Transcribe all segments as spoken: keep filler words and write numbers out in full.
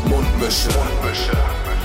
Mundmische. Mundmische.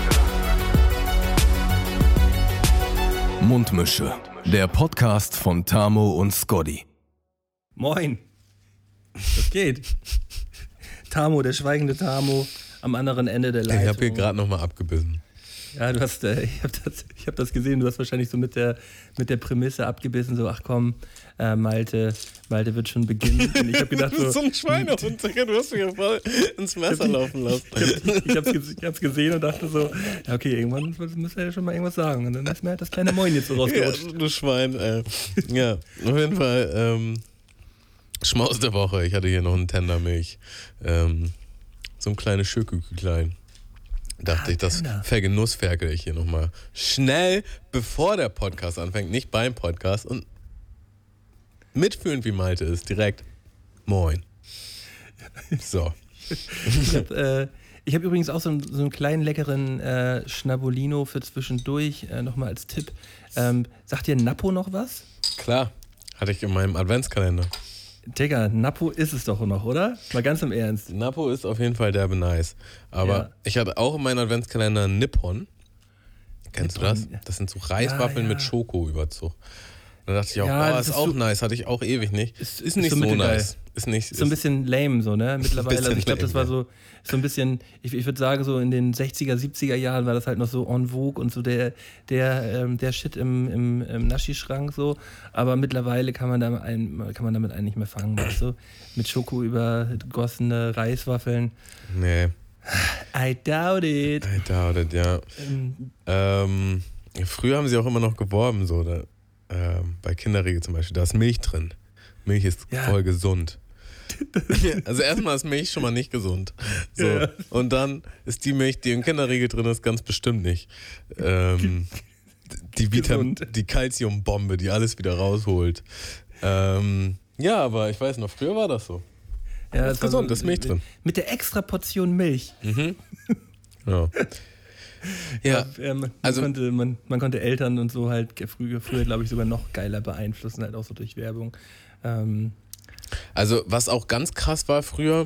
Mundmische. Der Podcast von Tamo und Scotty. Moin. Was geht? Tamo, der schweigende Tamo am anderen Ende der Leitung. Ich habe hier gerade nochmal abgebissen. Ja, du hast, äh, ich habe das, ich hab das gesehen, du hast wahrscheinlich so mit der, mit der Prämisse abgebissen, so, ach komm, äh, Malte, Malte wird schon beginnen. Und ich habe gedacht so... so ein Schweinehund, du hast mich ja voll ins Messer laufen lassen. Ich habe es ich hab's gesehen und dachte so, ja okay, irgendwann muss er ja schon mal irgendwas sagen. Und dann ist mir halt das kleine Moin jetzt so rausgerutscht. Ja, du Schwein, ey. Ja, auf jeden Fall, ähm, Schmaus der Woche. Ich hatte hier noch einen Tendermilch. Ähm, so ein kleines Schöküklein. Dachte ah, ich, das vergenussferkel ich hier nochmal schnell, bevor der Podcast anfängt, nicht beim Podcast und mitfühlend wie Malte ist, direkt Moin. So. Ich habe äh, hab übrigens auch so einen, so einen kleinen leckeren äh, Schnabolino für zwischendurch, äh, nochmal als Tipp. Ähm, sagt dir Nappo noch was? Klar, hatte ich in meinem Adventskalender. Digga, Nappo ist es doch noch, oder? Mal ganz im Ernst. Nappo ist auf jeden Fall derbe nice. Aber ja. Ich hatte auch in meinem Adventskalender Nippon. Kennst Nippon, du das? Das sind so Reiswaffeln ja, ja. mit Schokoüberzug. Da dachte ich auch, ja, oh, ist, ist auch so, nice. Hatte ich auch ewig nicht. Ist, ist nicht ist so, so nice. Ist nicht, ist so ein bisschen lame, so, ne? Mittlerweile. Also ich glaube, das war so, so ein bisschen, ich, ich würde sagen, so in den sechziger, siebziger Jahren war das halt noch so en vogue und so der, der, ähm, der Shit im, im, im Naschi-Schrank so. Aber mittlerweile kann man, da ein, kann man damit eigentlich nicht mehr fangen, weißt du? Mit Schoko übergossene Reiswaffeln. Nee. I doubt it. I doubt it, ja. Ähm, ähm, früher haben sie auch immer noch geworben, so, da, ähm, bei Kinderriegel zum Beispiel, da ist Milch drin. Milch ist ja. voll gesund. Also erstmal ist Milch schon mal nicht gesund. So. Ja. Und dann ist die Milch, die im Kinderriegel drin ist, ganz bestimmt nicht. Ähm, die Vitamin, die Calciumbombe, die alles wieder rausholt. Ähm, ja, aber ich weiß noch, früher war das so. Ja, das ist gesund, da ist Milch drin. Mit der extra Portion Milch. Mhm. Ja. Ja, ja, man, also konnte, man, man konnte Eltern und so halt früher, früher glaube ich, sogar noch geiler beeinflussen, halt auch so durch Werbung. Ähm, also was auch ganz krass war früher,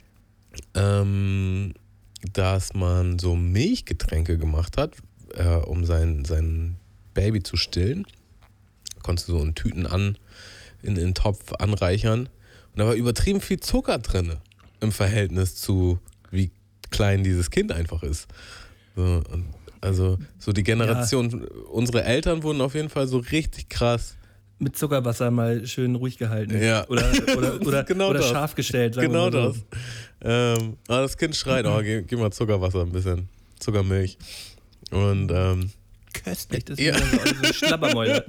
ähm, dass man so Milchgetränke gemacht hat, äh, um sein, sein Baby zu stillen. Konntest du so in Tüten an, in den Topf anreichern. Und da war übertrieben viel Zucker drin im Verhältnis zu, wie klein dieses Kind einfach ist. So, und also so die Generation, ja. Unsere Eltern wurden auf jeden Fall so richtig krass mit Zuckerwasser mal schön ruhig gehalten. Ja. Oder, oder, oder, genau oder scharf gestellt. Sagen genau wir mal so. das. Ähm, aber das Kind schreit, oh, gib, gib mal Zuckerwasser ein bisschen. Zuckermilch. Und ähm, köstlich, das ist ja. so ein Schlabbermäuler.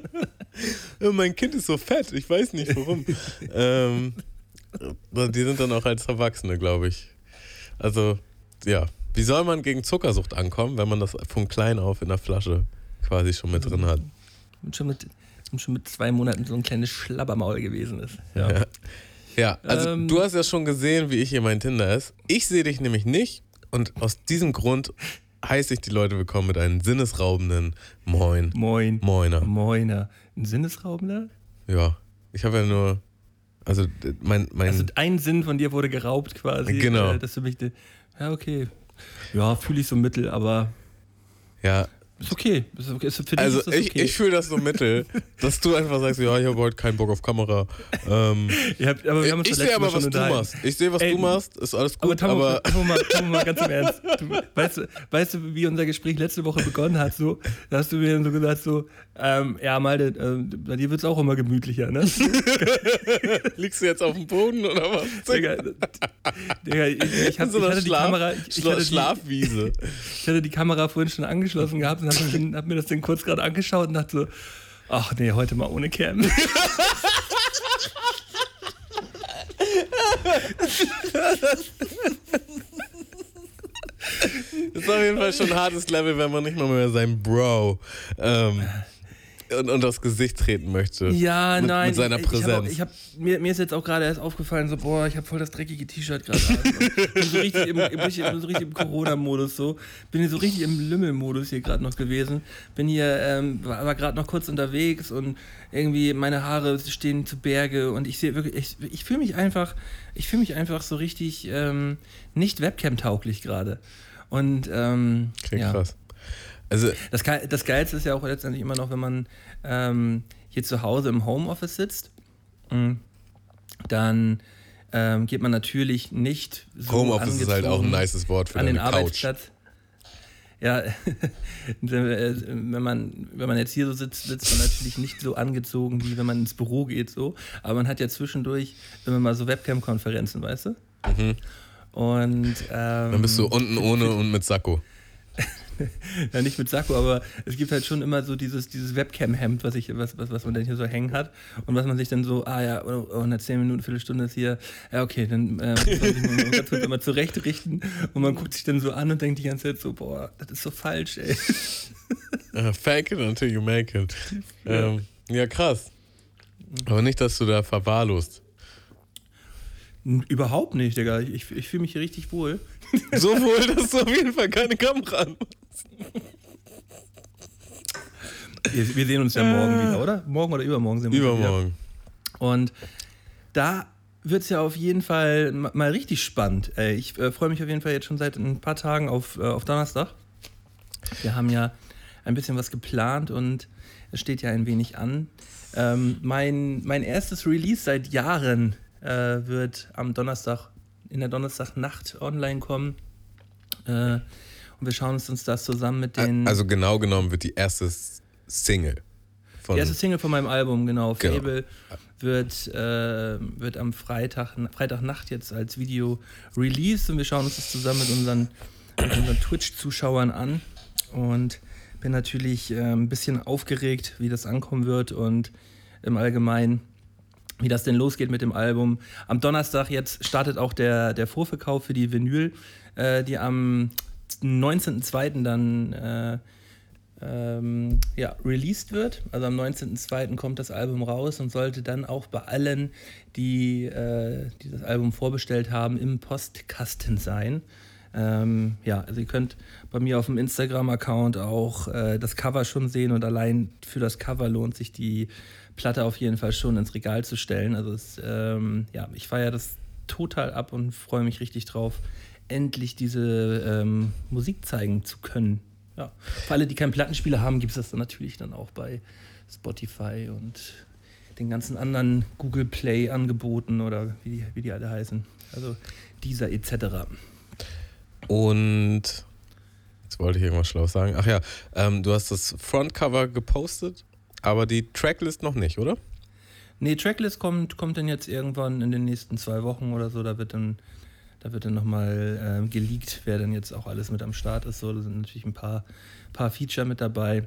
Mein Kind ist so fett, ich weiß nicht warum. ähm, die sind dann auch als Erwachsene, glaube ich. Also, ja. Wie soll man gegen Zuckersucht ankommen, wenn man das von klein auf in der Flasche quasi schon mit drin hat? Und schon mit, und schon mit zwei Monaten so ein kleines Schlabbermaul gewesen ist. Ja, ja. ja also ähm, du hast ja schon gesehen, wie ich hier mein Tinder ist. Ich sehe dich nämlich nicht und aus diesem Grund heiße ich die Leute willkommen mit einem sinnesraubenden Moin. Moin. Moiner. Moiner. Ein sinnesraubender? Ja, ich habe ja nur, also mein, mein... Also ein Sinn von dir wurde geraubt quasi. Genau. Dass du mich, ja, okay. Ja, fühle ich so mittel, aber ja. Ist okay. Ist okay. Ist für dich also ist das ich, okay. ich fühle das so mittel, dass du einfach sagst, ja, ich habe heute keinen Bock auf Kamera. Ähm, ja, aber wir haben uns ich sehe aber, was du machst. Ich sehe, was Ey, du machst, ist alles gut. Aber Tamo, mal, Tamo, mal ganz im Ernst. Du, weißt, du, weißt du, wie unser Gespräch letzte Woche begonnen hat? So, da hast du mir dann so gesagt, so, ähm, ja, Malte, äh, bei dir wird es auch immer gemütlicher, ne? Liegst du jetzt auf dem Boden oder was? Digga, Digga ich, ich, hab, so ich hatte Schlaf, die Kamera... Ich, ich hatte Schlafwiese. Die, ich hatte die Kamera vorhin schon angeschlossen gehabt und hab, hab mir das Ding kurz gerade angeschaut und dachte so, ach nee, heute mal ohne Cam. Das ist auf jeden Fall schon ein hartes Level, wenn man nicht mal mehr sein Bro ähm, und, und das Gesicht treten möchte. Ja, mit, nein. Mit seiner ich, Präsenz. Ich hab, ich hab, mir, mir ist jetzt auch gerade erst aufgefallen, so, boah, ich habe voll das dreckige T-Shirt gerade an. Ich bin so richtig im, bin ich so richtig im Corona-Modus so. Bin hier so richtig im Lümmel-Modus hier gerade noch gewesen. Bin hier, ähm, war, war gerade noch kurz unterwegs und irgendwie meine Haare stehen zu Berge und ich sehe wirklich, ich, ich fühle mich einfach, ich fühle mich einfach so richtig ähm, nicht Webcam-tauglich gerade. Und, ähm, Klingt ja. krass. Also, Das, das Geilste ist ja auch letztendlich immer noch, wenn man ähm, hier zu Hause im Homeoffice sitzt, dann ähm, geht man natürlich nicht so Homeoffice ist halt auch ein nices Wort für an den deine Couch. Arbeitsplatz. Ja, wenn man, wenn man jetzt hier so sitzt, sitzt man natürlich nicht so angezogen, wie wenn man ins Büro geht, so. Aber man hat ja zwischendurch immer mal so Webcam-Konferenzen, weißt du? Mhm. Und ähm, dann bist du unten ohne und mit Sakko. Ja, nicht mit Sakko, aber es gibt halt schon immer so dieses, dieses Webcam-Hemd, was, ich, was, was, was man dann hier so hängen hat und was man sich dann so, ah ja, oh, in der zehn Minuten, Viertelstunde ist hier, ja okay, dann äh, muss man sich mal ganz kurz immer zurechtrichten und man guckt sich dann so an und denkt die ganze Zeit so, boah, das ist so falsch, ey. Uh, fake it until you make it. Ja, ähm, ja krass. Aber nicht, dass du da verwahrlost. Überhaupt nicht, Digga. Ich, ich fühle mich hier richtig wohl. So wohl, dass du auf jeden Fall keine Kamera an musst. Wir, wir sehen uns ja morgen wieder, oder? Morgen oder übermorgen sehen wir uns Übermorgen. wieder. Und da wird es ja auf jeden Fall mal richtig spannend. Ich äh, freue mich auf jeden Fall jetzt schon seit ein paar Tagen auf, äh, auf Donnerstag. Wir haben ja ein bisschen was geplant und es steht ja ein wenig an. Ähm, mein, mein erstes Release seit Jahren äh, wird am Donnerstag, in der Donnerstagnacht online kommen. Äh, und wir schauen uns, uns das zusammen mit den... Also genau genommen wird die erste Single. Von die erste Single von meinem Album, genau. genau. Fable wird, äh, wird am Freitag, Freitagnacht jetzt als Video released und wir schauen uns das zusammen mit unseren, mit unseren Twitch-Zuschauern an. Und bin natürlich äh, ein bisschen aufgeregt, wie das ankommen wird und im Allgemeinen, wie das denn losgeht mit dem Album. Am Donnerstag jetzt startet auch der, der Vorverkauf für die Vinyl, äh, die am neunzehnten zweiten dann äh, ähm, ja, released wird. Also am neunzehnten zweiten kommt das Album raus und sollte dann auch bei allen, die, äh, die das Album vorbestellt haben, im Postkasten sein. Ähm, ja, also ihr könnt bei mir auf dem Instagram-Account auch äh, das Cover schon sehen und allein für das Cover lohnt sich die Platte auf jeden Fall schon ins Regal zu stellen. Also es, ähm, ja, ich feiere das total ab und freue mich richtig drauf, endlich diese ähm, Musik zeigen zu können. Ja. Für alle, die keinen Plattenspieler haben, gibt es das dann natürlich dann auch bei Spotify und den ganzen anderen Google Play-Angeboten oder wie die, wie die alle heißen. Also dieser et cetera. Und jetzt wollte ich irgendwas Schlaues sagen. Ach ja, ähm, du hast das Frontcover gepostet, aber die Tracklist noch nicht, oder? Nee, Tracklist kommt, kommt dann jetzt irgendwann in den nächsten zwei Wochen oder so. Da wird dann, da wird dann nochmal ähm, geleakt, wer dann jetzt auch alles mit am Start ist. So, da sind natürlich ein paar, paar Feature mit dabei.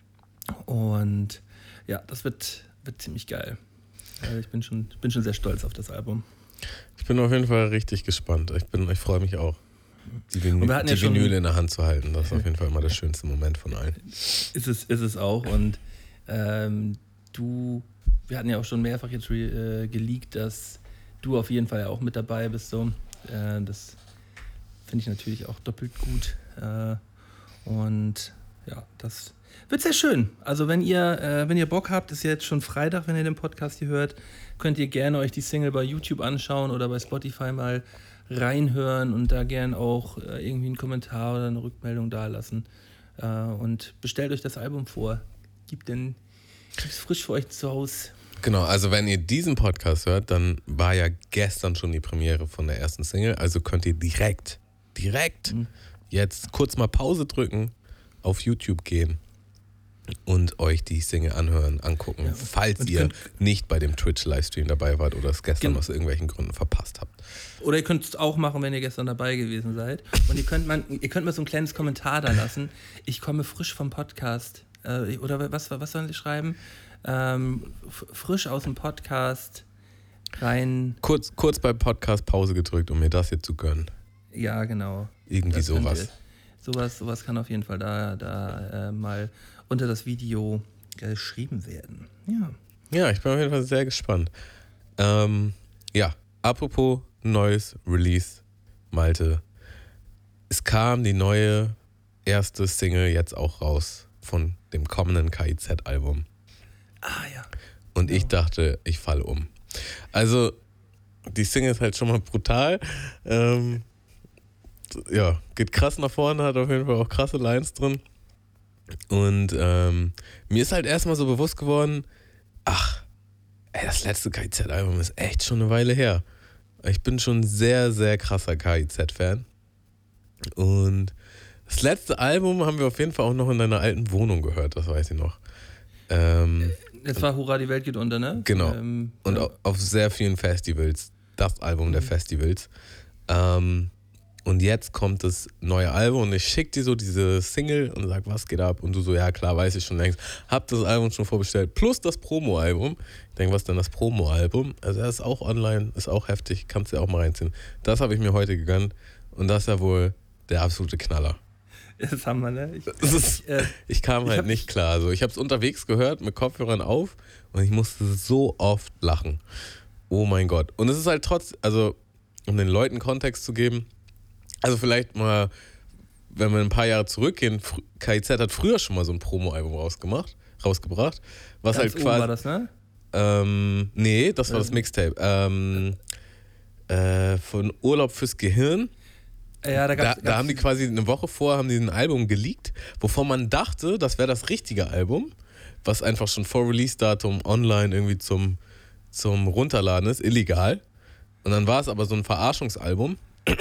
Und ja, das wird, wird ziemlich geil. Also ich bin schon, bin schon sehr stolz auf das Album. Ich bin auf jeden Fall richtig gespannt. Ich, bin, ich freue mich auch. Die, Vin- Und wir hatten die ja schon- Vinyl in der Hand zu halten, das ist auf jeden Fall immer der schönste Moment von allen. Ist es, ist es auch. Und ähm, du, wir hatten ja auch schon mehrfach jetzt re, äh, geleakt, dass du auf jeden Fall ja auch mit dabei bist. So. Äh, das finde ich natürlich auch doppelt gut. Äh, und ja, das wird sehr schön. Also wenn ihr, äh, wenn ihr Bock habt, ist jetzt schon Freitag, wenn ihr den Podcast hier hört, könnt ihr gerne euch die Single bei YouTube anschauen oder bei Spotify mal reinhören und da gern auch äh, irgendwie einen Kommentar oder eine Rückmeldung dalassen. Äh, und bestellt euch das Album vor. Gibt den, gibt's frisch für euch zu Hause. Genau, also wenn ihr diesen Podcast hört, dann war ja gestern schon die Premiere von der ersten Single, also könnt ihr direkt, direkt mhm. jetzt kurz mal Pause drücken, auf YouTube gehen und euch die Single anhören, angucken, ja. falls und ihr nicht bei dem Twitch-Livestream dabei wart oder es gestern gen- aus irgendwelchen Gründen verpasst habt. Oder ihr könnt es auch machen, wenn ihr gestern dabei gewesen seid. Und ihr könnt, man, ihr könnt mal so ein kleines Kommentar da lassen. Ich komme frisch vom Podcast. Äh, oder was, was sollen Sie schreiben? Ähm, f- frisch aus dem Podcast rein. Kurz, kurz beim Podcast Pause gedrückt, um mir das hier zu gönnen. Ja, genau. Irgendwie sowas. Sowas. Sowas kann auf jeden Fall da, da äh, mal unter das Video geschrieben werden. Ja. Ja, ich bin auf jeden Fall sehr gespannt. Ähm, ja, apropos neues Release, Malte. Es kam die neue erste Single jetzt auch raus von dem kommenden K I Z-Album. Ah ja. Und ja. ich dachte, ich falle um. Also, die Single ist halt schon mal brutal. Ähm, ja, geht krass nach vorne, hat auf jeden Fall auch krasse Lines drin. Und ähm, mir ist halt erstmal so bewusst geworden, ach, ey, das letzte K I Z-Album ist echt schon eine Weile her. Ich bin schon sehr, sehr krasser K I Z-Fan. Und das letzte Album haben wir auf jeden Fall auch noch in deiner alten Wohnung gehört, das weiß ich noch. Ähm, Jetzt war Hurra, die Welt geht unter, ne? Genau. Ähm, und ja. auf sehr vielen Festivals. Das Album der Festivals. Ähm, und jetzt kommt das neue Album und ich schicke dir so diese Single und sag, was geht ab? Und du so, ja klar, weiß ich schon längst. Hab das Album schon vorbestellt, plus das Promo-Album. Ich denke, was ist denn das Promo-Album? Also er ist auch online, ist auch heftig, kannst du ja auch mal reinziehen. Das habe ich mir heute gegönnt und das ist ja wohl der absolute Knaller. Das haben wir, ne? Ich, ist, ich, äh, ich kam ich halt hab, nicht klar. Also ich habe es unterwegs gehört mit Kopfhörern auf und ich musste so oft lachen. Oh mein Gott. Und es ist halt trotz, also um den Leuten Kontext zu geben, also vielleicht mal, wenn wir ein paar Jahre zurückgehen, K I Z hat früher schon mal so ein Promo-Album rausgemacht, rausgebracht. Was ganz halt quasi. war das, ne? Ähm, nee, das war das Mixtape. Ähm, äh, von Urlaub fürs Gehirn. Ja, da, gab's, da, gab's da haben die quasi eine Woche vor haben die ein Album geleakt, wovon man dachte, das wäre das richtige Album, was einfach schon vor Release-Datum online irgendwie zum, zum Runterladen ist, illegal. Und dann war es aber so ein Verarschungsalbum.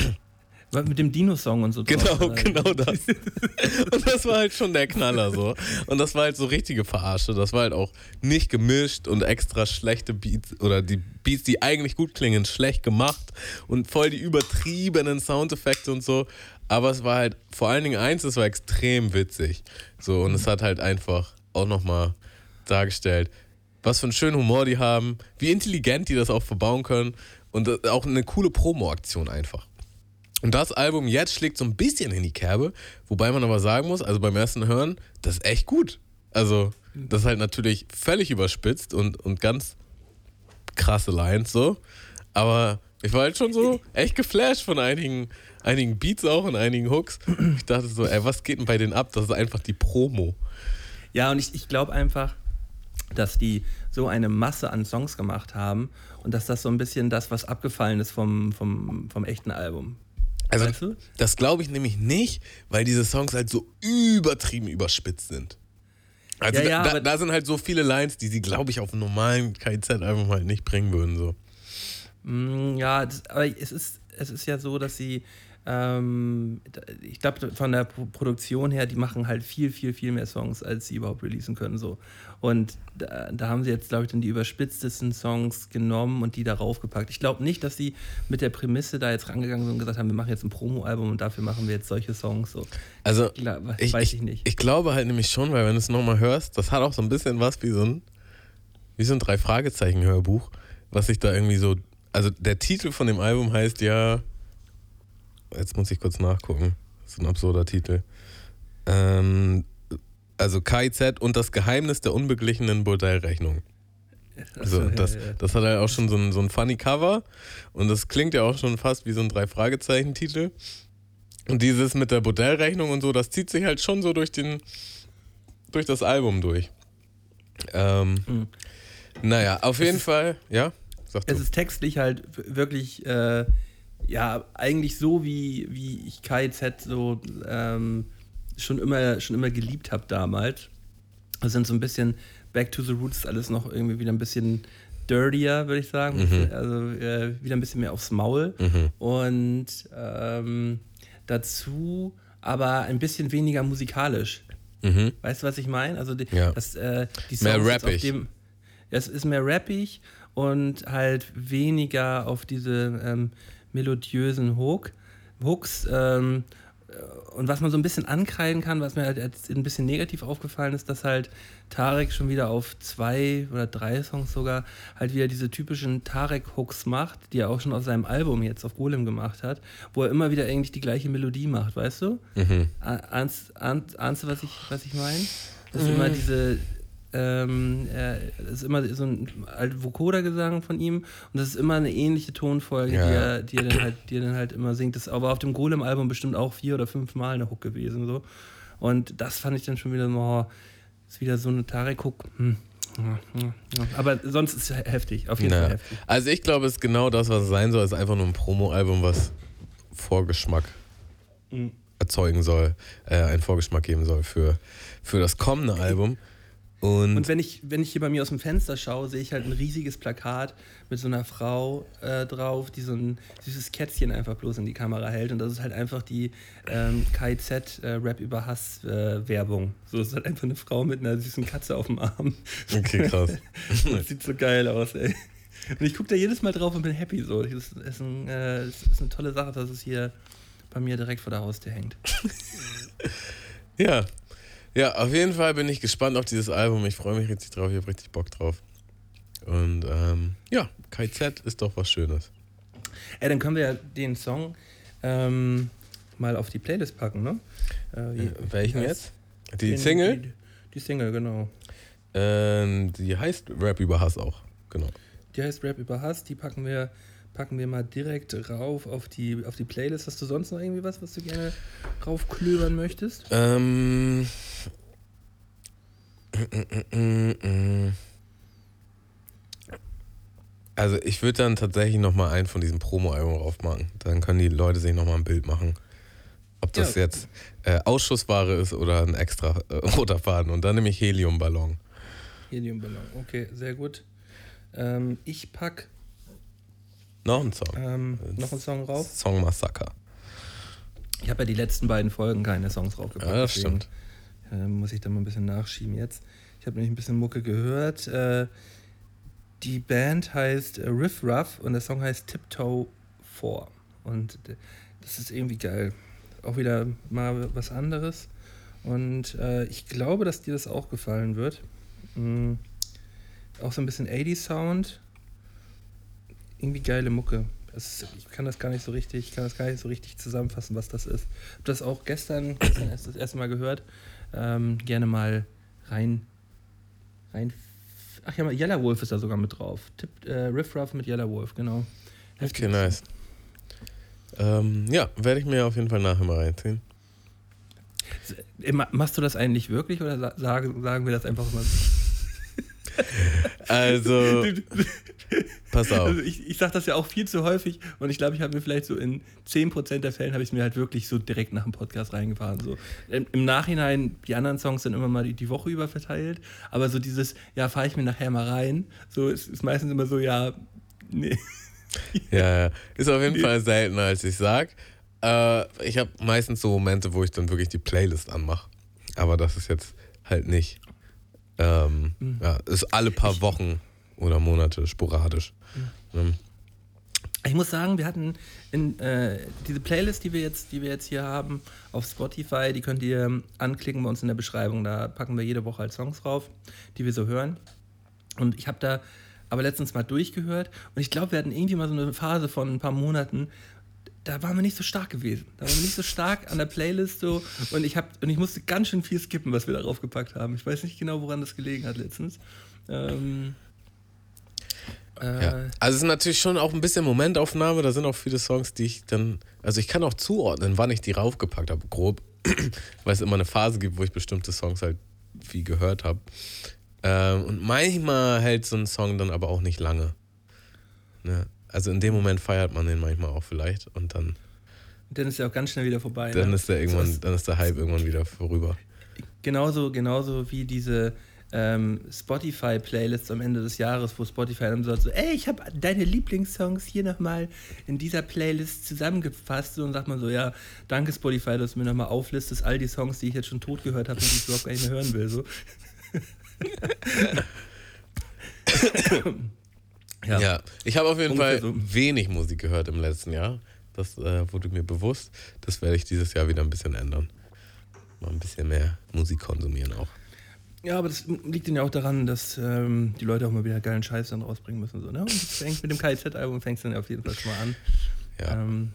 Mit dem Dino-Song und so. Genau, drauf. genau das. Und das war halt schon der Knaller so. Und das war halt so richtige Verarsche. Das war halt auch nicht gemischt und extra schlechte Beats oder die Beats, die eigentlich gut klingen, schlecht gemacht und voll die übertriebenen Soundeffekte und so. Aber es war halt vor allen Dingen eins, es war extrem witzig. So, und es hat halt einfach auch nochmal dargestellt, was für einen schönen Humor die haben, wie intelligent die das auch verbauen können und auch eine coole Promo-Aktion einfach. Und das Album jetzt schlägt so ein bisschen in die Kerbe, wobei man aber sagen muss, also beim ersten Hören, das ist echt gut. Also das ist halt natürlich völlig überspitzt und, und ganz krasse Lines so, aber ich war halt schon so echt geflasht von einigen, einigen Beats auch und einigen Hooks. Ich dachte so, ey, was geht denn bei denen ab? Das ist einfach die Promo. Ja, und ich, ich glaube einfach, dass die so eine Masse an Songs gemacht haben und dass das so ein bisschen das, was abgefallen ist vom, vom, vom echten Album. Also, weißt du? Das glaube ich nämlich nicht, weil diese Songs halt so übertrieben überspitzt sind. Also ja, ja, da, da, da sind halt so viele Lines, die sie, glaube ich, auf einem normalen K I Z-Album halt nicht bringen würden. So. Mm, ja, das, aber es ist, es ist ja so, dass sie, ähm, ich glaube, von der Pro- Produktion her, die machen halt viel, viel, viel mehr Songs, als sie überhaupt releasen können. So. Und da, da haben sie jetzt, glaube ich, dann die überspitztesten Songs genommen und die da raufgepackt. Ich glaube nicht, dass sie mit der Prämisse da jetzt rangegangen sind und gesagt haben, wir machen jetzt ein Promo-Album und dafür machen wir jetzt solche Songs. So. Also, Klar, ich, weiß ich ich nicht. Ich glaube halt nämlich schon, weil wenn du es nochmal hörst, das hat auch so ein bisschen was wie so ein, wie so ein Drei-Fragezeichen-Hörbuch, was sich da irgendwie so, also der Titel von dem Album heißt ja, jetzt muss ich kurz nachgucken, das ist ein absurder Titel, ähm, also K I Z und das Geheimnis der unbeglichenen Bordellrechnung. Also das, das hat halt auch schon so ein, so ein funny Cover und das klingt ja auch schon fast wie so ein Drei-Fragezeichen-Titel. Und dieses mit der Bordellrechnung und so, das zieht sich halt schon so durch den, durch das Album durch. Ähm, mhm. Naja, auf jeden Fall, ja, sag du. Es ist textlich halt wirklich, äh, ja, eigentlich so, wie, wie ich K I Z so ähm, schon immer, schon immer geliebt habe damals. Das sind so ein bisschen Back to the Roots, alles noch irgendwie wieder ein bisschen dirtier, würde ich sagen. Mhm. Also äh, wieder ein bisschen mehr aufs Maul. Mhm. Und ähm, dazu aber ein bisschen weniger musikalisch. Mhm. Weißt du, was ich meine? Also die, ja. das, äh, die Songs mehr rappig. Auf dem, es ist mehr rappig und halt weniger auf diese ähm, melodiösen Hook, Hooks. Ähm, und was man so ein bisschen ankreiden kann, was mir halt jetzt ein bisschen negativ aufgefallen ist, dass halt Tarek schon wieder auf zwei oder drei Songs sogar halt wieder diese typischen Tarek-Hooks macht, die er auch schon auf seinem Album jetzt auf Golem gemacht hat, wo er immer wieder eigentlich die gleiche Melodie macht, weißt du? Mhm. Ahnst, ahnst, ahnst du, was ich, was ich meine? Dass mhm. immer diese, ähm, äh, das ist immer so ein alter Vocoder-Gesang von ihm und das ist immer eine ähnliche Tonfolge, Ja. die, er, die, er dann halt, die er dann halt immer singt. Das ist aber auf dem Golem-Album bestimmt auch vier oder fünf Mal eine Hook gewesen. So. Und das fand ich dann schon wieder so, oh, ist wieder so eine Tarek-Hook. Hm. Ja, ja, ja. Aber sonst ist es heftig, auf jeden Na. Fall heftig. Also ich glaube, es ist genau das, was es sein soll. Es ist einfach nur ein Promo-Album, was Vorgeschmack Mhm. erzeugen soll, äh, einen Vorgeschmack geben soll für, für das kommende Album. Und, Und wenn ich, wenn ich hier bei mir aus dem Fenster schaue, sehe ich halt ein riesiges Plakat mit so einer Frau äh, drauf, die so ein süßes Kätzchen einfach bloß in die Kamera hält. Und das ist halt einfach die ähm, K I Z äh, Rap über Hass äh, Werbung. So ist halt einfach eine Frau mit einer süßen Katze auf dem Arm. okay, krass. Das sieht so geil aus, ey. Und ich gucke da jedes Mal drauf und bin happy. So. Das ist, ist, ein, äh, das ist eine tolle Sache, dass es hier bei mir direkt vor der Haustür hängt. Ja. Ja, auf jeden Fall bin ich gespannt auf dieses Album. Ich freue mich richtig drauf, ich habe richtig Bock drauf. Und ähm, ja, K I Z ist doch was Schönes. Ey, dann können wir ja den Song ähm, mal auf die Playlist packen, ne? Äh, wie, Welchen wie jetzt? Die den, Single? Die, die Single, genau. Ähm, die heißt Rap über Hass auch, genau. Die heißt Rap über Hass, die packen wir, packen wir mal direkt rauf auf die, auf die Playlist. Hast du sonst noch irgendwie was, was du gerne raufklöbern möchtest? Ähm... Also ich würde dann tatsächlich nochmal einen von diesem Promo-Album raufmachen. Dann können die Leute sich nochmal ein Bild machen. Ob das Ja. jetzt äh, Ausschussware ist oder ein extra äh, roter Faden. Und dann nehme ich Heliumballon. Heliumballon, okay, sehr gut. Ähm, ich pack Noch ein Song. ähm, noch einen Song rauf. Song Massaker. Ich habe ja die letzten beiden Folgen keine Songs raufgepackt. Ja, das deswegen, stimmt. äh, muss ich da mal ein bisschen nachschieben jetzt. Ich habe nämlich ein bisschen Mucke gehört. Äh, die Band heißt äh, Riff Ruff und der Song heißt Tiptoe vier. Und äh, das ist irgendwie geil. Auch wieder mal was anderes. Und äh, ich glaube, dass dir das auch gefallen wird. Mhm. Auch so ein bisschen achtziger Sound. Irgendwie geile Mucke. Das ist, ich kann das gar nicht so richtig, ich kann das gar nicht so richtig zusammenfassen, was das ist. Ich habe das auch gestern, gestern erst das erste Mal gehört. Ähm, gerne mal rein, rein. Ach ja, Yellow Wolf ist da sogar mit drauf. Tipp, äh, Riff Ruff mit Yellow Wolf, genau. Heftig. Okay, nice. Ähm, ja, werde ich mir auf jeden Fall nachher mal reinziehen. Machst du das eigentlich wirklich oder sa- sagen, sagen wir das einfach mal? Also, pass auf. Also ich, ich sage das ja auch viel zu häufig und ich glaube, ich habe mir vielleicht so in zehn Prozent der Fällen habe ich es mir halt wirklich so direkt nach dem Podcast reingefahren. So. Im, Im Nachhinein, die anderen Songs sind immer mal die, die Woche über verteilt, aber so dieses, ja, fahre ich mir nachher mal rein, so ist, ist meistens immer so, ja, nee. Ja, ja. Ist auf jeden Fall seltener, als ich sag. Äh, ich habe meistens so Momente, wo ich dann wirklich die Playlist anmache. Aber das ist jetzt halt nicht. Ähm, mhm. Ja, ist alle paar Wochen oder Monate sporadisch. Mhm. Ähm. Ich muss sagen, wir hatten in, äh, diese Playlist, die wir jetzt, die wir jetzt hier haben auf Spotify, die könnt ihr anklicken bei uns in der Beschreibung. Da packen wir jede Woche halt Songs drauf, die wir so hören. Und ich habe da aber letztens mal durchgehört und ich glaube, wir hatten irgendwie mal so eine Phase von ein paar Monaten, da waren wir nicht so stark gewesen. Da waren wir nicht so stark an der Playlist so und ich hab, und ich musste ganz schön viel skippen, was wir darauf gepackt haben. Ich weiß nicht genau, woran das gelegen hat letztens. Ähm, äh, ja. Also es ist natürlich schon auch ein bisschen Momentaufnahme, da sind auch viele Songs, die ich dann, also ich kann auch zuordnen, wann ich die raufgepackt habe, grob, weil es immer eine Phase gibt, wo ich bestimmte Songs halt viel gehört habe. Ähm, und manchmal hält so ein Song dann aber auch nicht lange. Ne? Also in dem Moment feiert man den manchmal auch vielleicht und dann. Dann ist er auch ganz schnell wieder vorbei. Dann ne? ist der irgendwann, so, dann ist der Hype irgendwann wieder vorüber. Genauso, genauso wie diese ähm, Spotify-Playlists am Ende des Jahres, wo Spotify dann sagt so, ey, ich habe deine Lieblingssongs hier nochmal in dieser Playlist zusammengefasst. Und sagt man so, ja, danke Spotify, dass du mir nochmal auflistest, all die Songs, die ich jetzt schon tot gehört habe und die ich überhaupt gar nicht mehr hören will. So. Ja. ja, ich habe auf jeden Ungefähr Fall so. wenig Musik gehört im letzten Jahr. Das äh, wurde mir bewusst. Das werde ich dieses Jahr wieder ein bisschen ändern. Mal ein bisschen mehr Musik konsumieren auch. Ja, aber das liegt ja auch daran, dass ähm, die Leute auch mal wieder geilen Scheiß dann rausbringen müssen. So, ne? Und das fängt mit dem K I Z-Album fängst du dann auf jeden Fall schon mal an. Ja. Ähm.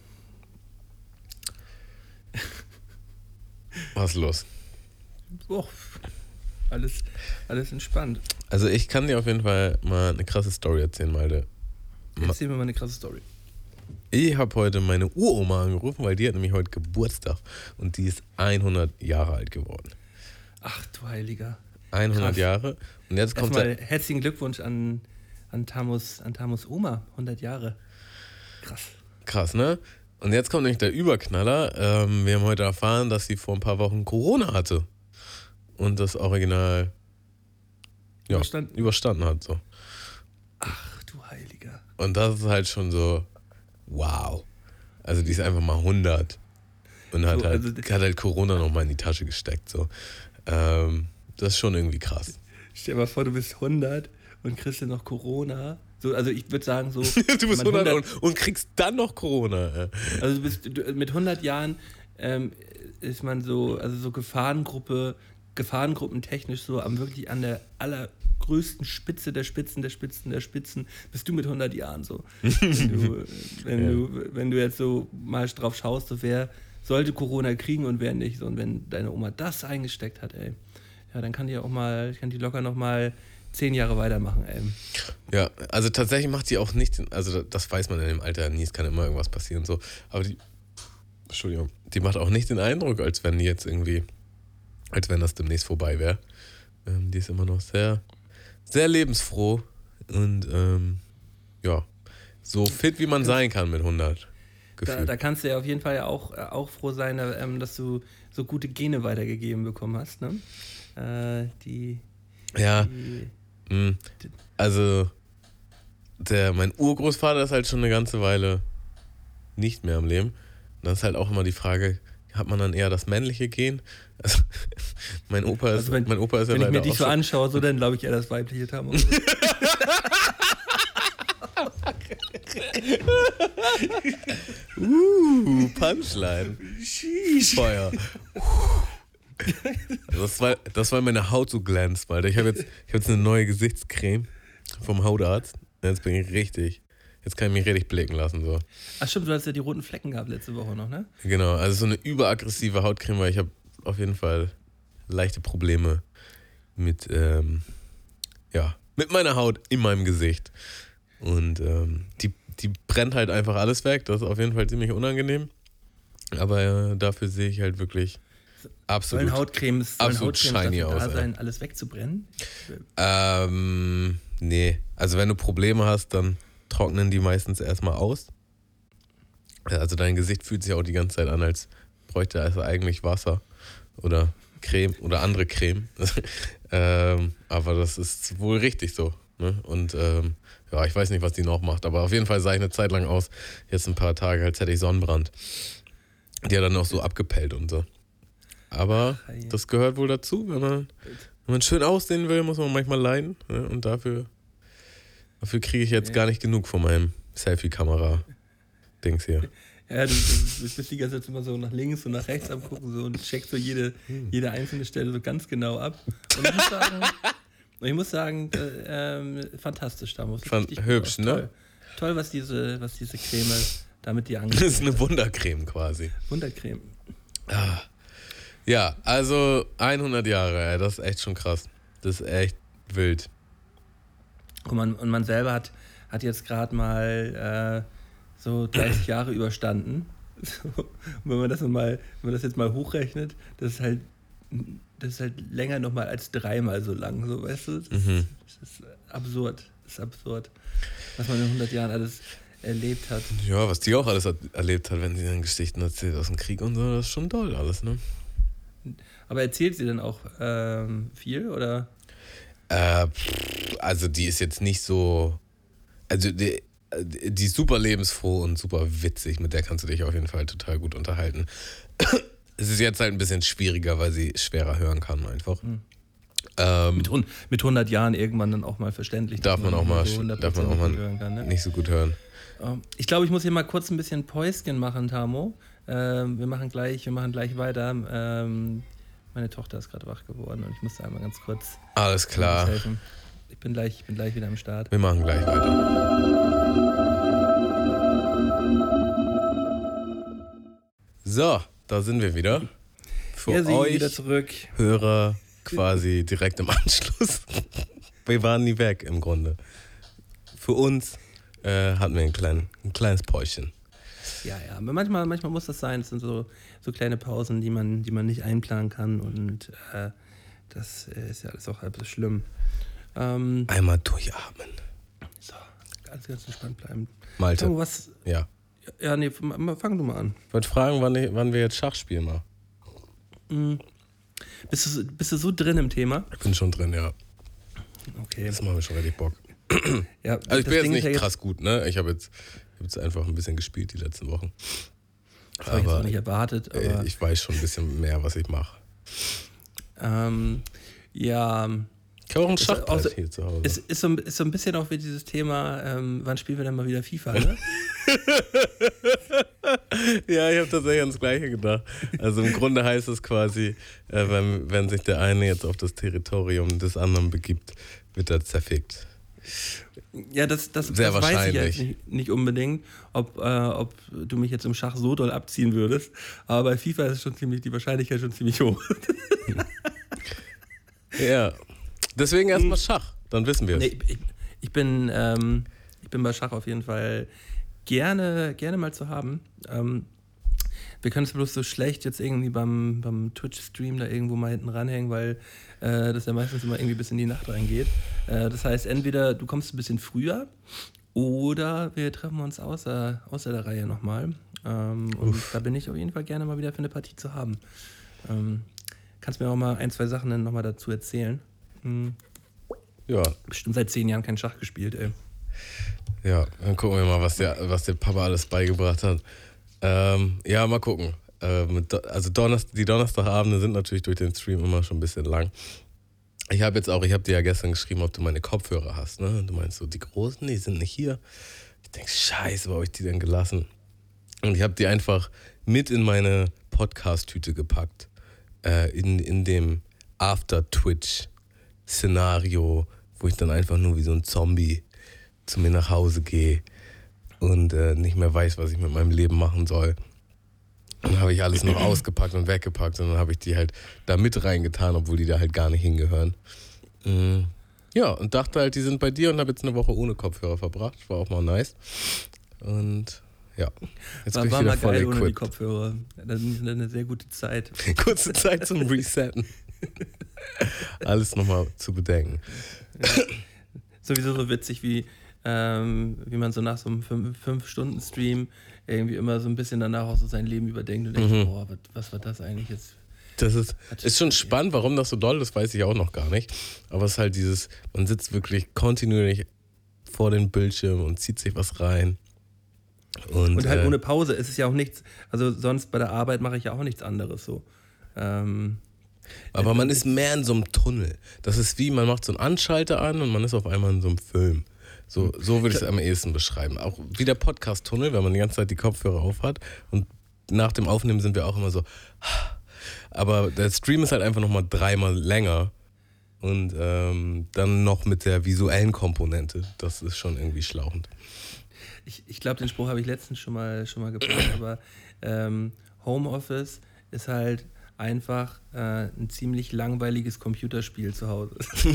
Was ist los? Oh. Alles, alles entspannt. Also ich kann dir auf jeden Fall mal eine krasse Story erzählen, Malte. Erzähl mir mal eine krasse Story. Ich habe heute meine Uroma angerufen, weil die hat nämlich heute Geburtstag und die ist hundert Jahre alt geworden. Ach du Heiliger. hundert Krass. Jahre. Und jetzt kommt Erstmal herzlichen Glückwunsch an, an, Tamos, an Tamos Oma, hundert Jahre. Krass. Krass, ne? Und jetzt kommt nämlich der Überknaller. Ähm, wir haben heute erfahren, dass sie vor ein paar Wochen Corona hatte. Und das Original ja, überstanden. überstanden hat. So. Ach du Heiliger. Und das ist halt schon so, wow. Also die ist einfach mal hundert. Und hat, so, halt, also, hat halt Corona nochmal in die Tasche gesteckt. So. Ähm, das ist schon irgendwie krass. Stell dir mal vor, du bist hundert und kriegst dann noch Corona. So, also ich würde sagen so... du bist hundert, hundert und, und kriegst dann noch Corona. Also du bist, du, mit hundert Jahren ähm, ist man so, also so Gefahrengruppe, Gefahrengruppentechnisch so am wirklich an der allergrößten Spitze der Spitzen, der Spitzen, der Spitzen, bist du mit hundert Jahren so. Wenn du, wenn, ja. du, wenn du jetzt so mal drauf schaust, so wer sollte Corona kriegen und wer nicht. So, und wenn deine Oma das eingesteckt hat, ey, ja, dann kann die auch mal, kann die locker noch mal zehn Jahre weitermachen, ey. Ja, also tatsächlich macht die auch nicht, also das weiß man in dem Alter nie, es kann immer irgendwas passieren, so. Aber die, Entschuldigung, die macht auch nicht den Eindruck, als wenn die jetzt irgendwie, als wenn das demnächst vorbei wäre. Ähm, die ist immer noch sehr, sehr lebensfroh und ähm, ja, so fit wie man sein kann mit hundert. Da, da kannst du ja auf jeden Fall ja auch, auch froh sein, dass du so gute Gene weitergegeben bekommen hast, ne? Äh, die Ja, die, mh, also der, mein Urgroßvater ist halt schon eine ganze Weile nicht mehr am Leben. Und dann ist halt auch immer die Frage, hat man dann eher das männliche Gen? Also, mein Opa ist, also wenn, mein Opa ist ja wenn leider ich mir dich so anschaue, so dann glaube ich eher das weibliche Tamo. uh, Punchline. Feuer. Das war, das war meine Haut so glänzt, Alter. Ich habe jetzt, ich hab jetzt eine neue Gesichtscreme vom Hautarzt. Jetzt bin ich richtig. Jetzt kann ich mich richtig blicken lassen. So. Ach stimmt, du hast ja die roten Flecken gehabt letzte Woche noch, ne? Genau, also so eine überaggressive Hautcreme, weil ich habe auf jeden Fall leichte Probleme mit, ähm, ja, mit meiner Haut in meinem Gesicht. Und ähm, die, die brennt halt einfach alles weg. Das ist auf jeden Fall ziemlich unangenehm. Aber äh, dafür sehe ich halt wirklich absolut, sollen Hautcremes, sollen absolut Hautcremes shiny dafür aus. Da sein, alles wegzubrennen? Ähm, nee. Also wenn du Probleme hast, dann trocknen die meistens erstmal aus. Also dein Gesicht fühlt sich auch die ganze Zeit an, als bräuchte es eigentlich Wasser oder Creme oder andere Creme. ähm, aber das ist wohl richtig so. Ne? Und ähm, ja, ich weiß nicht, was die noch macht, aber auf jeden Fall sah ich eine Zeit lang aus, jetzt ein paar Tage, als hätte ich Sonnenbrand. Die hat dann auch so abgepellt und so. Aber das gehört wohl dazu, wenn man, wenn man schön aussehen will, muss man manchmal leiden. Ne? Und dafür, dafür kriege ich jetzt ja. gar nicht genug von meinem Selfie-Kamera-Dings hier. Ja, du, du bist die ganze Zeit immer so nach links und nach rechts am gucken so, und checkst so jede, hm. jede einzelne Stelle so ganz genau ab. Und ich muss sagen, ich muss sagen äh, ähm, fantastisch da muss Fand, hübsch, ne? Toll. Toll, was diese, was diese Creme damit dir angeht. Das ist eine Wundercreme quasi. Wundercreme. Ah. Ja, also hundert Jahre, ey, das ist echt schon krass. Das ist echt wild. Und man, und man selber hat, hat jetzt gerade mal äh, so dreißig Jahre überstanden. So, und wenn man das mal, wenn man das jetzt mal hochrechnet, das ist halt, das ist halt länger nochmal als dreimal so lang, so, weißt du? Das, mhm. das ist absurd. Das ist absurd, was man in hundert Jahren alles erlebt hat. Ja, was die auch alles erlebt hat, wenn sie dann Geschichten erzählt aus dem Krieg und so, das ist schon toll alles, ne? Aber erzählt sie denn auch ähm, viel, oder? Äh, also die ist jetzt nicht so, also die, die ist super lebensfroh und super witzig, mit der kannst du dich auf jeden Fall total gut unterhalten. Es ist jetzt halt ein bisschen schwieriger, weil sie schwerer hören kann einfach. Mhm. Ähm, mit, mit hundert Jahren irgendwann dann auch mal verständlich. Darf man, man auch mal, so darf man auch mal hören kann, ne? Nicht so gut hören. Ich glaube, ich muss hier mal kurz ein bisschen Päuschen machen, Tamo. Ähm, wir machen gleich, wir machen gleich weiter. Ähm, meine Tochter ist gerade wach geworden und ich muss da einmal ganz kurz. Alles klar. Helfen. Ich bin gleich, ich bin gleich wieder am Start. Wir machen gleich weiter. So, da sind wir wieder. Für ja, Sie euch wieder zurück. Hörer quasi direkt im Anschluss. Wir waren nie weg im Grunde. Für uns äh, hatten wir ein, klein, ein kleines Päuschen. Ja, ja, aber manchmal, manchmal muss das sein. Es sind so, so kleine Pausen, die man, die man nicht einplanen kann und äh, das ist ja alles auch halb so schlimm. Ähm, Einmal durchatmen. So, ganz, ganz entspannt bleiben. Malte. Tamo, was? Ja. Ja, nee, fang du mal an. Ich wollte fragen, wann, ich, wann wir jetzt Schach spielen mal. Mhm. Bist du, bist du so drin im Thema? Ich bin schon drin, ja. Okay. Das macht mir schon richtig Bock. Ja, also ich bin jetzt Ding nicht ja krass jetzt gut, ne? Ich habe jetzt, hab jetzt einfach ein bisschen gespielt die letzten Wochen. Das habe ich jetzt auch nicht erwartet. Aber ich weiß schon ein bisschen mehr, was ich mache. Ähm, ja. Ich habe auch ein Schachbrett so, hier zu Hause. Ist, ist, so, ist so ein bisschen auch wie dieses Thema, ähm, wann spielen wir denn mal wieder FIFA, ne? Ja, ich habe tatsächlich ans Gleiche gedacht. Also im Grunde heißt es quasi, äh, wenn, wenn sich der eine jetzt auf das Territorium des anderen begibt, wird er zerfickt. Ja, das, das, Sehr das weiß ich jetzt wahrscheinlich. nicht, nicht unbedingt, ob, äh, ob du mich jetzt im Schach so doll abziehen würdest. Aber bei FIFA ist schon ziemlich, die Wahrscheinlichkeit schon ziemlich hoch. Ja, deswegen erstmal Schach, dann wissen wir es. Nee, ich, ich, bin, ähm, ich bin bei Schach auf jeden Fall gerne, gerne mal zu haben. Ähm, wir können es bloß so schlecht jetzt irgendwie beim, beim Twitch-Stream da irgendwo mal hinten ranhängen, weil äh, das ja meistens immer irgendwie bis in die Nacht reingeht. Äh, das heißt, entweder du kommst ein bisschen früher oder wir treffen uns außer, außer der Reihe nochmal. Ähm, und da bin ich auf jeden Fall gerne mal wieder für eine Partie zu haben. Ähm, kannst mir auch mal ein, zwei Sachen dann nochmal dazu erzählen. Hm. Ja. Bestimmt seit zehn Jahren kein Schach gespielt, ey. Ja, dann gucken wir mal, was der, was der Papa alles beigebracht hat. Ähm, ja, mal gucken. Ähm, also Donnerstag, die Donnerstagabende sind natürlich durch den Stream immer schon ein bisschen lang. Ich habe jetzt auch, ich habe dir ja gestern geschrieben, ob du meine Kopfhörer hast, ne? Und du meinst so, die großen, die sind nicht hier. Ich denke, scheiße, wo habe ich die denn gelassen? Und ich habe die einfach mit in meine Podcast-Tüte gepackt. Äh, in, in dem After-Twitch-Szenario, wo ich dann einfach nur wie so ein Zombie zu mir nach Hause gehe und äh, nicht mehr weiß, was ich mit meinem Leben machen soll. Dann habe ich alles noch ausgepackt und weggepackt und dann habe ich die halt da mit reingetan, obwohl die da halt gar nicht hingehören. Mhm. Ja, und dachte halt, die sind bei dir und habe jetzt eine Woche ohne Kopfhörer verbracht. War auch mal nice. Und ja, jetzt war, bin ich war wieder mal voll geil ohne die equipped. Kopfhörer. Das ist eine sehr gute Zeit. Kurze Zeit zum Resetten. Alles nochmal zu bedenken. Ja. Sowieso so witzig, wie, ähm, wie man so nach so einem fünf-Stunden-Stream irgendwie immer so ein bisschen danach auch so sein Leben überdenkt und denkt, Mhm. boah, was, was war das eigentlich jetzt? Das ist, ist schon spannend, warum das so doll ist, weiß ich auch noch gar nicht. Aber es ist halt dieses, man sitzt wirklich kontinuierlich vor den Bildschirm und zieht sich was rein. Und, Und halt äh, ohne Pause. Es ist ja auch nichts, also sonst bei der Arbeit mache ich ja auch nichts anderes so. Ähm, aber man ist mehr in so einem Tunnel. Das ist wie, man macht so einen Anschalter an und man ist auf einmal in so einem Film. So, so würde ich es am ehesten beschreiben. Auch wie der Podcast-Tunnel, wenn man die ganze Zeit die Kopfhörer auf hat. Und nach dem Aufnehmen sind wir auch immer so. Aber der Stream ist halt einfach nochmal dreimal länger. Und ähm, dann noch mit der visuellen Komponente. Das ist schon irgendwie schlauchend. Ich, ich glaube, den Spruch habe ich letztens schon mal, schon mal gebracht, aber ähm, Homeoffice ist halt einfach äh, ein ziemlich langweiliges Computerspiel zu Hause.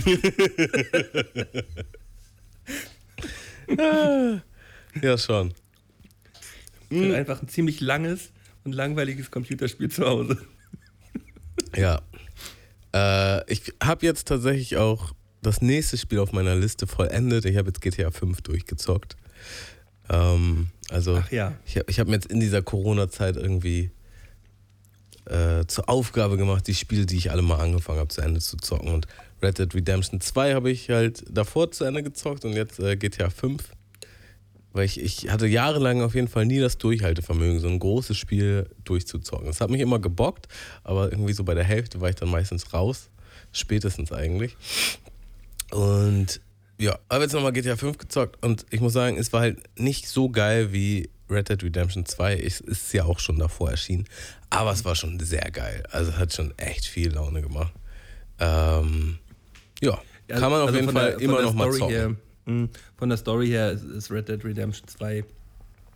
Ja, schon. Mhm. Einfach ein ziemlich langes und langweiliges Computerspiel zu Hause. Ja. Äh, ich habe jetzt tatsächlich auch das nächste Spiel auf meiner Liste vollendet. Ich habe jetzt G T A fünf durchgezockt. Ähm, also Ach ja. ich, ich habe mir jetzt in dieser Corona-Zeit irgendwie äh, zur Aufgabe gemacht, die Spiele, die ich alle mal angefangen habe, zu Ende zu zocken. Und Red Dead Redemption zwei habe ich halt davor zu Ende gezockt und jetzt äh, G T A fünf. Weil ich, ich hatte jahrelang auf jeden Fall nie das Durchhaltevermögen, so ein großes Spiel durchzuzocken. Das hat mich immer gebockt, aber irgendwie so bei der Hälfte war ich dann meistens raus. Spätestens eigentlich. Und ja, habe jetzt nochmal G T A fünf gezockt und ich muss sagen, es war halt nicht so geil wie Red Dead Redemption zwei. Es ist ja auch schon davor erschienen. Aber es war schon sehr geil. Also hat schon echt viel Laune gemacht. Ähm, ja, Ja, kann man auf also jeden von Fall der- immer von der noch mal Story zocken. her, mh, von der Story her ist, ist Red Dead Redemption zwei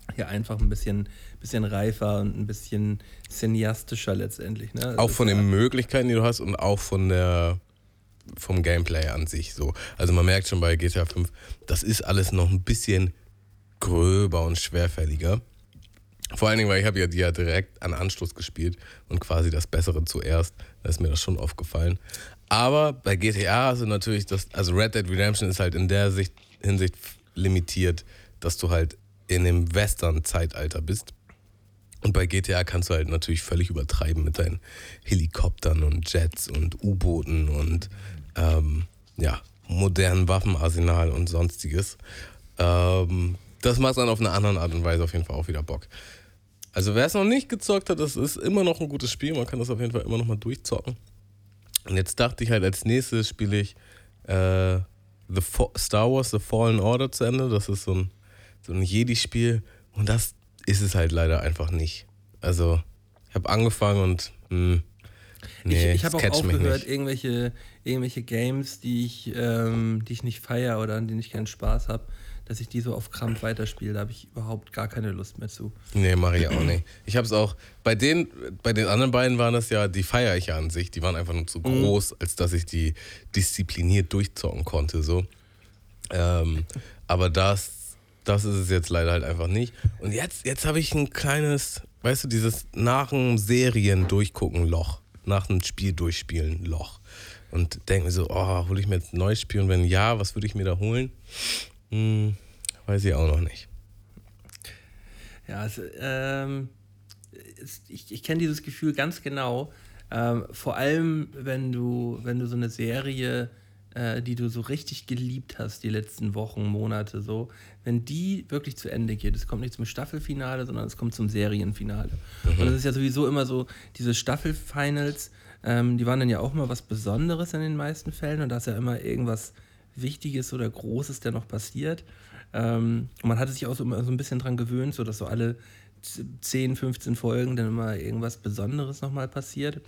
ja einfach ein bisschen, bisschen reifer und ein bisschen cineastischer letztendlich. Ne? Auch von den Möglichkeiten, die du hast und auch von der vom Gameplay an sich so. Also man merkt schon bei G T A fünf, das ist alles noch ein bisschen gröber und schwerfälliger. Vor allen Dingen, weil ich habe ja die ja direkt an Anschluss gespielt und quasi das Bessere zuerst. Da ist mir das schon aufgefallen. Aber bei G T A hast du natürlich das, also Red Dead Redemption ist halt in der Sicht, Hinsicht limitiert, dass du halt in dem Western-Zeitalter bist. Und bei G T A kannst du halt natürlich völlig übertreiben mit deinen Helikoptern und Jets und U-Booten und ähm, ja, modernen Waffenarsenal und sonstiges. Ähm, das macht dann auf eine andere Art und Weise auf jeden Fall auch wieder Bock. Also wer es noch nicht gezockt hat, das ist immer noch ein gutes Spiel. Man kann das auf jeden Fall immer noch mal durchzocken. Und jetzt dachte ich halt, als nächstes spiele ich äh, The Fo- Star Wars The Fallen Order zu Ende. Das ist so ein, so ein Jedi-Spiel. Und das ist es halt leider einfach nicht. Also ich habe angefangen und mh, nee, ich, ich habe auch aufgehört, nicht. irgendwelche, irgendwelche Games, die ich, ähm, die ich nicht feiere oder an denen ich keinen Spaß habe, dass ich die so auf Krampf weiterspiele. Da habe ich überhaupt gar keine Lust mehr zu. Nee, mache ich auch nicht. Ich habe es auch, bei den, bei den anderen beiden waren das ja, die feiere ich ja an sich, die waren einfach nur zu groß, als dass ich die diszipliniert durchzocken konnte. So. Ähm, aber das, das ist es jetzt leider halt einfach nicht. Und jetzt, jetzt habe ich ein kleines, weißt du, dieses nach dem Serien durchgucken Loch, nach dem Spiel durchspielen Loch. Und denke mir so, oh, hole ich mir jetzt ein neues Spiel? Und wenn ja, was würde ich mir da holen? Hm, weiß ich auch noch nicht. Ja, es, ähm, es, ich, ich kenne dieses Gefühl ganz genau. Ähm, vor allem, wenn du, wenn du so eine Serie, äh, die du so richtig geliebt hast, die letzten Wochen, Monate so, wenn die wirklich zu Ende geht, es kommt nicht zum Staffelfinale, sondern es kommt zum Serienfinale. Mhm. Und es ist ja sowieso immer so, diese Staffelfinals, ähm, die waren dann ja auch mal was Besonderes in den meisten Fällen und da ist ja immer irgendwas Wichtiges oder Großes, der noch passiert. Ähm, und man hatte sich auch so, immer so ein bisschen dran gewöhnt, so dass so alle zehn, fünfzehn Folgen dann immer irgendwas Besonderes nochmal passiert.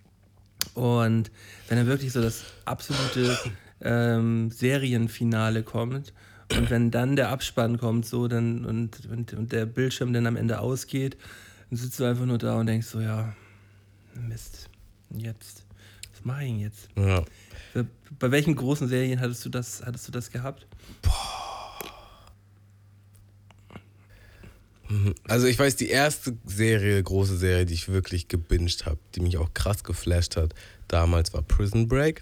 Und wenn dann wirklich so das absolute ähm, Serienfinale kommt und wenn dann der Abspann kommt so dann und, und, und der Bildschirm dann am Ende ausgeht, dann sitzt du einfach nur da und denkst so, ja, Mist, jetzt, was mache ich denn jetzt? Ja. Bei welchen großen Serien hattest du das, hattest du das gehabt? Boah. Also ich weiß, die erste Serie, große Serie, die ich wirklich gebinged habe, die mich auch krass geflasht hat, damals war Prison Break.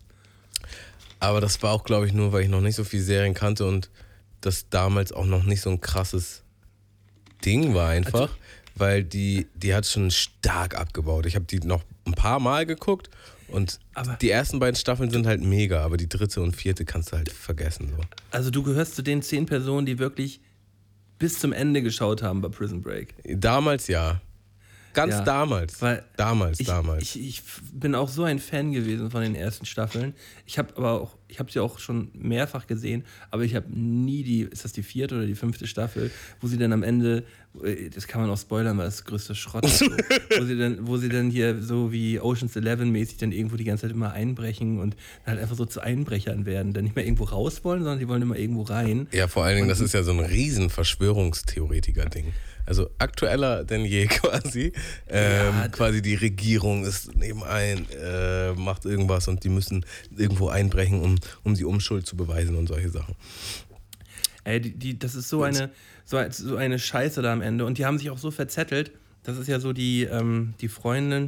Aber das war auch, glaube ich, nur, weil ich noch nicht so viele Serien kannte und das damals auch noch nicht so ein krasses Ding war einfach, also, weil die, die hat schon stark abgebaut. Ich habe die noch ein paar Mal geguckt und aber die ersten beiden Staffeln sind halt mega, aber die dritte und vierte kannst du halt vergessen. So. Also du gehörst zu den zehn Personen, die wirklich bis zum Ende geschaut haben bei Prison Break. Damals ja. Ganz ja, damals. Weil damals, ich, damals. Ich, ich bin auch so ein Fan gewesen von den ersten Staffeln. Ich habe aber auch, ich habe sie auch schon mehrfach gesehen, aber ich habe nie die, ist das die vierte oder die fünfte Staffel, wo sie dann am Ende, das kann man auch spoilern, weil das größte Schrott ist, so, wo sie dann, wo sie dann hier so wie Ocean's Eleven mäßig dann irgendwo die ganze Zeit immer einbrechen und halt einfach so zu Einbrechern werden, dann nicht mehr irgendwo raus wollen, sondern die wollen immer irgendwo rein. Ja, vor allen Dingen, das ist ja so ein riesen Verschwörungstheoretiker-Ding. Also aktueller denn je quasi. Ähm, ja, quasi die Regierung ist nebenein, äh, macht irgendwas und die müssen irgendwo einbrechen, um, um die Unschuld zu beweisen und solche Sachen. Ey, die, die, das ist so eine, so, so eine Scheiße da am Ende. Und die haben sich auch so verzettelt. Das ist ja so die, ähm, die Freundin.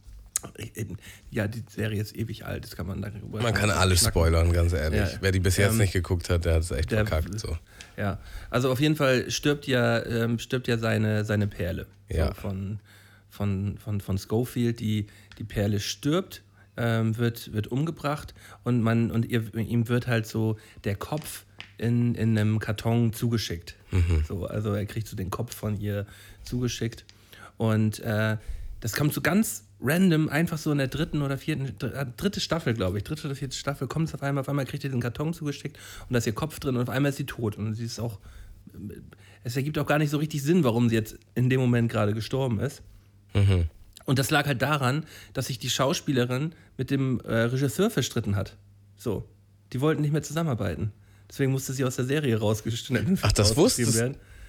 Ja, die Serie ist ewig alt, das kann man darüber. Man kann alles schnacken. Spoilern, ganz ehrlich. Ja, wer die bis jetzt ähm, nicht geguckt hat, der hat es echt der, verkackt. So. Ja, also auf jeden Fall stirbt ja, ähm, stirbt ja seine, seine Perle. Ja. So von, von, von, von Schofield. Die, die Perle stirbt, ähm, wird, wird umgebracht und, man, und ihr, ihm wird halt so der Kopf in, in einem Karton zugeschickt. Mhm. So, also er kriegt so den Kopf von ihr zugeschickt. Und äh, das kommt so ganz random, einfach so in der dritten oder vierten, dritte Staffel, glaube ich, dritte oder vierte Staffel, kommt es auf einmal, auf einmal kriegt ihr den Karton zugeschickt und da ist ihr Kopf drin und auf einmal ist sie tot. Und sie ist auch, es ergibt auch gar nicht so richtig Sinn, warum sie jetzt in dem Moment gerade gestorben ist. Mhm. Und das lag halt daran, dass sich die Schauspielerin mit dem äh, Regisseur verstritten hat. So, die wollten nicht mehr zusammenarbeiten. Deswegen musste sie aus der Serie rausgeschnitten Ach, das wusstest werden.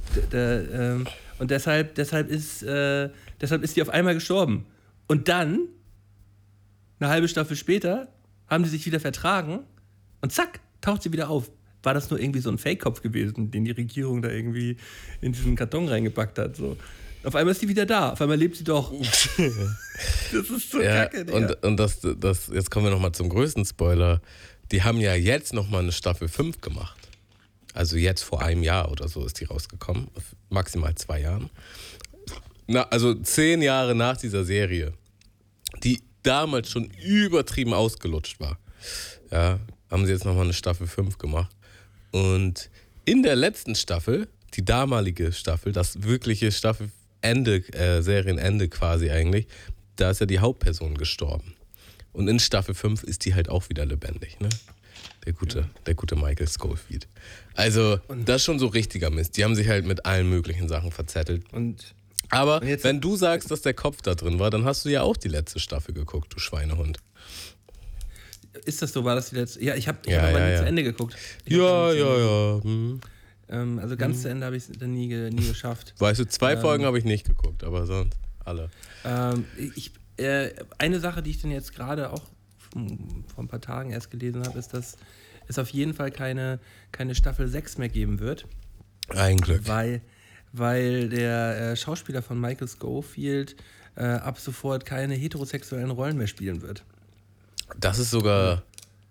D- d- ähm, und deshalb, deshalb, ist, äh, deshalb ist die auf einmal gestorben. Und dann, eine halbe Staffel später, haben die sich wieder vertragen und zack, taucht sie wieder auf. War das nur irgendwie so ein Fake-Kopf gewesen, den die Regierung da irgendwie in diesen Karton reingepackt hat? So. Auf einmal ist sie wieder da, auf einmal lebt sie doch. Das ist so ja, kacke, Digga. Und, und das, das, jetzt kommen wir nochmal zum größten Spoiler. Die haben ja jetzt nochmal eine Staffel fünf gemacht. Also jetzt vor einem Jahr oder so ist die rausgekommen. Maximal zwei Jahren. Na, also zehn Jahre nach dieser Serie, die damals schon übertrieben ausgelutscht war, ja, haben sie jetzt nochmal eine Staffel fünf gemacht. Und in der letzten Staffel, die damalige Staffel, das wirkliche Staffelende, äh, Serienende quasi eigentlich, da ist ja die Hauptperson gestorben. Und in Staffel fünf ist die halt auch wieder lebendig, ne? Der gute, ja. der gute Michael Scofield. Also, das ist schon so richtiger Mist. Die haben sich halt mit allen möglichen Sachen verzettelt. Und, Aber und jetzt, wenn du sagst, dass der Kopf da drin war, dann hast du ja auch die letzte Staffel geguckt, du Schweinehund. Ist das so? War das die letzte? Ja, ich habe ich ja, hab aber ja, nie ja. zu Ende geguckt. Ich Ja, ja, ja. Hm. Ähm, also ganz hm. zu Ende habe ich es dann nie, nie geschafft. Weißt du, zwei ähm, Folgen habe ich nicht geguckt, aber sonst alle. Ähm, ich, äh, eine Sache, die ich dann jetzt gerade auch vor ein paar Tagen erst gelesen habe, ist, dass es auf jeden Fall keine, keine Staffel sechs mehr geben wird. Ein Glück. Weil, weil der äh, Schauspieler von Michael Scofield äh, ab sofort keine heterosexuellen Rollen mehr spielen wird. Das ist sogar...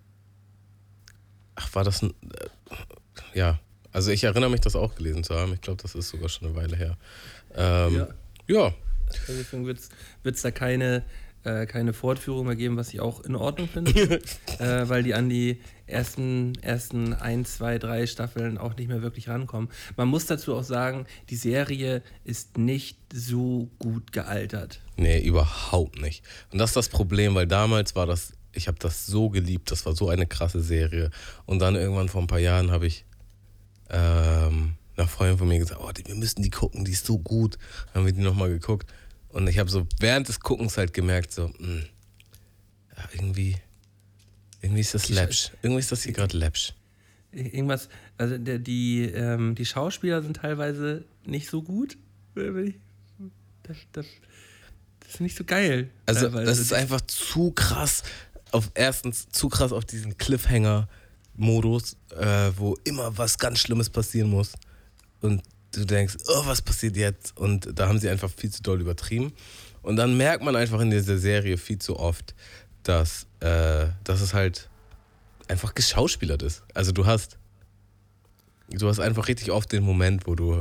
Ach, war das ein... Äh, ja, also ich erinnere mich, das auch gelesen zu haben. Ich glaube, das ist sogar schon eine Weile her. Ähm, ja. ja. Deswegen wird es da keine... keine Fortführung mehr geben, was ich auch in Ordnung finde, äh, weil die an die ersten, ersten ein, zwei, drei Staffeln auch nicht mehr wirklich rankommen. Man muss dazu auch sagen, die Serie ist nicht so gut gealtert. Nee, überhaupt nicht. Und das ist das Problem, weil damals war das, ich habe das so geliebt, das war so eine krasse Serie. Und dann irgendwann vor ein paar Jahren habe ich ähm, einer Freundin von mir gesagt, oh, wir müssen die gucken, die ist so gut. Dann haben wir die nochmal geguckt. Und ich habe so während des Guckens halt gemerkt, so, mh, ja, irgendwie, irgendwie ist das läppsch. Irgendwie ist das hier gerade läppsch. Irgendwas, also der, die, ähm, die Schauspieler sind teilweise nicht so gut. Das, das, das ist nicht so geil. Also teilweise. Das ist einfach zu krass, auf erstens zu krass auf diesen Cliffhanger-Modus, äh, wo immer was ganz Schlimmes passieren muss. Und du denkst, oh, was passiert jetzt? Und da haben sie einfach viel zu doll übertrieben. Und dann merkt man einfach in dieser Serie viel zu oft, dass, äh, dass es halt einfach geschauspielert ist. Also du hast, du hast einfach richtig oft den Moment, wo du,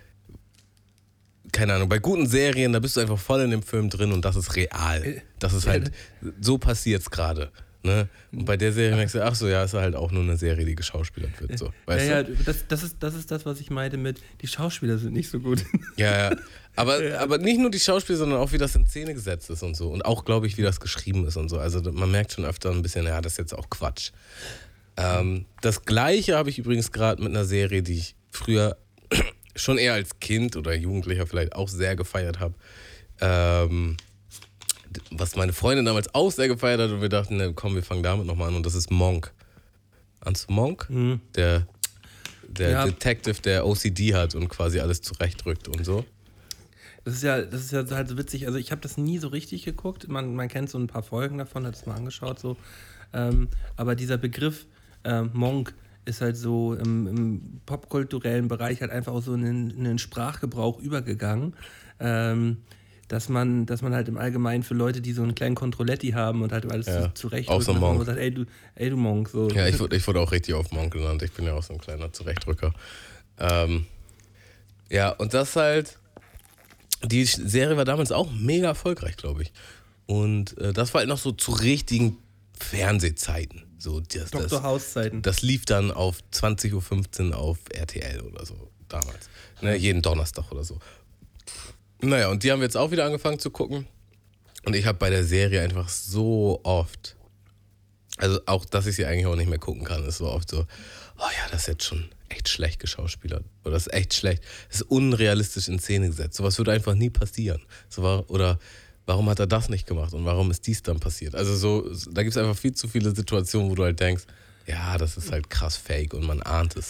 keine Ahnung, bei guten Serien, da bist du einfach voll in dem Film drin und das ist real. Das ist halt, so passiert es gerade. Ne? Und bei der Serie merkst du, ach so, ja, ist halt auch nur eine Serie, die geschauspielert wird. So. Weißt ja, du? ja, das, das, ist, das ist das, was ich meinte mit, die Schauspieler sind nicht so gut. Ja, ja. Aber, ja. aber nicht nur die Schauspieler, sondern auch, wie das in Szene gesetzt ist und so. Und auch, glaube ich, wie das geschrieben ist und so. Also man merkt schon öfter ein bisschen, ja, das ist jetzt auch Quatsch. Ähm, das Gleiche habe ich übrigens gerade mit einer Serie, die ich früher schon eher als Kind oder Jugendlicher vielleicht auch sehr gefeiert habe. Ähm... was meine Freundin damals auch sehr gefeiert hat und wir dachten, ne, komm, wir fangen damit nochmal an und das ist Monk. Ahnst du Monk? Mhm. Der, der ja. Detective, der O C D hat und quasi alles zurechtrückt und so. Das ist ja, das ist ja halt so witzig, also ich habe das nie so richtig geguckt, man, man kennt so ein paar Folgen davon, hat es mal angeschaut so, ähm, aber dieser Begriff äh, Monk ist halt so im, im popkulturellen Bereich halt einfach auch so in den, in den Sprachgebrauch übergegangen, ähm, dass man, dass man halt im Allgemeinen für Leute, die so einen kleinen Controletti haben und halt alles ja, zurecht auch so ein Monk. Sagt, ey du, ey du Monk. So. Ja, ich wurde, ich wurde auch richtig auf Monk genannt. Ich bin ja auch so ein kleiner Zurechtrücker. Ähm, ja, und das halt, die Serie war damals auch mega erfolgreich, glaube ich. Und äh, das war halt noch so zu richtigen Fernsehzeiten. So, das, Doktor House-Zeiten. Das lief dann auf zwanzig Uhr fünfzehn auf R T L oder so damals. Ne, jeden Donnerstag oder so. Naja, und die haben wir jetzt auch wieder angefangen zu gucken. Und ich habe bei der Serie einfach so oft, also auch, dass ich sie eigentlich auch nicht mehr gucken kann, ist so oft so, oh ja, das ist jetzt schon echt schlecht geschauspielert. Oder das ist echt schlecht. Das ist unrealistisch in Szene gesetzt. Sowas würde einfach nie passieren. So war, oder warum hat er das nicht gemacht und warum ist dies dann passiert? Also so, da gibt es einfach viel zu viele Situationen, wo du halt denkst, ja, das ist halt krass fake und man ahnt es.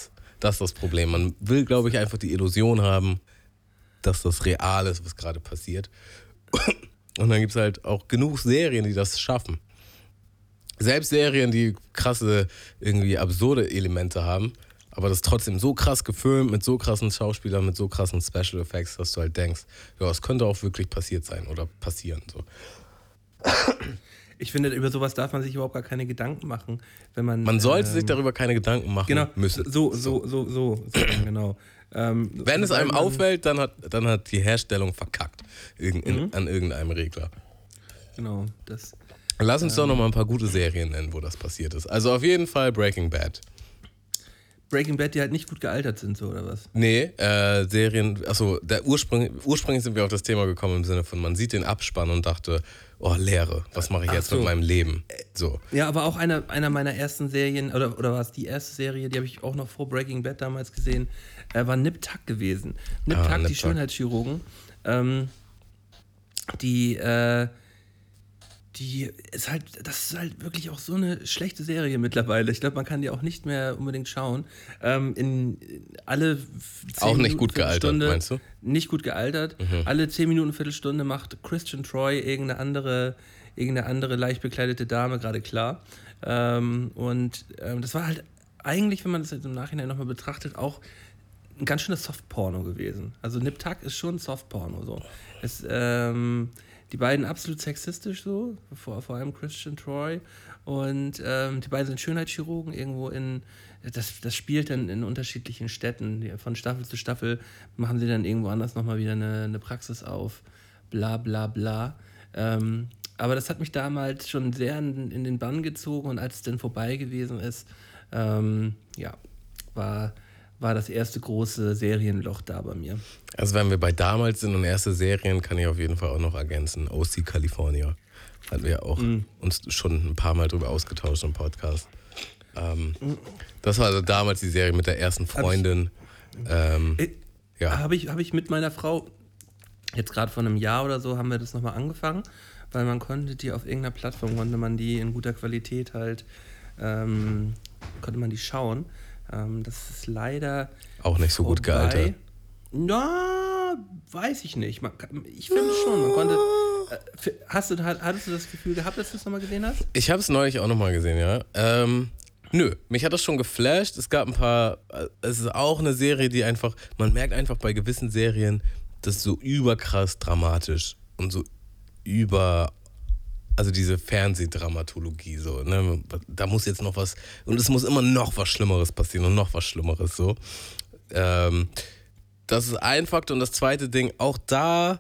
Das ist das Problem. Man will, glaube ich, einfach die Illusion haben, dass das real ist, was gerade passiert. Und dann gibt es halt auch genug Serien, die das schaffen. Selbst Serien, die krasse, irgendwie absurde Elemente haben, aber das trotzdem so krass gefilmt, mit so krassen Schauspielern, mit so krassen Special Effects, dass du halt denkst, ja, es könnte auch wirklich passiert sein oder passieren. So. Ich finde, über sowas darf man sich überhaupt gar keine Gedanken machen, wenn man. Man sollte ähm, sich darüber keine Gedanken machen genau, müssen. So, so, so, so, so genau. Ähm, wenn es einem man, auffällt, dann hat, dann hat die Herstellung verkackt Irgend, in, mhm. an irgendeinem Regler. Genau, das. Lass uns ähm, doch noch mal ein paar gute Serien nennen, wo das passiert ist. Also auf jeden Fall Breaking Bad. Breaking Bad, die halt nicht gut gealtert sind, so oder was? Nee, äh, Serien, achso, der Ursprung, ursprünglich sind wir auf das Thema gekommen im Sinne von, man sieht den Abspann und dachte, oh, Leere, was mache ich jetzt so. mit meinem Leben? So. Ja, aber auch einer, einer meiner ersten Serien, oder, oder war es die erste Serie, die habe ich auch noch vor Breaking Bad damals gesehen, äh, war Nip Tuck gewesen. Nip Tuck, ah, Nip die Tuck. Schönheitschirurgen, ähm, die, äh, die ist halt, das ist halt wirklich auch so eine schlechte Serie mittlerweile. Ich glaube, man kann die auch nicht mehr unbedingt schauen. Ähm, in alle zehn Auch nicht Minuten, gut gealtert, meinst du? Nicht gut gealtert. Mhm. Alle zehn Minuten, Viertelstunde macht Christian Troy irgendeine andere, irgendeine andere leicht bekleidete Dame gerade klar. Ähm, und ähm, das war halt eigentlich, wenn man das jetzt im Nachhinein nochmal betrachtet, auch ein ganz schönes Softporno gewesen. Also Nip Tuck ist schon Softporno. So. Es, ähm, Die beiden absolut sexistisch so, vor, vor allem Christian Troy. Und ähm, die beiden sind Schönheitschirurgen irgendwo in, das, das spielt dann in unterschiedlichen Städten. Von Staffel zu Staffel machen sie dann irgendwo anders nochmal wieder eine, eine Praxis auf. Bla bla bla. Ähm, aber das hat mich damals schon sehr in, in den Bann gezogen und als es dann vorbei gewesen ist, ähm, ja, war... war das erste große Serienloch da bei mir. Also wenn wir bei damals sind und erste Serien, kann ich auf jeden Fall auch noch ergänzen. O C California. Hatten wir ja auch mm. uns schon ein paar Mal drüber ausgetauscht im Podcast. Ähm, mm. Das war also damals die Serie mit der ersten Freundin. Hab ich, ähm, äh, ja. Habe ich, hab ich mit meiner Frau, jetzt gerade vor einem Jahr oder so, haben wir das nochmal angefangen, weil man konnte die auf irgendeiner Plattform, konnte man die in guter Qualität halt, ähm, konnte man die schauen. Das ist leider auch nicht so vorbei. gut gealtert. Na, weiß ich nicht. Man, ich finde schon. Man konnte. Äh, hast du, hattest du das Gefühl gehabt, dass du es nochmal gesehen hast? Ich habe es neulich auch nochmal gesehen, ja. Ähm, nö, mich hat das schon geflasht. Es gab ein paar. Es ist auch eine Serie, die einfach. Man merkt einfach bei gewissen Serien, das ist so überkrass dramatisch und so über. Also diese Fernsehdramatologie so, ne? Da muss jetzt noch was, und es muss immer noch was Schlimmeres passieren und noch was Schlimmeres so. Ähm, das ist ein Faktor und das zweite Ding, auch da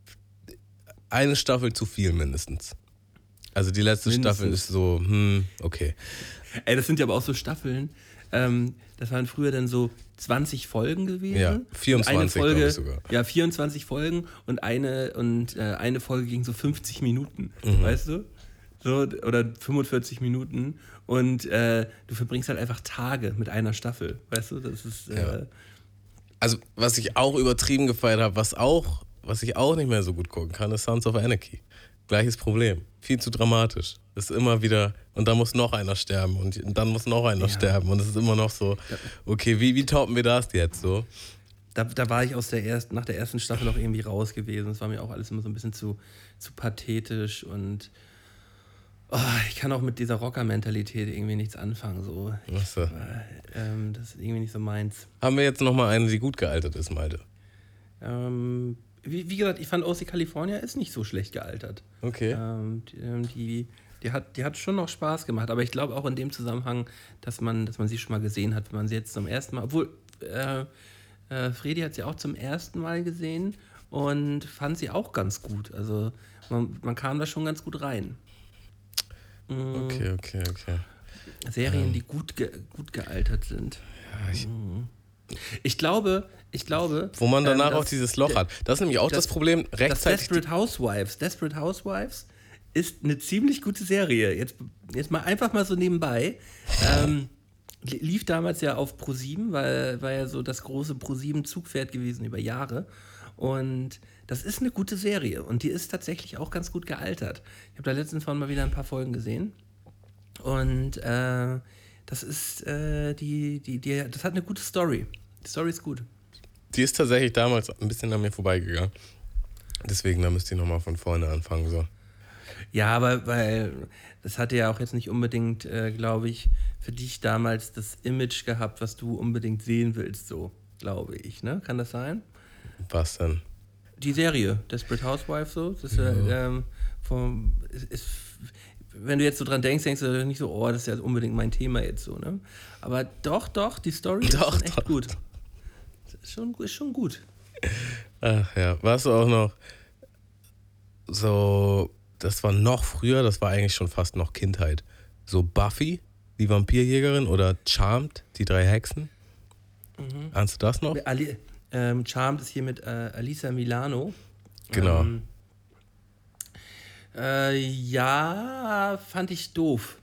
eine Staffel zu viel mindestens. Also die letzte mindestens. Staffel ist so, hm, okay. Ey, das sind ja aber auch so Staffeln, ähm, das waren früher dann so zwanzig Folgen gewesen. Ja, vierundzwanzig Folge, glaube ich sogar. Ja, vierundzwanzig Folgen und eine und äh, eine Folge ging so fünfzig Minuten, mhm. weißt du? So, oder fünfundvierzig Minuten und äh, du verbringst halt einfach Tage mit einer Staffel, weißt du? Das ist äh, ja. Also, was ich auch übertrieben gefeiert habe, was auch, was ich auch nicht mehr so gut gucken kann, ist Sons of Anarchy. Gleiches Problem. Viel zu dramatisch. Das ist immer wieder, und da muss noch einer sterben und dann muss noch einer ja. sterben. Und es ist immer noch so, okay, wie, wie toppen wir das jetzt so? Da, da war ich aus der ersten, nach der ersten Staffel auch irgendwie raus gewesen. Es war mir auch alles immer so ein bisschen zu, zu pathetisch und oh, ich kann auch mit dieser Rocker-Mentalität irgendwie nichts anfangen. So. Ich, so. Äh, ähm, das ist irgendwie nicht so meins. Haben wir jetzt nochmal eine, die gut gealtert ist, Malte? Ähm... Wie, wie gesagt, ich fand O C California ist nicht so schlecht gealtert. Okay. Ähm, die, die, die, hat, die hat schon noch Spaß gemacht, aber ich glaube auch in dem Zusammenhang, dass man, dass man sie schon mal gesehen hat, wenn man sie jetzt zum ersten Mal, obwohl äh, äh, Fredi hat sie auch zum ersten Mal gesehen und fand sie auch ganz gut. Also man, man kam da schon ganz gut rein. Mhm. Okay, okay, okay. Serien, ähm. die gut, ge, gut gealtert sind. Ja, ich... Mhm. Ich glaube, ich glaube... Wo man danach ähm, auch dieses Loch hat. Das ist nämlich auch das, das Problem, rechtzeitig... Das Desperate Housewives. Desperate Housewives ist eine ziemlich gute Serie. Jetzt, jetzt mal einfach mal so nebenbei. Ähm, lief damals ja auf ProSieben, weil war ja so das große ProSieben-Zugpferd gewesen über Jahre. Und das ist eine gute Serie. Und die ist tatsächlich auch ganz gut gealtert. Ich habe da letztens von mal wieder ein paar Folgen gesehen. Und... Äh, das ist, äh, die, die, die, das hat eine gute Story. Die Story ist gut. Die ist tatsächlich damals ein bisschen an mir vorbeigegangen. Deswegen, da müsst ihr nochmal von vorne anfangen, so. Ja, aber weil das hatte ja auch jetzt nicht unbedingt, äh, glaube ich, für dich damals das Image gehabt, was du unbedingt sehen willst, so, glaube ich, ne? Kann das sein? Was denn? Die Serie, Desperate Housewives, so, das ist, ja. ähm, vom, ist, ist, wenn du jetzt so dran denkst, denkst du nicht so, oh, das ist ja unbedingt mein Thema jetzt so, ne? Aber doch, doch, die Story doch, ist schon echt doch. gut. Ist schon, ist schon gut. Ach ja, warst du auch noch so, das war noch früher, das war eigentlich schon fast noch Kindheit. So Buffy, die Vampirjägerin, oder Charmed, die drei Hexen. Mhm. Ahnst du das noch? Ali, ähm, Charmed ist hier mit äh, Alyssa Milano. Genau. Ähm, äh, ja, fand ich doof.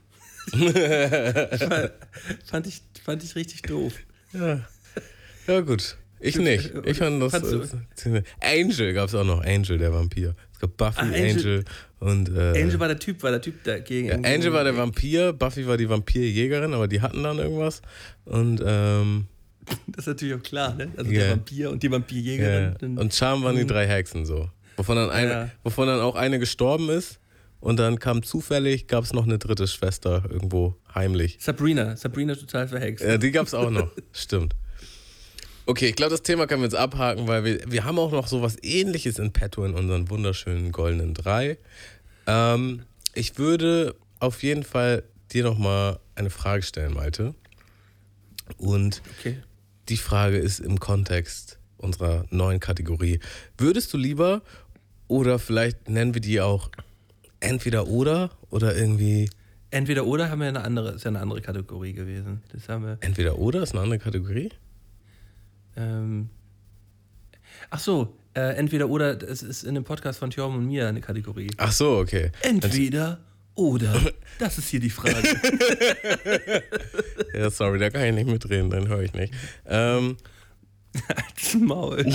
fand, ich, fand ich richtig doof. Ja, ja gut. Ich nicht. Ich fand das. Äh, Angel gab es auch noch. Angel, der Vampir. Es gab Buffy, Ach, Angel, Angel und. Äh, Angel war der Typ, war der Typ dagegen. Ja, Angel war der Vampir, Buffy war die Vampirjägerin, aber die hatten dann irgendwas. Und. Ähm, das ist natürlich auch klar, ne? Also yeah. der Vampir und die Vampirjägerin. Yeah. Und Charm waren die drei Hexen so. Wovon dann, eine, ja. wovon dann auch eine gestorben ist. Und dann kam zufällig, gab es noch eine dritte Schwester irgendwo heimlich. Sabrina, Sabrina total verhext. Ja, die gab es auch noch, stimmt. Okay, ich glaube, das Thema können wir jetzt abhaken, weil wir, wir haben auch noch so was Ähnliches in petto in unseren wunderschönen goldenen drei. Ähm, ich würde auf jeden Fall dir nochmal eine Frage stellen, Malte. Und okay. Die Frage ist im Kontext unserer neuen Kategorie. Würdest du lieber, oder vielleicht nennen wir die auch entweder oder oder irgendwie... Entweder oder haben wir eine andere, ist ja eine andere Kategorie gewesen. Das haben wir. Entweder oder ist eine andere Kategorie? Ähm, ach so, äh, entweder oder, es ist in dem Podcast von Thjörm und mir eine Kategorie. Ach so, okay. Entweder oder, das ist hier die Frage. Ja, sorry, da kann ich nicht mitreden, dann höre ich nicht. Ähm, Als Maul.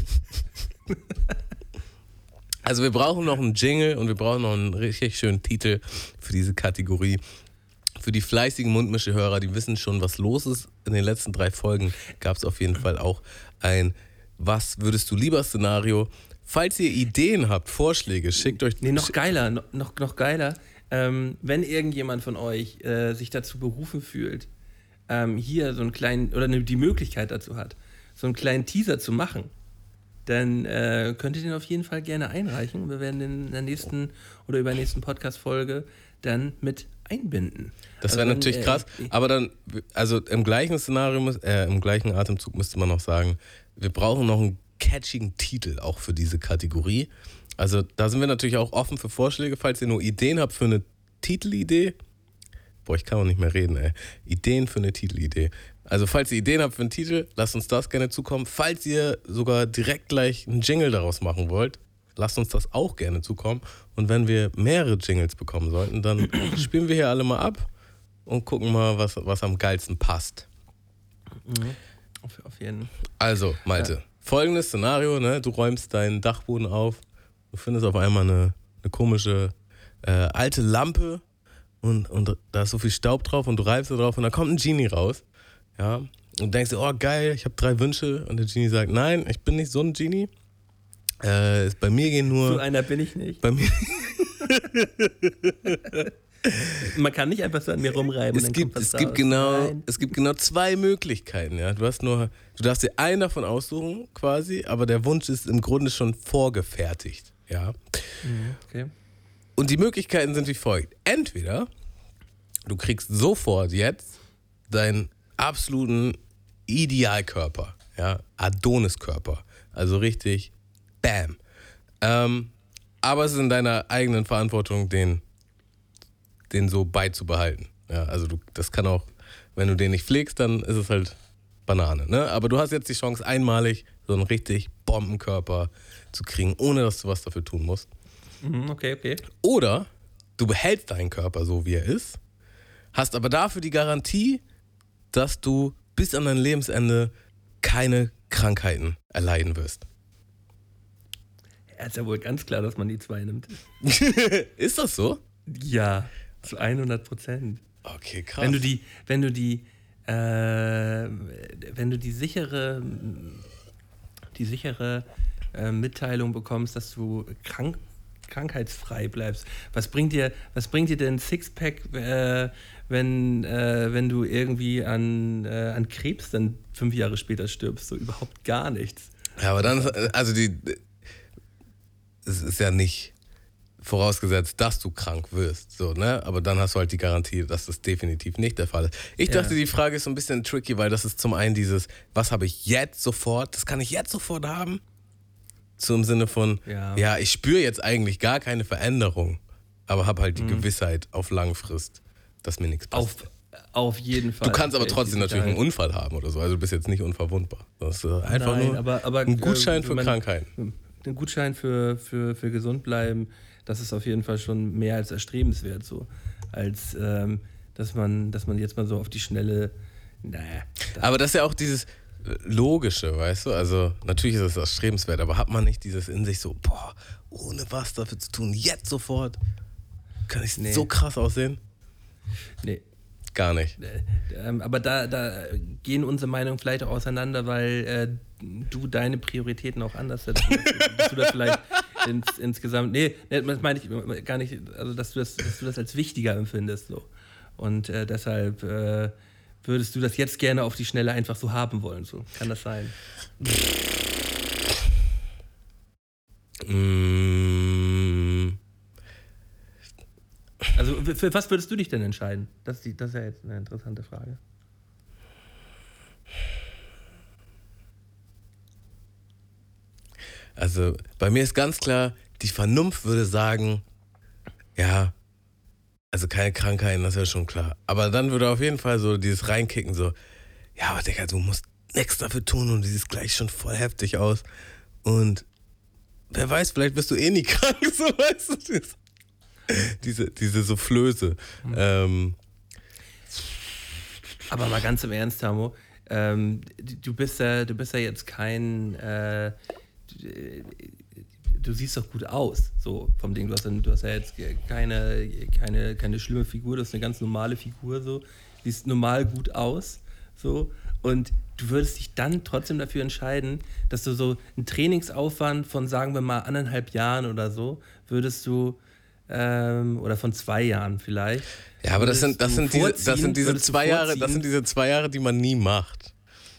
Also wir brauchen noch einen Jingle und wir brauchen noch einen richtig schönen Titel für diese Kategorie. Für die fleißigen Mundmische-Hörer, die wissen schon, was los ist. In den letzten drei Folgen gab es auf jeden Fall auch ein Was würdest du lieber Szenario. Falls ihr Ideen habt, Vorschläge, schickt euch... Nee, noch geiler, noch, noch geiler. Ähm, wenn irgendjemand von euch äh, sich dazu berufen fühlt, ähm, hier so einen kleinen, oder ne, die Möglichkeit dazu hat, so einen kleinen Teaser zu machen, dann äh, könnt ihr den auf jeden Fall gerne einreichen. Wir werden den in der nächsten oder über der nächsten Podcast-Folge dann mit einbinden. Das wäre also natürlich äh, krass, aber dann, also im gleichen Szenario, äh, im gleichen Atemzug müsste man noch sagen, wir brauchen noch einen catchigen Titel auch für diese Kategorie. Also da sind wir natürlich auch offen für Vorschläge, falls ihr nur Ideen habt für eine Titelidee. Boah, ich kann auch nicht mehr reden, ey. Ideen für eine Titelidee. Also falls ihr Ideen habt für einen Titel, lasst uns das gerne zukommen. Falls ihr sogar direkt gleich einen Jingle daraus machen wollt, lasst uns das auch gerne zukommen. Und wenn wir mehrere Jingles bekommen sollten, dann spielen wir hier alle mal ab und gucken mal, was, was am geilsten passt. Mhm. Auf, auf jeden Fall. Also, Malte, ja. Folgendes Szenario, ne? Du räumst deinen Dachboden auf, du findest auf einmal eine, eine komische äh, alte Lampe und, und da ist so viel Staub drauf und du reibst da drauf und da kommt ein Genie raus. Ja, und denkst dir, oh geil, ich habe drei Wünsche. Und der Genie sagt, nein, ich bin nicht so ein Genie. Äh, bei mir gehen nur... So einer bin ich nicht. Bei mir... Man kann nicht einfach so an mir rumreiben. Es, und dann gibt, kommt was es, gibt genau, es gibt genau zwei Möglichkeiten. Ja. Du, hast nur, du darfst dir einen davon aussuchen, quasi, aber der Wunsch ist im Grunde schon vorgefertigt. Ja. Okay. Und die Möglichkeiten sind wie folgt. Entweder du kriegst sofort jetzt deinen absoluten Idealkörper, ja, Adoniskörper, also richtig Bam. Ähm, aber es ist in deiner eigenen Verantwortung, den, den so beizubehalten. Ja, also du, das kann auch, wenn du den nicht pflegst, dann ist es halt Banane. Ne? Aber du hast jetzt die Chance, einmalig so einen richtig Bombenkörper zu kriegen, ohne dass du was dafür tun musst. Mhm, okay, okay. Oder du behältst deinen Körper so, wie er ist, hast aber dafür die Garantie, dass du bis an dein Lebensende keine Krankheiten erleiden wirst. Ja, ist ja wohl ganz klar, dass man die zwei nimmt. Ist das so? Ja, zu hundert Prozent. Okay, krass. Wenn du die, wenn du die, äh, wenn du die sichere, die sichere äh, Mitteilung bekommst, dass du krank, krankheitsfrei bleibst. Was bringt dir, was bringt dir denn Sixpack, äh, wenn, äh, wenn du irgendwie an, äh, an Krebs dann fünf Jahre später stirbst? So überhaupt gar nichts. Ja, aber dann, also die, es ist ja nicht vorausgesetzt, dass du krank wirst, so, ne? Aber dann hast du halt die Garantie, dass das definitiv nicht der Fall ist. Ich Ja. dachte, die Frage ist so ein bisschen tricky, weil das ist zum einen dieses, was habe ich jetzt sofort, das kann ich jetzt sofort haben, so im Sinne von, ja, Ja. ich spüre jetzt eigentlich gar keine Veränderung, aber habe halt die Mhm. Gewissheit auf Langfrist, dass mir nichts passiert. Auf, auf jeden Fall. Du kannst aber trotzdem Die natürlich einen Sicherheit. Unfall haben oder so, also du bist jetzt nicht unverwundbar. Das ist äh, einfach Nein, nur aber, aber, ein Gutschein äh, für man- Krankheiten. Ein Gutschein für, für, für gesund bleiben, das ist auf jeden Fall schon mehr als erstrebenswert, so. Als ähm, dass man, dass man jetzt mal so auf die Schnelle. Naja. das- Aber das ist ja auch dieses äh, Logische, weißt du? Also natürlich ist es erstrebenswert, aber hat man nicht dieses in sich so, boah, ohne was dafür zu tun, jetzt sofort, kann ich Nee. so krass aussehen? nee. Gar nicht. Äh, ähm, aber da, da gehen unsere Meinungen vielleicht auch auseinander, weil äh, du deine Prioritäten auch anders setzt. Dass du das vielleicht ins, insgesamt. Nee, nee, das meine ich gar nicht, also dass du das, dass du das als wichtiger empfindest. So. Und äh, deshalb äh, würdest du das jetzt gerne auf die Schnelle einfach so haben wollen. So. Kann das sein? Mm, Also für was würdest du dich denn entscheiden? Das ist, die, das ist ja jetzt eine interessante Frage. also bei mir ist ganz klar, die Vernunft würde sagen, ja, also keine Krankheiten, das wäre schon klar. Aber dann würde auf jeden Fall so dieses Reinkicken, so, ja, aber Digga, du musst nichts dafür tun und du siehst gleich schon voll heftig aus. Und wer weiß, vielleicht bist du eh nie krank, so weißt du. Dieses, diese, diese Soufflöse. Mhm. Ähm, Aber mal ganz im Ernst, Tamo, ähm, du bist ja, du bist ja jetzt kein, äh, du siehst doch gut aus, so vom Ding. Du hast, du hast ja jetzt keine, keine, keine schlimme Figur, du hast eine ganz normale Figur, so, siehst normal gut aus, so. Und du würdest dich dann trotzdem dafür entscheiden, dass du so einen Trainingsaufwand von, sagen wir mal, anderthalb Jahren oder so, würdest du, ähm, oder von zwei Jahren vielleicht. ja, aber das sind, das sind diese, das sind diese Würdest du zwei Jahre, das vorziehen? sind diese zwei Jahre, die man nie macht.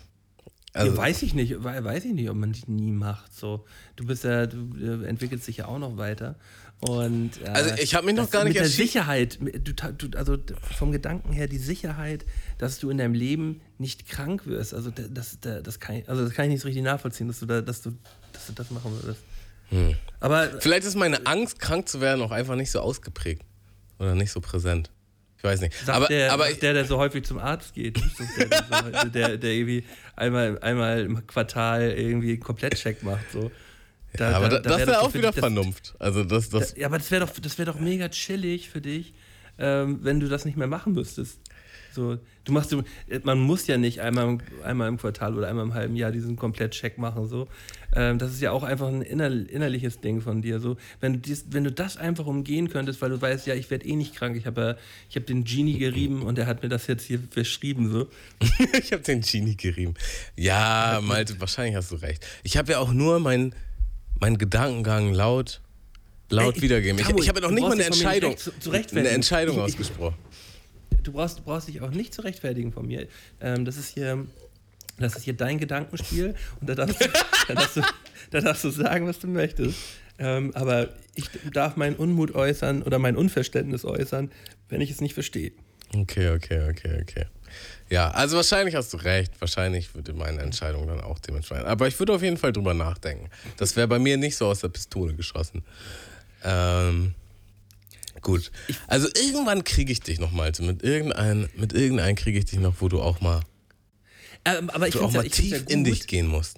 Also, Ja, weiß ich nicht, we- weiß ich nicht, ob man die nie macht. So, du bist ja, du äh, entwickelst dich ja auch noch weiter. Und, äh, Also ich hab mich noch das- gar nicht mit der entschieden. Sicherheit, mit- du, ta- du, also d- vom Gedanken her die Sicherheit, dass du in deinem Leben nicht krank wirst. Also d- das, das, das kann ich, also das kann ich nicht so richtig nachvollziehen, dass du da, dass du, dass du das machen würdest. Hm. Aber Vielleicht ist meine Angst, krank zu werden, auch einfach nicht so ausgeprägt. Oder nicht so präsent. Ich weiß nicht. sagt Aber, der, aber sagt der, der so häufig zum Arzt geht, nicht so der, der, so, der, der irgendwie einmal, einmal im Quartal irgendwie einen Komplettcheck macht. So. Da- ja, aber da- da, da das wär wäre doch auch für wieder dich das- Vernunft. Also das, das, Da, ja, aber das wäre doch, das wär doch mega chillig für dich, ähm, wenn du das nicht mehr machen müsstest. So, du machst, du, man muss ja nicht einmal, im- einmal im Quartal oder einmal im halben Jahr diesen Komplettcheck machen. So. Ähm, das ist ja auch einfach ein inner, innerliches Ding von dir. So. Wenn, du dies, wenn du das einfach umgehen könntest, weil du weißt, ja, ich werde eh nicht krank. Ich habe ja, ich hab den Genie gerieben und er hat mir das jetzt hier verschrieben. So. ich habe den Genie gerieben. Ja, Malte, wahrscheinlich hast du recht. Ich habe ja auch nur meinen mein Gedankengang laut, laut Ey, wiedergegeben. Ich, Tamo, ich habe ja noch du nicht mal brauchst eine dich von mir Entscheidung, nicht zu- zu rechtfertigen. eine Entscheidung Ich- ich- ausgesprochen. Du brauchst, du brauchst dich auch nicht zu rechtfertigen von mir. Ähm, das ist hier, das ist hier dein Gedankenspiel und da darfst du, da darfst du, da darfst du sagen, was du möchtest. Ähm, aber ich darf meinen Unmut äußern oder mein Unverständnis äußern, wenn ich es nicht verstehe. Okay, okay, okay, okay. Ja, also wahrscheinlich hast du recht. Wahrscheinlich würde meine Entscheidung dann auch dementsprechend. Aber ich würde auf jeden Fall drüber nachdenken. Das wäre bei mir nicht so aus der Pistole geschossen. Ähm, gut. Also irgendwann kriege ich dich noch mal. Also mit irgendeinem mit irgendeinem kriege ich dich noch, wo du auch mal, Ähm, aber ich du auch find's ja, mal ich find's tief ja in gut. dich gehen musst.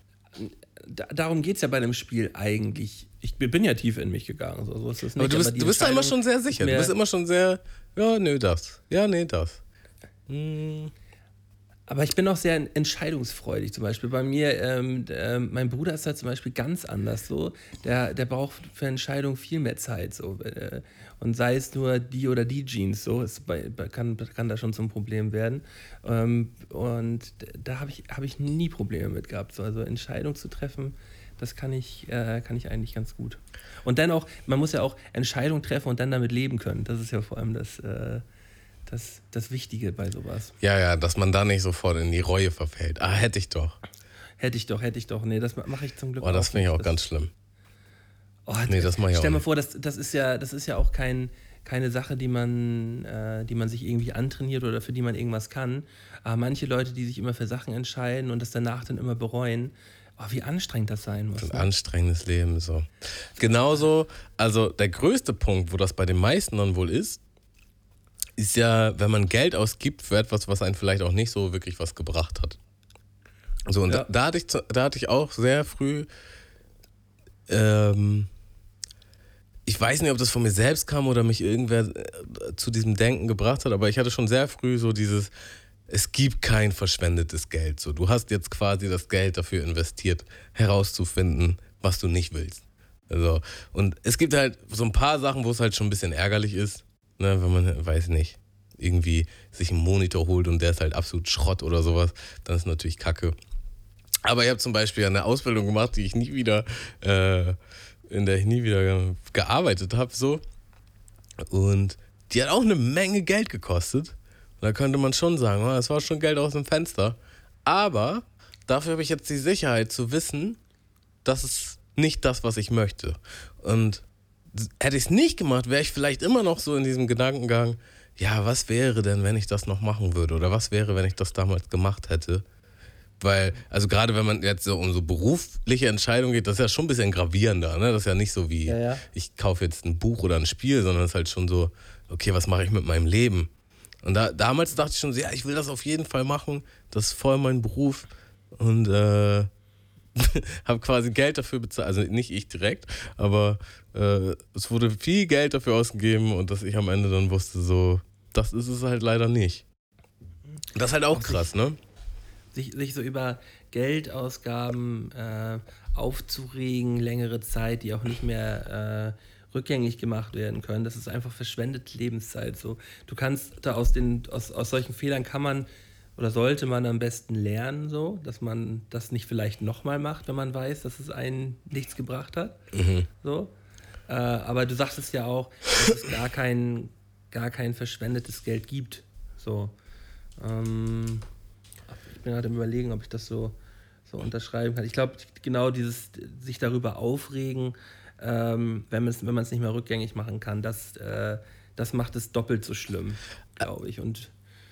Da, darum geht es ja bei dem Spiel eigentlich. Ich bin ja tief in mich gegangen. So, so ist es nicht. Aber du bist, die du bist da immer Entscheidung schon sehr sicher. ist Du mehr- bist immer schon sehr, ja, nee, das. Ja, nee, das. Hm. Aber ich bin auch sehr entscheidungsfreudig. Zum Beispiel bei mir, ähm, äh, mein Bruder ist da zum Beispiel ganz anders so. Der, der braucht für Entscheidungen viel mehr Zeit. So. Äh, und sei es nur die oder die Jeans, so, es bei, kann, kann da schon zum Problem werden. Ähm, und da habe ich, hab ich nie Probleme mit gehabt. So. Also Entscheidungen zu treffen, das kann ich, äh, kann ich eigentlich ganz gut. Und dann auch, man muss ja auch Entscheidungen treffen und dann damit leben können. Das ist ja vor allem das... Äh, Das, das Wichtige bei sowas. Ja, ja, dass man da nicht sofort in die Reue verfällt. Ah, hätte ich doch. Hätte ich doch, hätte ich doch. Nee, das mache ich zum Glück auch. Oh, das finde ich auch das, ganz schlimm. Oh, nee, das mache ich auch Stell dir mal nicht. vor, das, das, ist ja, das ist ja auch kein, keine Sache, die man, äh, die man sich irgendwie antrainiert oder für die man irgendwas kann. Aber manche Leute, die sich immer für Sachen entscheiden und das danach dann immer bereuen, oh, wie anstrengend das sein muss. Das ist ein ne? anstrengendes Leben. So. Genauso, also der größte Punkt, wo das bei den meisten dann wohl ist, ist ja, wenn man Geld ausgibt für etwas, was einen vielleicht auch nicht so wirklich was gebracht hat. So, und ja. da, da, hatte ich, da hatte ich auch sehr früh, ähm, ich weiß nicht, ob das von mir selbst kam oder mich irgendwer zu diesem Denken gebracht hat, aber ich hatte schon sehr früh so dieses, es gibt kein verschwendetes Geld. So, du hast jetzt quasi das Geld dafür investiert, herauszufinden, was du nicht willst. Also, und es gibt halt so ein paar Sachen, wo es halt schon ein bisschen ärgerlich ist. Ne, wenn man, weiß nicht, irgendwie sich einen Monitor holt und der ist halt absolut Schrott oder sowas, dann ist natürlich Kacke. Aber ich habe zum Beispiel eine Ausbildung gemacht, die ich nie wieder, äh, in der ich nie wieder gearbeitet habe, so. Und die hat auch eine Menge Geld gekostet. Und da könnte man schon sagen, das war schon Geld aus dem Fenster. Aber dafür habe ich jetzt die Sicherheit zu wissen, das ist nicht das, was ich möchte. Und hätte ich es nicht gemacht, wäre ich vielleicht immer noch so in diesem Gedankengang, ja, was wäre denn, wenn ich das noch machen würde? Oder was wäre, wenn ich das damals gemacht hätte? Weil, also gerade wenn man jetzt so um so berufliche Entscheidungen geht, das ist ja schon ein bisschen gravierender, ne? Das ist ja nicht so wie, Ja, ja. ich kaufe jetzt ein Buch oder ein Spiel, sondern es ist halt schon so, okay, was mache ich mit meinem Leben? Und da, damals dachte ich schon so, ja, ich will das auf jeden Fall machen, das ist voll mein Beruf. Und äh, habe quasi Geld dafür bezahlt, also nicht ich direkt, aber äh, es wurde viel Geld dafür ausgegeben und dass ich am Ende dann wusste, so, das ist es halt leider nicht. Das ist halt auch, auch krass, sich, ne? Sich, sich so über Geldausgaben äh, aufzuregen, längere Zeit, die auch nicht mehr äh, rückgängig gemacht werden können, das ist einfach verschwendete Lebenszeit. So. Du kannst da aus, den, aus, aus solchen Fehlern kann man oder sollte man am besten lernen, so, dass man das nicht vielleicht nochmal macht, wenn man weiß, dass es einen nichts gebracht hat. Mhm. So. Äh, aber du sagst es ja auch, dass es gar kein, gar kein verschwendetes Geld gibt. So. Ähm, ich bin gerade im Überlegen, ob ich das so, so unterschreiben kann. Ich glaube, genau dieses sich darüber aufregen, ähm, wenn man es wenn man es nicht mehr rückgängig machen kann, das, äh, das macht es doppelt so schlimm, glaube ich. Und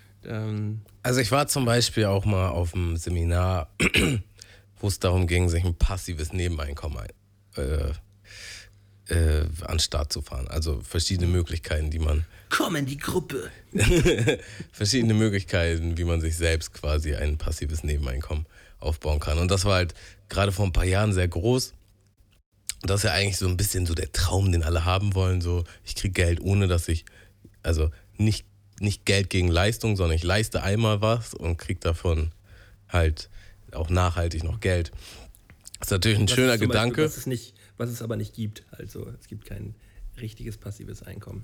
also ich war zum Beispiel auch mal auf einem Seminar, wo es darum ging, sich ein passives Nebeneinkommen äh, äh, an den Start zu fahren. Also verschiedene Möglichkeiten, die man... Komm in die Gruppe! verschiedene Möglichkeiten, wie man sich selbst quasi ein passives Nebeneinkommen aufbauen kann. Und das war halt gerade vor ein paar Jahren sehr groß. Und das ist ja eigentlich so ein bisschen so der Traum, den alle haben wollen. So, ich kriege Geld, ohne dass ich... Also nicht nicht Geld gegen Leistung, sondern ich leiste einmal was und kriege davon halt auch nachhaltig noch Geld. Das ist natürlich ein was schöner zum Gedanke. Beispiel, was, es nicht, was es aber nicht gibt. Also es gibt kein richtiges passives Einkommen.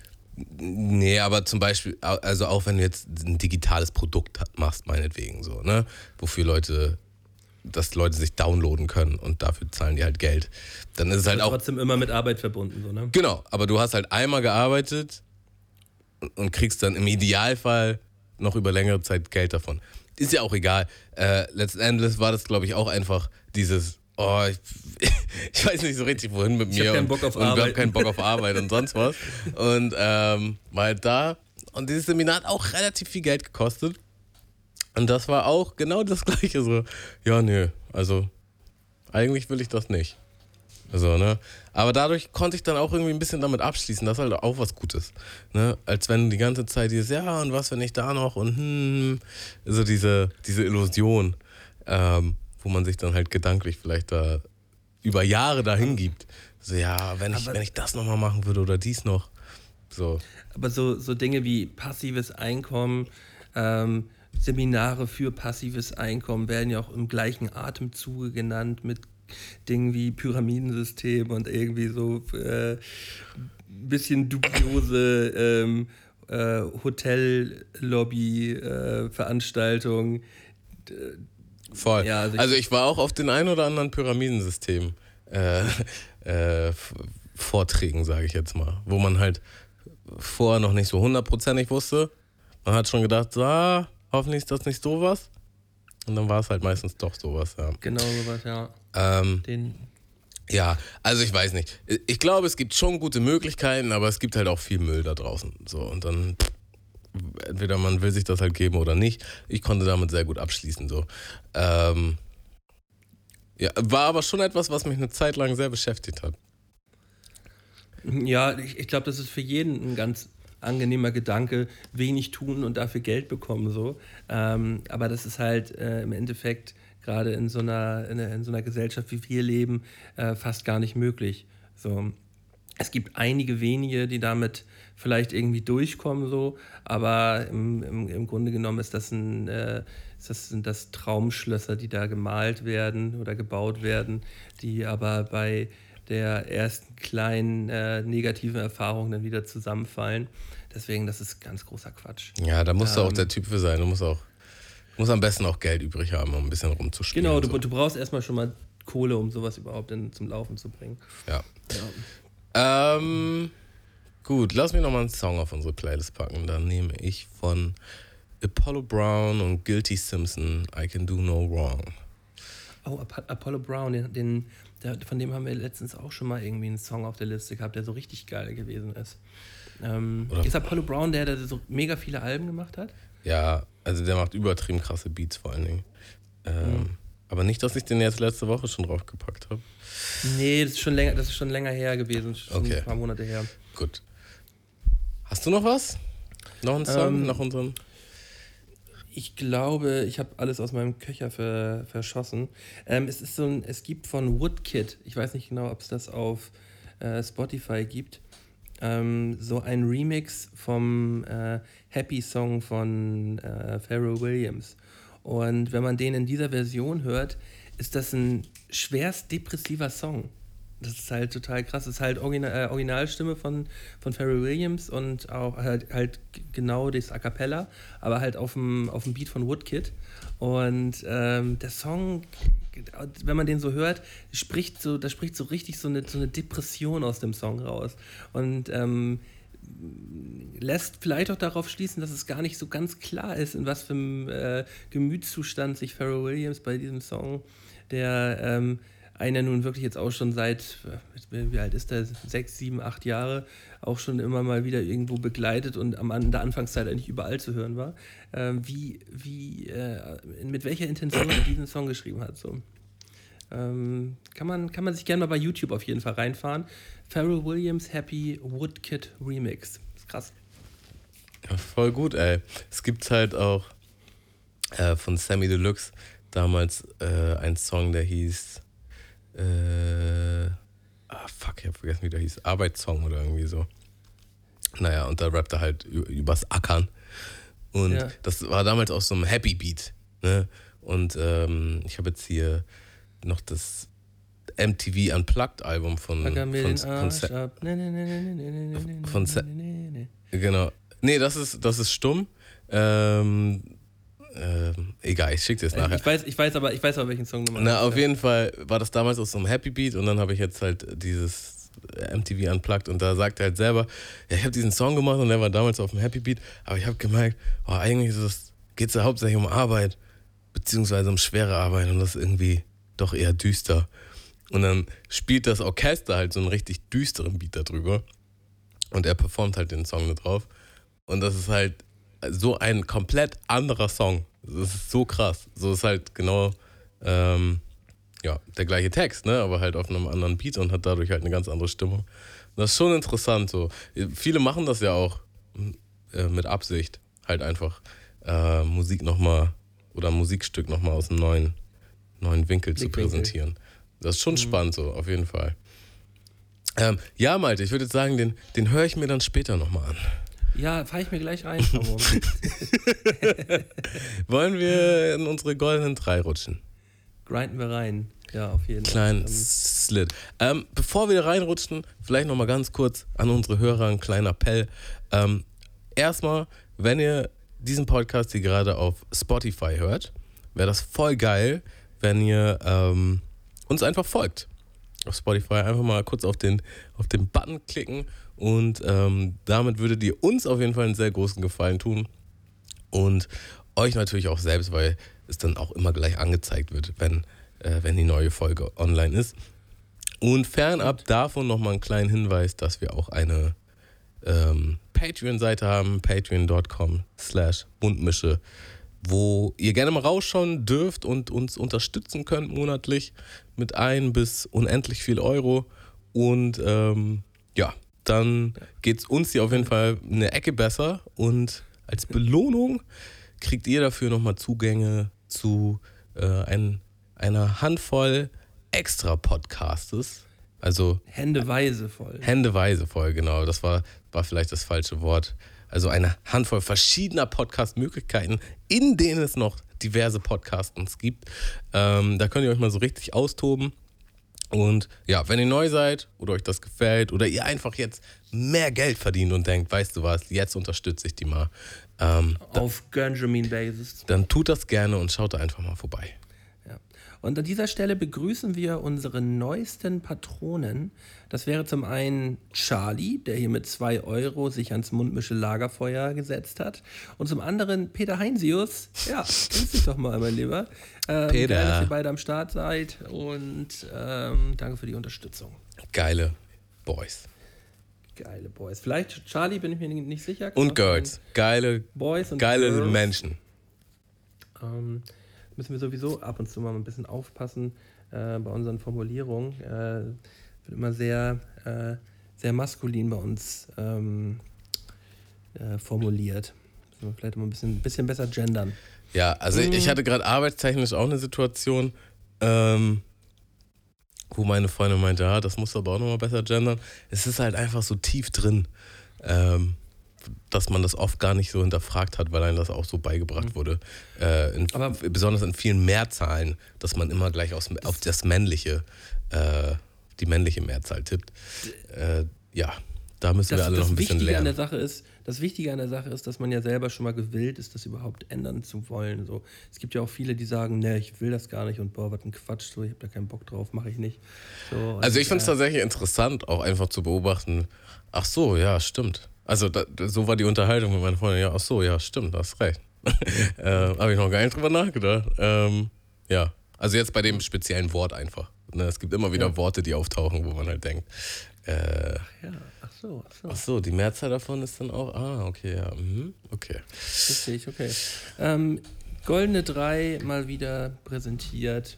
Nee, aber zum Beispiel, also auch wenn du jetzt ein digitales Produkt machst, meinetwegen so, ne, wofür Leute, dass Leute sich downloaden können und dafür zahlen die halt Geld, dann ist es halt auch... trotzdem immer mit Arbeit verbunden, so, ne? Genau, aber du hast halt einmal gearbeitet und kriegst dann im Idealfall noch über längere Zeit Geld davon. Ist ja auch egal. Äh, letzten Endes war das, glaube ich, auch einfach dieses, oh, ich, ich weiß nicht so richtig, wohin mit ich mir. Ich habe keinen Bock auf und, Arbeit. Und ich habe keinen Bock auf Arbeit und sonst was. Und ähm, war halt da. Und dieses Seminar hat auch relativ viel Geld gekostet. Und das war auch genau das Gleiche. So, ja, nö, also eigentlich will ich das nicht. Also, ne? Aber dadurch konnte ich dann auch irgendwie ein bisschen damit abschließen, das ist halt auch was Gutes. Ne? Als wenn die ganze Zeit dieses, ja, und was, wenn ich da noch und hm, so diese, diese Illusion, ähm, wo man sich dann halt gedanklich vielleicht da über Jahre dahin gibt. So, ja, wenn ich, aber, wenn ich das nochmal machen würde oder dies noch. So. Aber so, so Dinge wie passives Einkommen, ähm, Seminare für passives Einkommen werden ja auch im gleichen Atemzuge genannt mit Dingen wie Pyramidensystem und irgendwie so äh, bisschen dubiose ähm, äh, Hotellobby-Veranstaltungen. Äh, Voll. Ja, also, ich, also ich war auch auf den ein oder anderen Pyramidensystem äh, äh, Vorträgen, sage ich jetzt mal, wo man halt vorher noch nicht so hundertprozentig wusste. Man hat schon gedacht, ah, hoffentlich ist das nicht sowas. Und dann war es halt meistens doch sowas, ja. Genau sowas, ja. Ähm, Den ja, also ich weiß nicht. Ich glaube, es gibt schon gute Möglichkeiten, aber es gibt halt auch viel Müll da draußen. So, und dann entweder man will sich das halt geben oder nicht. Ich konnte damit sehr gut abschließen. So. Ähm, ja, war aber schon etwas, was mich eine Zeit lang sehr beschäftigt hat. Ja, ich, ich glaube, das ist für jeden ein ganz angenehmer Gedanke, wenig tun und dafür Geld bekommen. So. Ähm, aber das ist halt äh, im Endeffekt gerade in so einer, in, in so einer Gesellschaft, wie wir leben, äh, fast gar nicht möglich. So. Es gibt einige wenige, die damit vielleicht irgendwie durchkommen, so, aber im, im, im Grunde genommen ist das, ein, äh, ist das, sind das Traumschlösser, die da gemalt werden oder gebaut werden, die aber bei der ersten kleinen äh, negativen Erfahrung dann wieder zusammenfallen. Deswegen, das ist ganz großer Quatsch. Ja, da musst ähm, du auch der Typ für sein. Du musst auch musst am bessen auch Geld übrig haben, um ein bisschen rumzuspielen. Genau, du, so. du brauchst erstmal schon mal Kohle, um sowas überhaupt in, zum Laufen zu bringen. Ja. ja. Ähm, gut, lass mich nochmal einen Song auf unsere Playlist packen. Dann nehme ich von Apollo Brown und Guilty Simpson I Can Do No Wrong. Oh, Apollo Brown, den, den, der, von dem haben wir letztens auch schon mal irgendwie einen Song auf der Liste gehabt, der so richtig geil gewesen ist. Ähm, ist Apollo Brown der, der so mega viele Alben gemacht hat? Ja, also der macht übertrieben krasse Beats vor allen Dingen. Ähm, mhm. Aber nicht, dass ich den jetzt letzte Woche schon draufgepackt habe. Nee, das ist schon länger, das ist schon länger her gewesen, schon okay. ein paar Monate her. Gut. Hast du noch was? Noch einen Song? Ähm, noch unseren? Ich glaube, ich habe alles aus meinem Köcher ver, verschossen. Ähm, es ist so ein, es gibt von Woodkid, ich weiß nicht genau, ob es das auf äh, Spotify gibt, ähm, so ein Remix vom äh, Happy Song von äh, Pharrell Williams. Und wenn man den in dieser Version hört, ist das ein schwerst depressiver Song. Das ist halt total krass. Das ist halt Original, äh, Originalstimme von, von Pharrell Williams und auch halt, halt genau das A Cappella, aber halt auf dem, auf dem Beat von Woodkid. Und ähm, der Song, wenn man den so hört, spricht so, da spricht so richtig so eine, so eine Depression aus dem Song raus. Und ähm, lässt vielleicht auch darauf schließen, dass es gar nicht so ganz klar ist, in was für einem äh, Gemütszustand sich Pharrell Williams bei diesem Song, der ähm, einer nun wirklich jetzt auch schon seit, wie alt ist der, sechs, sieben, acht Jahre, auch schon immer mal wieder irgendwo begleitet und am an der Anfangszeit eigentlich überall zu hören war, äh, wie, wie, äh, mit welcher Intention er diesen Song geschrieben hat. So. Ähm, kann man, kann man sich gerne mal bei YouTube auf jeden Fall reinfahren. Pharrell Williams Happy Woodkid Remix. Das ist krass. Ja, voll gut, ey. Es gibt halt auch äh, von Sammy Deluxe damals äh, einen Song, der hieß Äh, ah, fuck, ich hab vergessen, wie der hieß. Arbeitssong oder irgendwie so. Naja, und da rappt er halt übers Ackern. Und ja. das war damals auch so ein Happy Beat. Ne? Und ähm, ich habe jetzt hier noch das M T V Unplugged Album von von, von, von, Sa- von Sa- genau. Nee, das ist, das ist stumm. Ähm, Ähm, egal, ich schick dir es nachher. Ich weiß, ich weiß aber, ich weiß aber, welchen Song du meinst. Na, auf jeden Fall war das damals aus so einem Happy Beat und dann habe ich jetzt halt dieses M T V Unplugged und da sagt er halt selber, ja, ich habe diesen Song gemacht und der war damals auf dem Happy Beat, aber ich habe gemerkt, oh, eigentlich geht es ja hauptsächlich um Arbeit, beziehungsweise um schwere Arbeit und das ist irgendwie doch eher düster. Und dann spielt das Orchester halt so einen richtig düsteren Beat darüber und er performt halt den Song da drauf und das ist halt so ein komplett anderer Song. Das ist so krass. So ist halt genau ähm, ja, der gleiche Text, ne? Aber halt auf einem anderen Beat und hat dadurch halt eine ganz andere Stimmung. Das ist schon interessant. So. Viele machen das ja auch äh, mit Absicht. Halt einfach äh, Musik nochmal oder ein Musikstück nochmal aus einem neuen, neuen Winkel zu präsentieren. Das ist schon mhm. spannend so, auf jeden Fall. Ähm, ja, Malte, ich würde jetzt sagen, den, den höre ich mir dann später nochmal an. Ja, fahre ich mir gleich rein. Wollen wir in unsere goldenen drei rutschen? Grinden wir rein. Ja, auf jeden Fall. Kleinen Slit. Ähm, bevor wir reinrutschen, vielleicht nochmal ganz kurz an unsere Hörer ein kleiner Appell. Ähm, erstmal, wenn ihr diesen Podcast hier gerade auf Spotify hört, wäre das voll geil, wenn ihr ähm, uns einfach folgt. Auf Spotify einfach mal kurz auf den, auf den Button klicken und ähm, damit würdet ihr uns auf jeden Fall einen sehr großen Gefallen tun und euch natürlich auch selbst, weil es dann auch immer gleich angezeigt wird, wenn, äh, wenn die neue Folge online ist. Und fernab davon nochmal einen kleinen Hinweis, dass wir auch eine ähm, Patreon-Seite haben, patreon dot com slash Mundmische, wo ihr gerne mal rausschauen dürft und uns unterstützen könnt monatlich mit ein bis unendlich viel Euro. Und ähm, ja, dann geht es uns hier auf jeden Fall eine Ecke besser. Und als Belohnung kriegt ihr dafür nochmal Zugänge zu äh, ein, einer Handvoll extra Podcastes. Also händeweise voll. Händeweise voll, genau. Das war, war vielleicht das falsche Wort. Also eine Handvoll verschiedener Podcast-Möglichkeiten, in denen es noch diverse Podcasts gibt. Ähm, da könnt ihr euch mal so richtig austoben. Und ja, wenn ihr neu seid oder euch das gefällt oder ihr einfach jetzt mehr Geld verdient und denkt, weißt du was, jetzt unterstütze ich die mal. Ähm, Auf Benjamin-Basis. Dann tut das gerne und schaut da einfach mal vorbei. Ja. Und an dieser Stelle begrüßen wir unsere neuesten Patronen. Das wäre zum einen Charlie, der hier mit zwei Euro sich ans Mundmische Lagerfeuer gesetzt hat. Und zum anderen Peter Heinsius. Ja, grüß dich doch mal, mein Lieber. Ähm, Peter. Geil, dass ihr beide am Start seid und ähm, danke für die Unterstützung. Geile Boys. Geile Boys. Vielleicht Charlie, bin ich mir nicht sicher. Und Girls. Geile Boys und geile Girls. Menschen. Ähm, müssen wir sowieso ab und zu mal ein bisschen aufpassen äh, bei unseren Formulierungen. Äh, wird immer sehr, äh, sehr maskulin bei uns ähm, äh, formuliert. Müssen wir vielleicht mal ein bisschen, bisschen besser gendern. Ja, also mhm. ich hatte gerade arbeitstechnisch auch eine Situation, ähm, wo meine Freundin meinte, ja, das musst du aber auch nochmal besser gendern. Es ist halt einfach so tief drin, ähm, dass man das oft gar nicht so hinterfragt hat, weil einem das auch so beigebracht wurde. Äh, in, aber besonders in vielen Mehrzahlen, dass man immer gleich aus, auf das männliche, äh, die männliche Mehrzahl tippt. Äh, ja, da müssen das, wir alle noch ein bisschen Wichtige lernen. An der Sache ist, das Wichtige an der Sache ist, dass man ja selber schon mal gewillt ist, das überhaupt ändern zu wollen. So, es gibt ja auch viele, die sagen, ne, ich will das gar nicht und boah, was ein Quatsch, so, ich habe da keinen Bock drauf, mache ich nicht. So, also ich finde es äh, tatsächlich interessant, auch einfach zu beobachten, ach so, ja, stimmt. Also da, so war die Unterhaltung mit meiner Freundin, ja, ach so, ja, stimmt, hast recht. äh, habe ich noch gar nicht drüber nachgedacht. Ähm, ja, also jetzt bei dem speziellen Wort einfach. Ne, es gibt immer wieder ja. Worte, die auftauchen, wo man halt denkt, äh, ach ja, ach so, ach so. Ach so, die Mehrzahl davon ist dann auch, ah, okay, ja, mhm, okay. Verstehe ich, okay. Ähm, Goldene drei mal wieder präsentiert.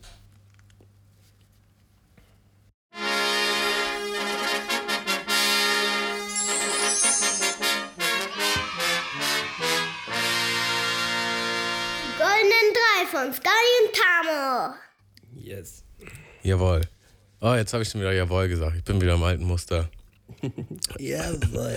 Von Sky und Tamo. Yes. Jawohl. Oh, jetzt habe ich schon wieder Jawohl gesagt. Ich bin wieder im alten Muster. Jawohl.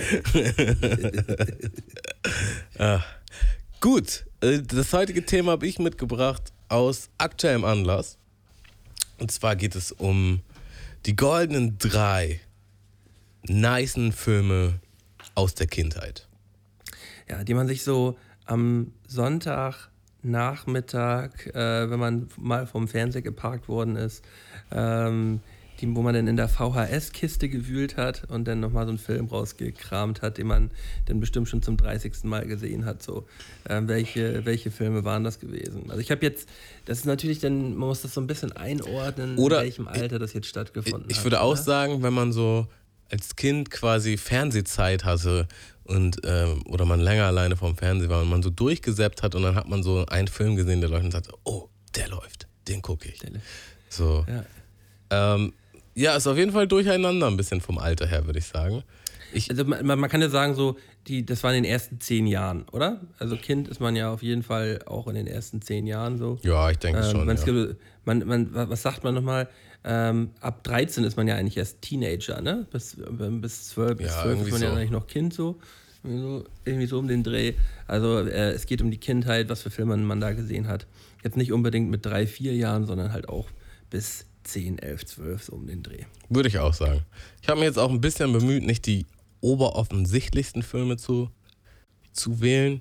ah. Gut, das heutige Thema habe ich mitgebracht aus aktuellem Anlass. Und zwar geht es um die goldenen drei nicen Filme aus der Kindheit. Ja, die man sich so am Sonntag Nachmittag, äh, wenn man mal vom Fernseher geparkt worden ist, ähm, die, wo man dann in der V H S-Kiste gewühlt hat und dann nochmal so einen Film rausgekramt hat, den man dann bestimmt schon zum dreißigsten Mal gesehen hat. So, ähm, welche, welche Filme waren das gewesen? Also ich habe jetzt, das ist natürlich dann, man muss das so ein bisschen einordnen, oder in welchem Alter das jetzt stattgefunden ich, ich hat. Ich würde auch oder? sagen, wenn man so als Kind quasi Fernsehzeit hatte und ähm, oder man länger alleine vorm Fernseher war und man so durchgesäppt hat und dann hat man so einen Film gesehen, der läuft und sagt, oh, der läuft, den gucke ich. So. Ja. Ähm, ja, ist auf jeden Fall durcheinander ein bisschen vom Alter her, würde ich sagen. Ich also man, man kann ja sagen, so, die, das war in den ersten zehn Jahren, oder? Also Kind ist man ja auf jeden Fall auch in den ersten zehn Jahren so. Ja, ich denke ähm, schon. Man, ja. man, man, was sagt man nochmal? Ähm, ab dreizehn ist man ja eigentlich erst Teenager, ne? Bis, bis zwölf, bis ja, zwölf ist man so. ja eigentlich noch Kind so. So, irgendwie so um den Dreh. Also äh, es geht um die Kindheit, was für Filme man da gesehen hat. Jetzt nicht unbedingt mit drei, vier Jahren, sondern halt auch bis zehn, elf, zwölf, so um den Dreh. Würde ich auch sagen. Ich habe mir jetzt auch ein bisschen bemüht, nicht die oberoffensichtlichsten Filme zu, zu wählen.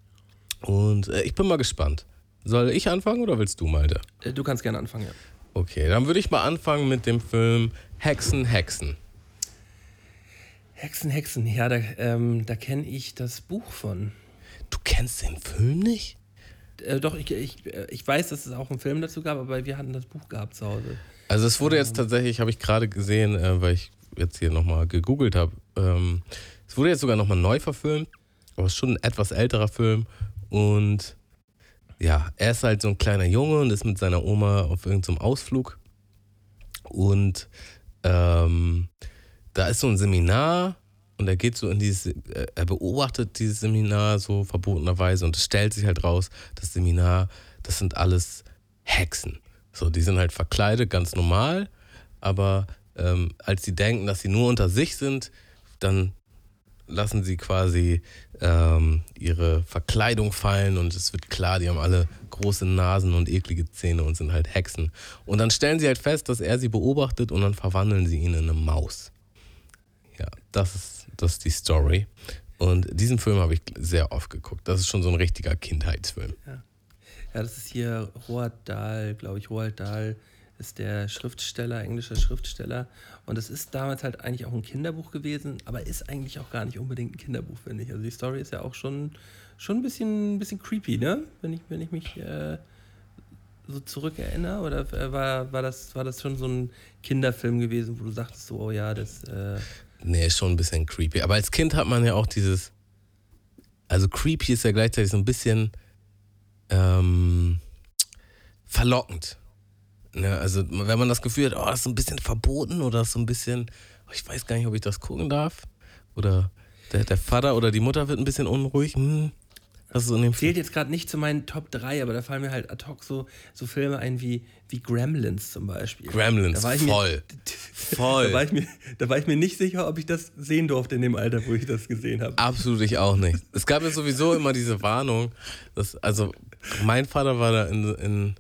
Und äh, ich bin mal gespannt. Soll ich anfangen oder willst du, Malte? Äh, du kannst gerne anfangen, ja. Okay, dann würde ich mal anfangen mit dem Film Hexen, Hexen. Hexen, Hexen, ja, da, ähm, da kenne ich das Buch von. Du kennst den Film nicht? Äh, doch, ich, ich, ich weiß, dass es auch einen Film dazu gab, aber wir hatten das Buch gehabt zu Hause. Also es wurde jetzt tatsächlich, habe ich gerade gesehen, äh, weil ich jetzt hier nochmal gegoogelt habe, ähm, es wurde jetzt sogar nochmal neu verfilmt, aber es ist schon ein etwas älterer Film und ja, er ist halt so ein kleiner Junge und ist mit seiner Oma auf irgendeinem Ausflug und ähm, da ist so ein Seminar und er geht so in dieses, er beobachtet dieses Seminar so verbotenerweise und es stellt sich halt raus, das Seminar, das sind alles Hexen. So, die sind halt verkleidet, ganz normal, aber ähm, als sie denken, dass sie nur unter sich sind, dann lassen sie quasi ähm, ihre Verkleidung fallen und es wird klar, die haben alle große Nasen und eklige Zähne und sind halt Hexen. Und dann stellen sie halt fest, dass er sie beobachtet und dann verwandeln sie ihn in eine Maus. Ja, das ist, das ist die Story. Und diesen Film habe ich sehr oft geguckt. Das ist schon so ein richtiger Kindheitsfilm. Ja, ja, das ist hier Roald Dahl, glaube ich. Roald Dahl ist der Schriftsteller, englischer Schriftsteller. Und es ist damals halt eigentlich auch ein Kinderbuch gewesen, aber ist eigentlich auch gar nicht unbedingt ein Kinderbuch, finde ich. Also die Story ist ja auch schon, schon ein bisschen, ein bisschen creepy, ne? Wenn ich, wenn ich mich äh, so zurückerinnere. Oder äh, war, war, das, war das schon so ein Kinderfilm gewesen, wo du sagtest so, oh ja, das... Äh Nee, ist schon ein bisschen creepy. Aber als Kind hat man ja auch dieses... Also creepy ist ja gleichzeitig so ein bisschen ähm, verlockend. Ja, also wenn man das Gefühl hat, oh, das ist so ein bisschen verboten oder das ist so ein bisschen... Oh, ich weiß gar nicht, ob ich das gucken darf. Oder der, der Vater oder die Mutter wird ein bisschen unruhig. Hm. Das ist so in dem Zählt jetzt gerade nicht zu meinen Top drei, aber da fallen mir halt ad hoc so, so Filme ein wie, wie Gremlins zum Beispiel. Gremlins, voll. Mir, voll. Da war, ich mir, da war ich mir nicht sicher, ob ich das sehen durfte in dem Alter, wo ich das gesehen habe. Absolut, ich auch nicht. Es gab ja sowieso immer diese Warnung, dass, also mein Vater war da in, in,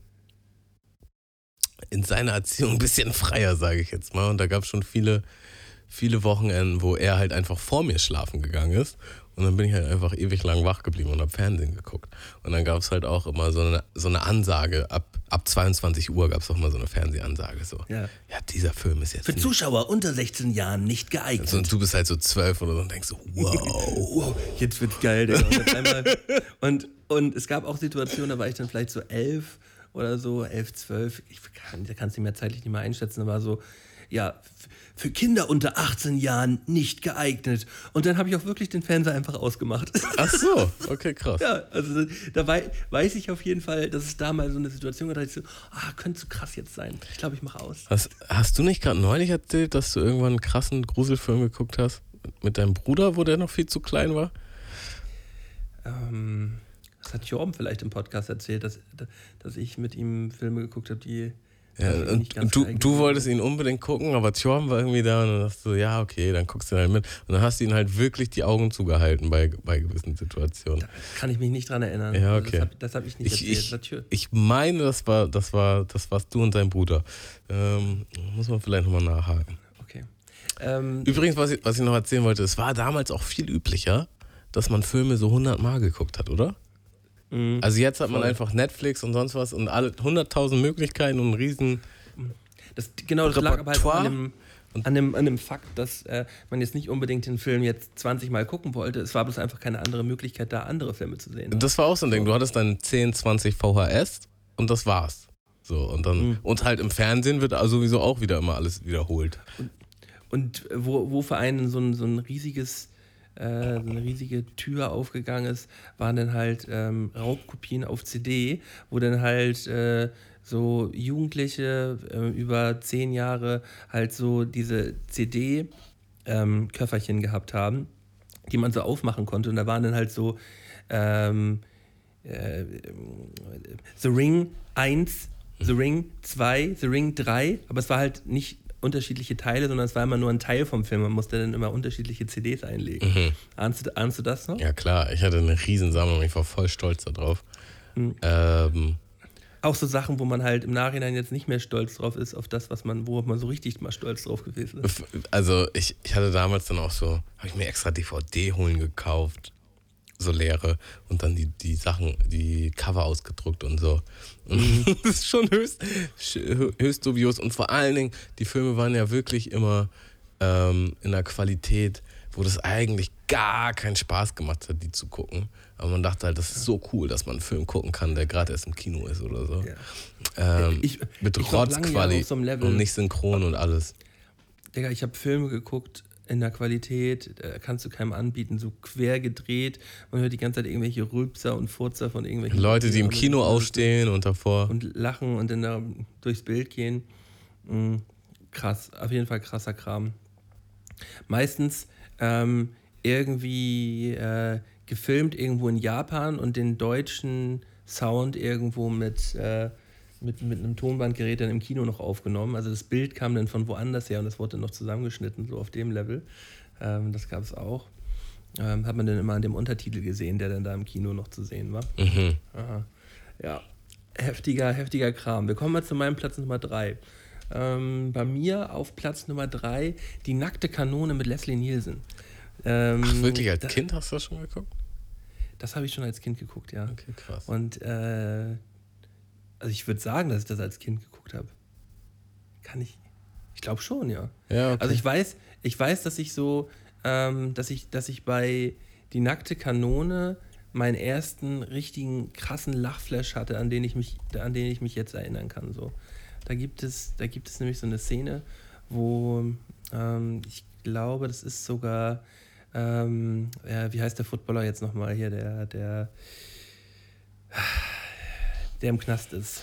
in seiner Erziehung ein bisschen freier, sage ich jetzt mal. Und da gab es schon viele, viele Wochenenden, wo er halt einfach vor mir schlafen gegangen ist. Und dann bin ich halt einfach ewig lang wach geblieben und habe Fernsehen geguckt. Und dann gab es halt auch immer so eine, so eine Ansage, ab, ab zweiundzwanzig Uhr gab es auch mal so eine Fernsehansage. So. Ja. ja, dieser Film ist jetzt für nicht. Zuschauer unter sechzehn Jahren nicht geeignet. Also, und du bist halt so zwölf oder so und denkst so, wow. wow, jetzt wird's geil, Digga. Und, einmal, und, und es gab auch Situationen, da war ich dann vielleicht so elf oder so, elf, zwölf, ich kann es nicht mehr zeitlich nicht mehr einschätzen, aber so, ja, für Kinder unter achtzehn Jahren nicht geeignet. Und dann habe ich auch wirklich den Fernseher einfach ausgemacht. Ach so, okay, krass. Ja, also da wei- weiß ich auf jeden Fall, dass es da mal so eine Situation gab, da ich so, ah, könnte so krass jetzt sein. Ich glaube, ich mache aus. Hast, hast du nicht gerade neulich erzählt, dass du irgendwann einen krassen Gruselfilm geguckt hast? Mit deinem Bruder, wo der noch viel zu klein war? Ähm, das hat Jorm vielleicht im Podcast erzählt, dass, dass ich mit ihm Filme geguckt habe, die... Ja, und, und du, du wolltest ihn unbedingt gucken, aber Tjorm war irgendwie da und dann dachtest du, ja, okay, dann guckst du halt mit. Und dann hast du ihn halt wirklich die Augen zugehalten bei, bei gewissen Situationen. Da kann ich mich nicht dran erinnern. Ja, okay. Also das habe hab ich nicht ich, erzählt. Ich, ich meine, das war, das war, das warst du und dein Bruder. Ähm, muss man vielleicht nochmal nachhaken. Okay. Ähm, Übrigens, was ich, was ich noch erzählen wollte, es war damals auch viel üblicher, dass man Filme so hundert Mal geguckt hat, oder? Also jetzt hat man voll. einfach Netflix und sonst was und alle hunderttausend Möglichkeiten und einen riesen das, genau, das lag aber halt Repertoire. an dem, an, dem, an dem Fakt, dass äh, man jetzt nicht unbedingt den Film jetzt zwanzig Mal gucken wollte. Es war bloß einfach keine andere Möglichkeit, da andere Filme zu sehen. Das war auch so ein Ding. Du hattest dann zehn, zwanzig V H S und das war's. So, und dann, Mhm. und halt im Fernsehen wird also sowieso auch wieder immer alles wiederholt. Und, und wo, wo für einen so ein, so ein riesiges äh, eine riesige Tür aufgegangen ist, waren dann halt ähm, Raubkopien auf C D, wo dann halt äh, so Jugendliche äh, über zehn Jahre halt so diese C D-Köfferchen ähm, gehabt haben, die man so aufmachen konnte. Und da waren dann halt so ähm, äh, The Ring eins, The Ring zwei, The Ring drei, aber es war halt nicht unterschiedliche Teile, sondern es war immer nur ein Teil vom Film. Man musste dann immer unterschiedliche C Ds einlegen. Mhm. Ahnst du, ahnst du das noch? Ja klar, ich hatte eine Riesensammlung, ich war voll stolz darauf. Mhm. Ähm, Auch so Sachen, wo man halt im Nachhinein jetzt nicht mehr stolz drauf ist, auf das, was man, wo man so richtig mal stolz drauf gewesen ist. Also ich, ich hatte damals dann auch so, habe ich mir extra D V D-Holen gekauft, so leere, und dann die, die Sachen, die Cover ausgedruckt und so. Und das ist schon höchst, höchst dubios. Und vor allen Dingen, die Filme waren ja wirklich immer ähm, in einer Qualität, wo das eigentlich gar keinen Spaß gemacht hat, die zu gucken. Aber man dachte halt, das ist so cool, dass man einen Film gucken kann, der gerade erst im Kino ist oder so. Ja. Ähm, ich, mit Rotzquali so und nicht synchron und alles. Digga, ich habe Filme geguckt in der Qualität, da kannst du keinem anbieten, so quer gedreht. Man hört die ganze Zeit irgendwelche Rülpser und Furzer von irgendwelchen Leute, die im Kino aufstehen und davor. Und lachen und dann da durchs Bild gehen. Mhm. Krass, auf jeden Fall krasser Kram. Meistens ähm, irgendwie äh, gefilmt irgendwo in Japan und den deutschen Sound irgendwo mit, äh, mit, mit einem Tonbandgerät dann im Kino noch aufgenommen. Also das Bild kam dann von woanders her und das wurde dann noch zusammengeschnitten, so auf dem Level. Ähm, das gab es auch. Ähm, hat man dann immer an dem Untertitel gesehen, der dann da im Kino noch zu sehen war. Mhm. Aha. Ja, heftiger, heftiger Kram. Wir kommen mal zu meinem Platz Nummer drei. Ähm, bei mir auf Platz Nummer drei die nackte Kanone mit Leslie Nielsen. Ähm, Ach, wirklich? Als da, Kind hast du das schon geguckt? Das habe ich schon als Kind geguckt, ja. Okay, krass. Und äh, also ich würde sagen, dass ich das als Kind geguckt habe. Kann ich? Ich glaube schon, ja. Ja, okay. Also ich weiß, ich weiß, dass ich so, ähm, dass ich, dass ich bei die nackte Kanone meinen ersten richtigen krassen Lachflash hatte, an den ich mich, an den ich mich jetzt erinnern kann. So. Da gibt es, da gibt es nämlich so eine Szene, wo ähm, ich glaube, das ist sogar ähm, ja, wie heißt der Footballer jetzt nochmal hier, der, der der im Knast ist.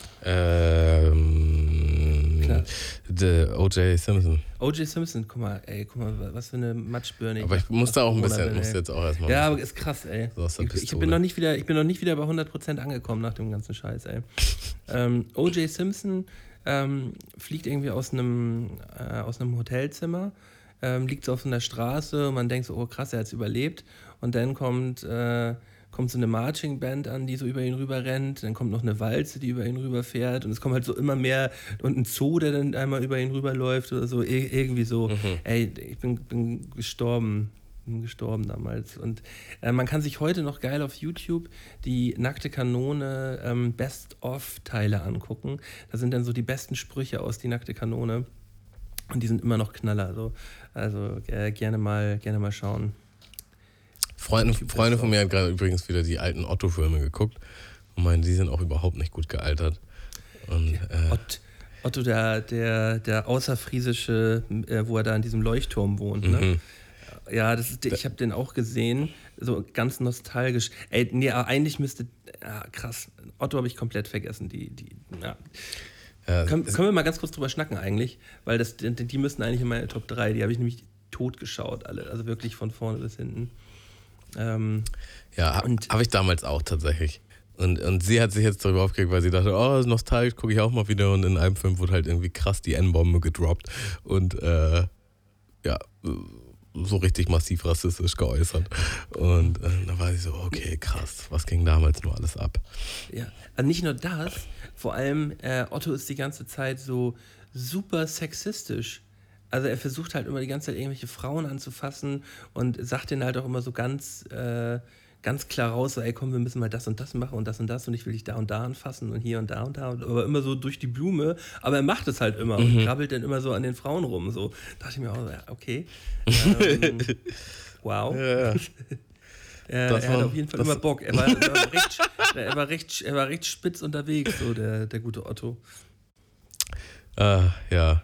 Ähm, Knast. Der O J Simpson. O J Simpson, guck mal, ey, guck mal, was für eine Matschbirne. Aber ich musste auch ein bisschen, bin, musste jetzt auch erstmal. Ja, aber ist krass, ey. So ich, ich, bin noch nicht wieder, ich bin noch nicht wieder bei hundert Prozent angekommen nach dem ganzen Scheiß, ey. ähm, O J Simpson ähm, fliegt irgendwie aus einem, äh, aus einem Hotelzimmer, ähm, liegt so auf so einer Straße und man denkt so, oh krass, er hat es überlebt. Und dann kommt, äh, kommt so eine Marching-Band an, die so über ihn rüber rennt. Dann kommt noch eine Walze, die über ihn rüber fährt. Und es kommt halt so immer mehr. Und ein Zoo, der dann einmal über ihn rüberläuft oder so. Ir- irgendwie so, mhm. ey, ich bin, bin gestorben. Bin gestorben damals. Und äh, man kann sich heute noch geil auf YouTube die nackte Kanone ähm, Best-of-Teile angucken. Da sind dann so die besten Sprüche aus die nackte Kanone. Und die sind immer noch Knaller. So. Also äh, gerne mal, gerne mal schauen. Freunde, Freunde von mir haben gerade übrigens wieder die alten Otto-Filme geguckt und meinen, die sind auch überhaupt nicht gut gealtert. Und, äh, Ott, Otto, der, der, der außerfriesische, äh, wo er da in diesem Leuchtturm wohnt, ne? Mhm. Ja, das ist, ich habe den auch gesehen, so ganz nostalgisch. Ey, nee, eigentlich müsste, ja, krass, Otto habe ich komplett vergessen, die, die, ja. Ja, können, können wir mal ganz kurz drüber schnacken eigentlich, weil das, die, die müssten eigentlich in meine Top drei, die habe ich nämlich tot geschaut, alle, also wirklich von vorne bis hinten. Ähm, ja, habe ich damals auch tatsächlich. Und, und sie hat sich jetzt darüber aufgeregt, weil sie dachte, oh, nostalgisch, gucke ich auch mal wieder. Und in einem Film wurde halt irgendwie krass die N-Bombe gedroppt und äh, ja, so richtig massiv rassistisch geäußert. Und äh, da war ich so, okay, krass, was ging damals nur alles ab? Ja, also nicht nur das, vor allem äh, Otto ist die ganze Zeit so super sexistisch. Also er versucht halt immer die ganze Zeit irgendwelche Frauen anzufassen und sagt denen halt auch immer so ganz, äh, ganz klar raus, so, ey komm, wir müssen mal das und das machen und das und das und ich will dich da und da anfassen und hier und da und da, aber immer so durch die Blume, aber er macht es halt immer mhm. und krabbelt dann immer so an den Frauen rum, so. Da dachte ich mir auch, ja, okay. ähm, wow. Ja, ja. er, er hat auf jeden Fall immer Bock. Er war, er, war recht, er, war recht, er war recht spitz unterwegs, so der, der gute Otto. Ah, ja.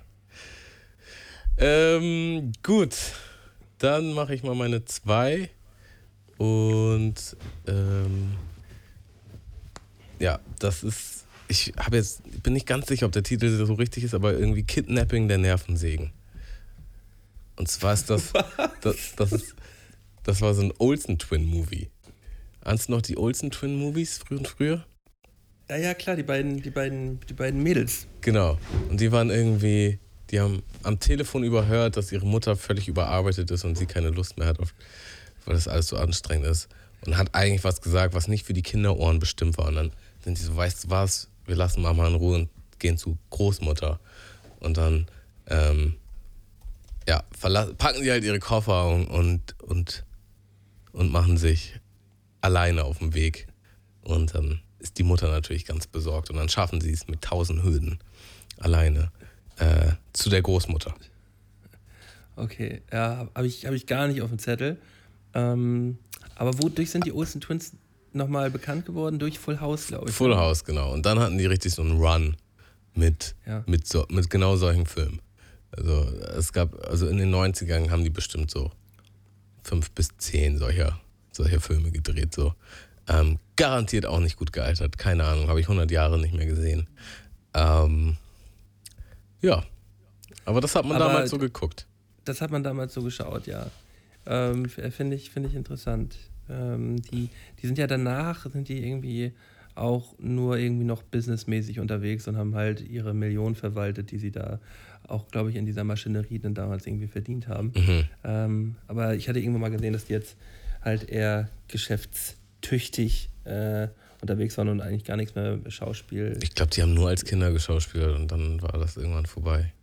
Ähm, gut, dann mache ich mal meine zwei und ähm, ja, das ist, ich habe jetzt, bin nicht ganz sicher, ob der Titel so richtig ist, aber irgendwie Kidnapping der Nervensägen. Und zwar ist das, das, das ist, das war so ein Olsen-Twin-Movie. Ahnst du noch die Olsen-Twin-Movies früher und früher? Ja, ja, klar, die beiden, die beiden, die beiden Mädels. Genau, und die waren irgendwie... die haben am Telefon überhört, dass ihre Mutter völlig überarbeitet ist und sie keine Lust mehr hat, auf, weil das alles so anstrengend ist. Und hat eigentlich was gesagt, was nicht für die Kinderohren bestimmt war. Und dann sind sie so, weißt du was, wir lassen Mama in Ruhe und gehen zu Großmutter. Und dann ähm, ja, verla- packen sie halt ihre Koffer und, und, und, und machen sich alleine auf den Weg. Und dann ist die Mutter natürlich ganz besorgt. Und dann schaffen sie es mit tausend Hürden alleine äh, zu der Großmutter. Okay, ja, habe ich, hab ich gar nicht auf dem Zettel. Ähm, aber wodurch sind die Olsen Twins nochmal bekannt geworden? Durch Full House, glaube ich. Full House, genau. Und dann hatten die richtig so einen Run mit, ja. mit, so, mit genau solchen Filmen. Also es gab, also in den neunzigern haben die bestimmt so fünf bis zehn solcher, solcher Filme gedreht. So. Ähm, garantiert auch nicht gut gealtert. Keine Ahnung, habe ich hundert Jahre nicht mehr gesehen. Ähm, ja, aber das hat man aber damals so geguckt. Das hat man damals so geschaut, ja. Ähm, Finde ich, find ich interessant. Ähm, die, die sind ja danach, sind die irgendwie auch nur irgendwie noch businessmäßig unterwegs und haben halt ihre Millionen verwaltet, die sie da auch, glaube ich, in dieser Maschinerie dann damals irgendwie verdient haben. Mhm. Ähm, aber ich hatte irgendwann mal gesehen, dass die jetzt halt eher geschäftstüchtig äh, unterwegs waren und eigentlich gar nichts mehr Schauspiel. Ich glaube, die haben nur als Kinder geschauspielert und dann war das irgendwann vorbei.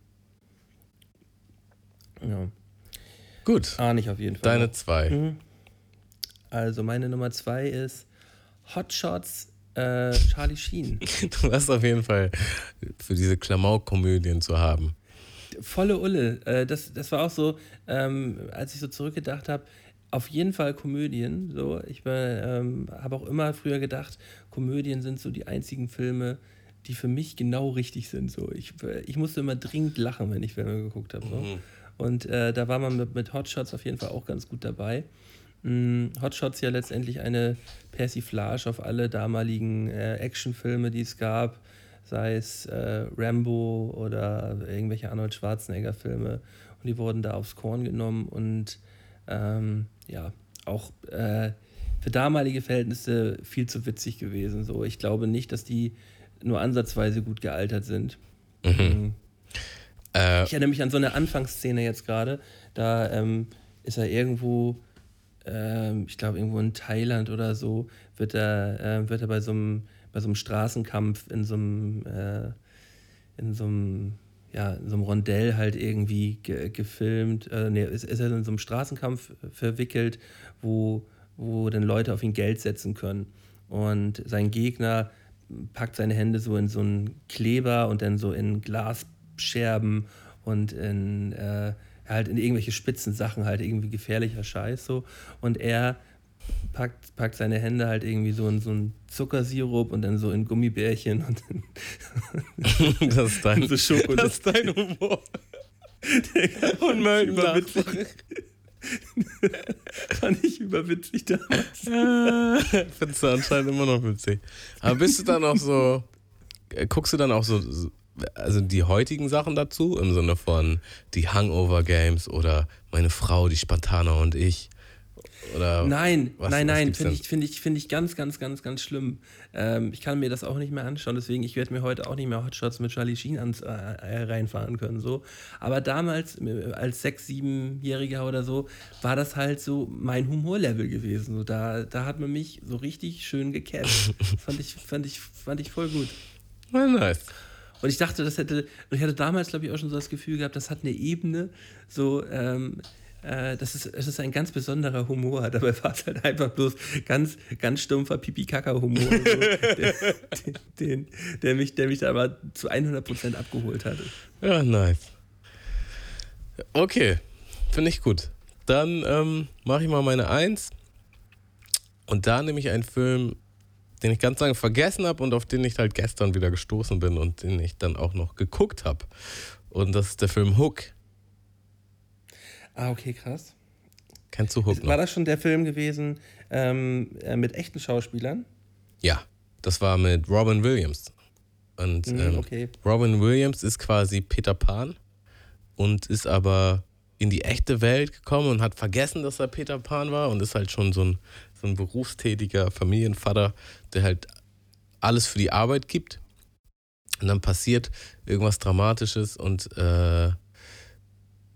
Ja. Gut. Ah, nicht auf jeden Fall. Deine zwei. Mhm. Also meine Nummer zwei ist Hot Shots, äh, Charlie Sheen. Du hast auf jeden Fall für diese Klamauk-Komödien zu haben. Volle Ulle. Äh, das, das war auch so, ähm, als ich so zurückgedacht habe, auf jeden Fall Komödien. So. Ich ähm, habe auch immer früher gedacht, Komödien sind so die einzigen Filme, die für mich genau richtig sind. So. Ich, ich musste immer dringend lachen, wenn ich Filme geguckt habe. So. Mhm. Und äh, da war man mit, mit Hot Shots auf jeden Fall auch ganz gut dabei. Mhm. Hot Shots ja letztendlich eine Persiflage auf alle damaligen äh, Actionfilme, die es gab, sei es äh, Rambo oder irgendwelche Arnold Schwarzenegger-Filme. Und die wurden da aufs Korn genommen und ähm, ja, auch äh, für damalige Verhältnisse viel zu witzig gewesen. So. Ich glaube nicht, dass die nur ansatzweise gut gealtert sind. Mhm. Mhm. Äh, Ich erinnere mich an so eine Anfangsszene jetzt gerade. Da ähm, ist er irgendwo, ähm, ich glaube irgendwo in Thailand oder so, wird er, äh, wird er bei so einem bei so einem Straßenkampf in so einem äh, in so einem ja, in so einem Rondell halt irgendwie ge- gefilmt. Äh, nee, ist, ist er in so einem Straßenkampf verwickelt, wo, wo dann Leute auf ihn Geld setzen können. Und sein Gegner packt seine Hände so in so einen Kleber und dann so in Glasscherben und in äh, halt in irgendwelche spitzen Sachen, halt irgendwie gefährlicher Scheiß so. Und er packt, packt seine Hände halt irgendwie so in so einen Zuckersirup und dann so in Gummibärchen und dann das, ist dein, so Schokolade. Das ist dein Humor. Und mal überwitzig. Fand ich überwitzig damals. Findest du anscheinend immer noch witzig. Aber bist du dann auch so, guckst du dann auch so, also die heutigen Sachen dazu, im Sinne von die Hangover-Games oder meine Frau, die Spartaner und ich? Oder nein, was, nein, was nein, gibt's finde denn? ich, find ich, find ich ganz, ganz, ganz, ganz schlimm. Ähm, ich kann mir das auch nicht mehr anschauen, deswegen, ich werde mir heute auch nicht mehr Hot Shots mit Charlie Sheen ans, äh, reinfahren können. So. Aber damals, äh, als sechs-, siebenjähriger oder so, war das halt so mein Humorlevel gewesen. So, da, da hat man mich so richtig schön gecatcht. fand, ich, fand, ich, fand ich voll gut. Ja, nice. Und ich dachte, das hätte, und ich hatte damals, glaube ich, auch schon so das Gefühl gehabt, das hat eine Ebene, so, ähm, äh, das ist, es ist ein ganz besonderer Humor. Dabei war es halt einfach bloß ganz, ganz stumpfer Pipi-Kaka-Humor, so, der, den, der, mich, der mich da aber zu hundert Prozent abgeholt hatte. Ja, nice. Okay, finde ich gut. Dann ähm, mache ich mal meine Eins. Und da nehme ich einen Film, den ich ganz lange vergessen habe und auf den ich halt gestern wieder gestoßen bin und den ich dann auch noch geguckt habe. Und das ist der Film Hook. Ah, okay, krass. Kennst du Hook noch? War das schon der Film gewesen ähm, äh, mit echten Schauspielern? Ja, das war mit Robin Williams. Und ähm, okay. Robin Williams ist quasi Peter Pan und ist aber in die echte Welt gekommen und hat vergessen, dass er Peter Pan war und ist halt schon so ein, so ein berufstätiger Familienvater, der halt alles für die Arbeit gibt. Und dann passiert irgendwas Dramatisches und äh,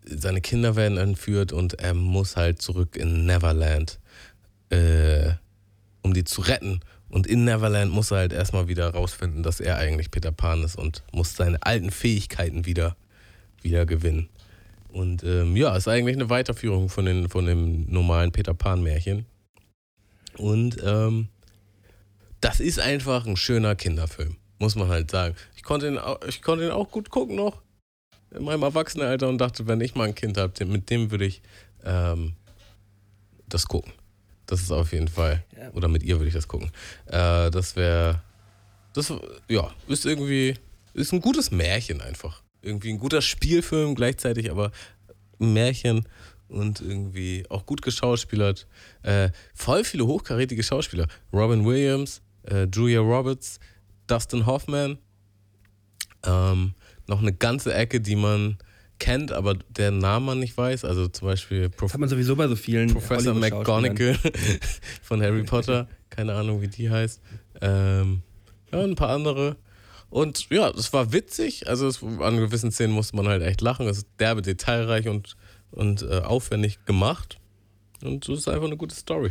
seine Kinder werden entführt und er muss halt zurück in Neverland, äh, um die zu retten. Und in Neverland muss er halt erstmal wieder rausfinden, dass er eigentlich Peter Pan ist und muss seine alten Fähigkeiten wieder, wieder gewinnen. Und ähm, ja, ist eigentlich eine Weiterführung von, den, von dem normalen Peter Pan-Märchen. Und ähm, das ist einfach ein schöner Kinderfilm, muss man halt sagen. Ich konnte ihn auch, ich konnte ihn auch gut gucken noch in meinem Erwachsenenalter und dachte, wenn ich mal ein Kind habe, mit dem würde ich ähm, das gucken. Das ist auf jeden Fall, ja. Oder mit ihr würde ich das gucken. Äh, das wäre, das, ja, ist irgendwie, ist ein gutes Märchen einfach. Irgendwie ein guter Spielfilm gleichzeitig, aber ein Märchen und irgendwie auch gut geschauspielert. Äh, voll viele hochkarätige Schauspieler. Robin Williams, äh, Julia Roberts, Dustin Hoffman. Ähm, noch eine ganze Ecke, die man kennt, aber deren Namen man nicht weiß. Also zum Beispiel Prof- das hat man sowieso bei so vielen Professor McGonagall von Harry Potter. Keine Ahnung, wie die heißt. Ähm, ja, ein paar andere. Und ja, es war witzig. Also es, an gewissen Szenen musste man halt echt lachen. Es ist derbe, detailreich und, und äh, aufwendig gemacht. Und es ist einfach eine gute Story.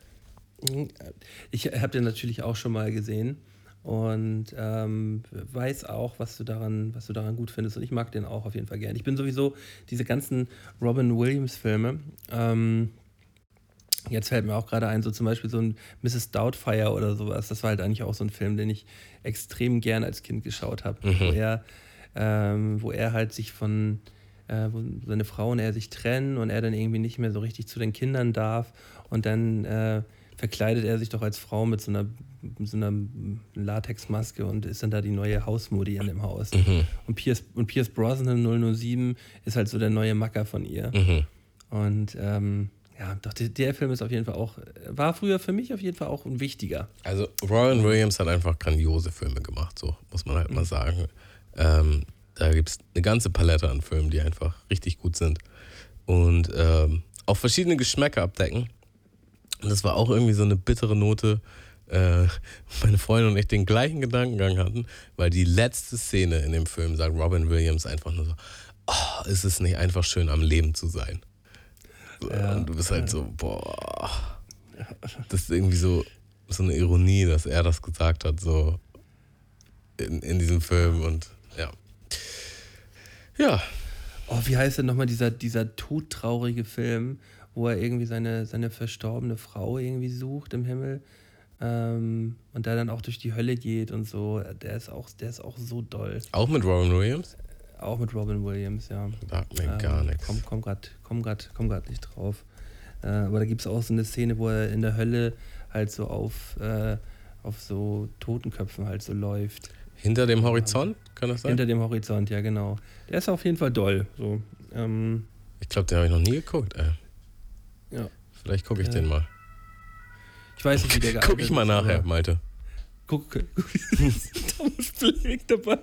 Ich habe den natürlich auch schon mal gesehen. Und ähm, weiß auch, was du daran, was du daran gut findest. Und ich mag den auch auf jeden Fall gerne. Ich bin sowieso diese ganzen Robin Williams-Filme. Ähm, jetzt fällt mir auch gerade ein, so zum Beispiel so ein Missus Doubtfire oder sowas. Das war halt eigentlich auch so ein Film, den ich extrem gern als Kind geschaut habe. Mhm. Wo er, ähm, wo er halt sich von, äh, wo seine Frau und er sich trennen und er dann irgendwie nicht mehr so richtig zu den Kindern darf. Und dann äh, verkleidet er sich doch als Frau mit so einer, so einer Latexmaske und ist dann da die neue Hausmodi in dem Haus. Mhm. Und Pierce, und Pierce Brosnan null null sieben ist halt so der neue Macker von ihr. Mhm. Und ähm, ja, doch der, der Film ist auf jeden Fall auch, war früher für mich auf jeden Fall auch ein wichtiger. Also Robin Williams hat einfach grandiose Filme gemacht, so muss man halt mhm. mal sagen. Ähm, da gibt es eine ganze Palette an Filmen, die einfach richtig gut sind. Und ähm, auch verschiedene Geschmäcker abdecken. Und das war auch irgendwie so eine bittere Note, äh, meine Freundin und ich den gleichen Gedankengang hatten, weil die letzte Szene in dem Film sagt Robin Williams einfach nur so, oh, ist es nicht einfach schön, am Leben zu sein? Ja, und du bist halt so, boah, das ist irgendwie so, so eine Ironie, dass er das gesagt hat, so in, in diesem Film und ja. Ja. Oh, wie heißt denn nochmal dieser, dieser todtraurige Film, wo er irgendwie seine, seine verstorbene Frau irgendwie sucht im Himmel ähm, und da dann auch durch die Hölle geht und so. Der ist auch, der ist auch so doll. Auch mit Robin Williams? Auch mit Robin Williams, ja. Sagt mir ähm, gar nichts. Komm, komm gerade komm grad, komm grad nicht drauf. Äh, aber da gibt es auch so eine Szene, wo er in der Hölle halt so auf, äh, auf so Totenköpfen halt so läuft. Hinter dem Horizont, kann das sein? Hinter dem Horizont, ja genau. Der ist auf jeden Fall doll. So. Ähm, ich glaube, den habe ich noch nie geguckt, ey. Ja. Vielleicht gucke ich äh, den mal. Ich weiß nicht, wie der gealtert Guck ich mal ist, nachher, Malte. Guck, guck. Thomas Blake dabei.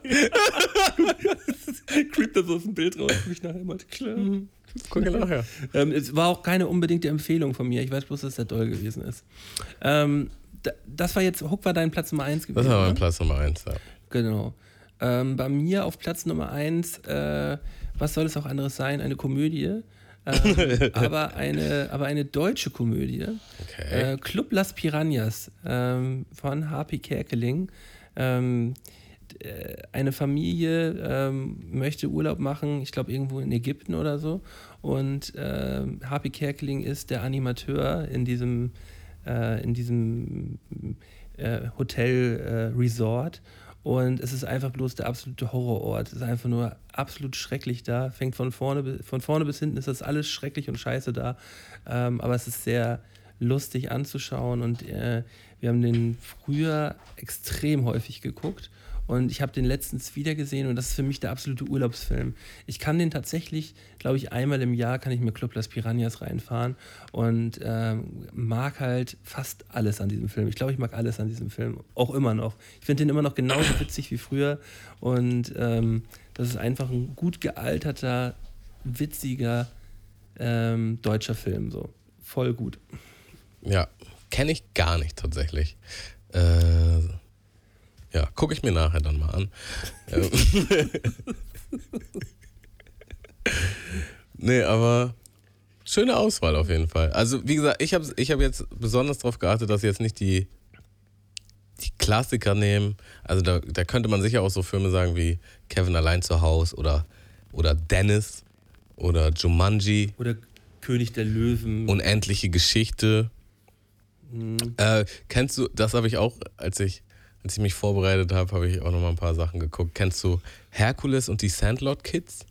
Creept da so aus dem Bild raus. Guck ich nachher mal. Klar. Mhm. Guck ich nachher. Ähm, es war auch keine unbedingte Empfehlung von mir. Ich weiß bloß, dass der doll gewesen ist. Ähm, da, das war jetzt, Hook war dein Platz Nummer eins gewesen. Das war mein ne? Platz Nummer eins, ja. Genau. Ähm, bei mir auf Platz Nummer eins, äh, was soll es auch anderes sein? Eine Komödie. ähm, aber, eine, aber eine deutsche Komödie. Okay. Äh, Club Las Piranhas ähm, von H P Kerkeling. Ähm, äh, eine Familie ähm, möchte Urlaub machen, ich glaube irgendwo in Ägypten oder so. Und äh, H P Kerkeling ist der Animateur in diesem, äh, in diesem äh, Hotel-Resort. Äh, Und es ist einfach bloß der absolute Horrorort. Es ist einfach nur absolut schrecklich da. Fängt von vorne, von vorne bis hinten ist das alles schrecklich und scheiße da. Ähm, aber es ist sehr lustig anzuschauen. Und äh, wir haben den früher extrem häufig geguckt. Und ich habe den letztens wieder gesehen und das ist für mich der absolute Urlaubsfilm. Ich kann den tatsächlich, glaube ich, einmal im Jahr kann ich mir Club Las Piranhas reinfahren und ähm, mag halt fast alles an diesem Film. Ich glaube, ich mag alles an diesem Film, auch immer noch. Ich finde den immer noch genauso witzig wie früher und ähm, das ist einfach ein gut gealterter, witziger ähm, deutscher Film. So. Voll gut. Ja, kenne ich gar nicht tatsächlich. Äh... Ja, gucke ich mir nachher dann mal an. Nee, aber schöne Auswahl auf jeden Fall. Also wie gesagt, ich habe ich hab jetzt besonders darauf geachtet, dass sie jetzt nicht die, die Klassiker nehmen. Also da, da könnte man sicher auch so Filme sagen wie Kevin allein zu Hause oder, oder Dennis oder Jumanji. Oder König der Löwen. Unendliche Geschichte. Mhm. Äh, kennst du, das habe ich auch, als ich, als ich mich vorbereitet habe, habe ich auch noch mal ein paar Sachen geguckt. Kennst du Hercules und die Sandlot Kids?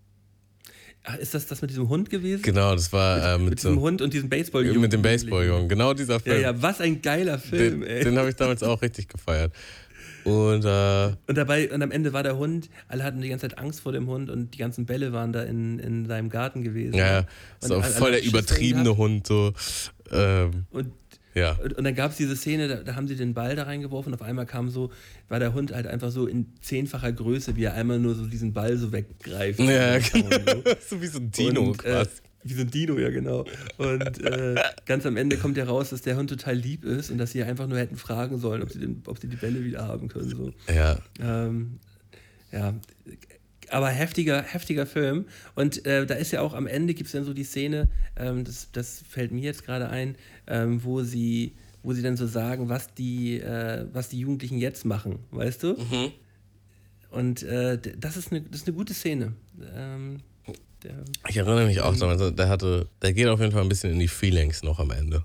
Ach, ist das das mit diesem Hund gewesen? Genau, das war mit, äh, mit, mit diesem so, Hund und diesem Baseballjungen. Mit dem Baseballjungen, genau dieser Film. Ja, ja, was ein geiler Film, den, ey. Den habe ich damals auch richtig gefeiert. Und, äh, und dabei, und am Ende war der Hund, alle hatten die ganze Zeit Angst vor dem Hund und die ganzen Bälle waren da in, in seinem Garten gewesen. Ja, so voll der übertriebene Hund, so. Ähm, und, ja. und, und dann gab es diese Szene, da, da haben sie den Ball da reingeworfen und auf einmal kam so, war der Hund halt einfach so in zehnfacher Größe, wie er einmal nur so diesen Ball so weggreift. Ja, genau. So. so wie so ein Dino und, quasi. Äh, Wie so ein Dino, ja genau. Und äh, ganz am Ende kommt ja raus, dass der Hund total lieb ist und dass sie einfach nur hätten fragen sollen, ob sie, den, ob sie die Bälle wieder haben können. So. Ja. Ähm, ja, aber heftiger, heftiger Film. Und äh, da ist ja auch am Ende, gibt es dann so die Szene, ähm, das, das fällt mir jetzt gerade ein, ähm, wo sie wo sie dann so sagen, was die, äh, was die Jugendlichen jetzt machen, weißt du? Mhm. Und äh, das, ist eine, das ist eine gute Szene. Ähm, Der, ich erinnere mich auch daran, der hatte, der geht auf jeden Fall ein bisschen in die Feelings noch am Ende.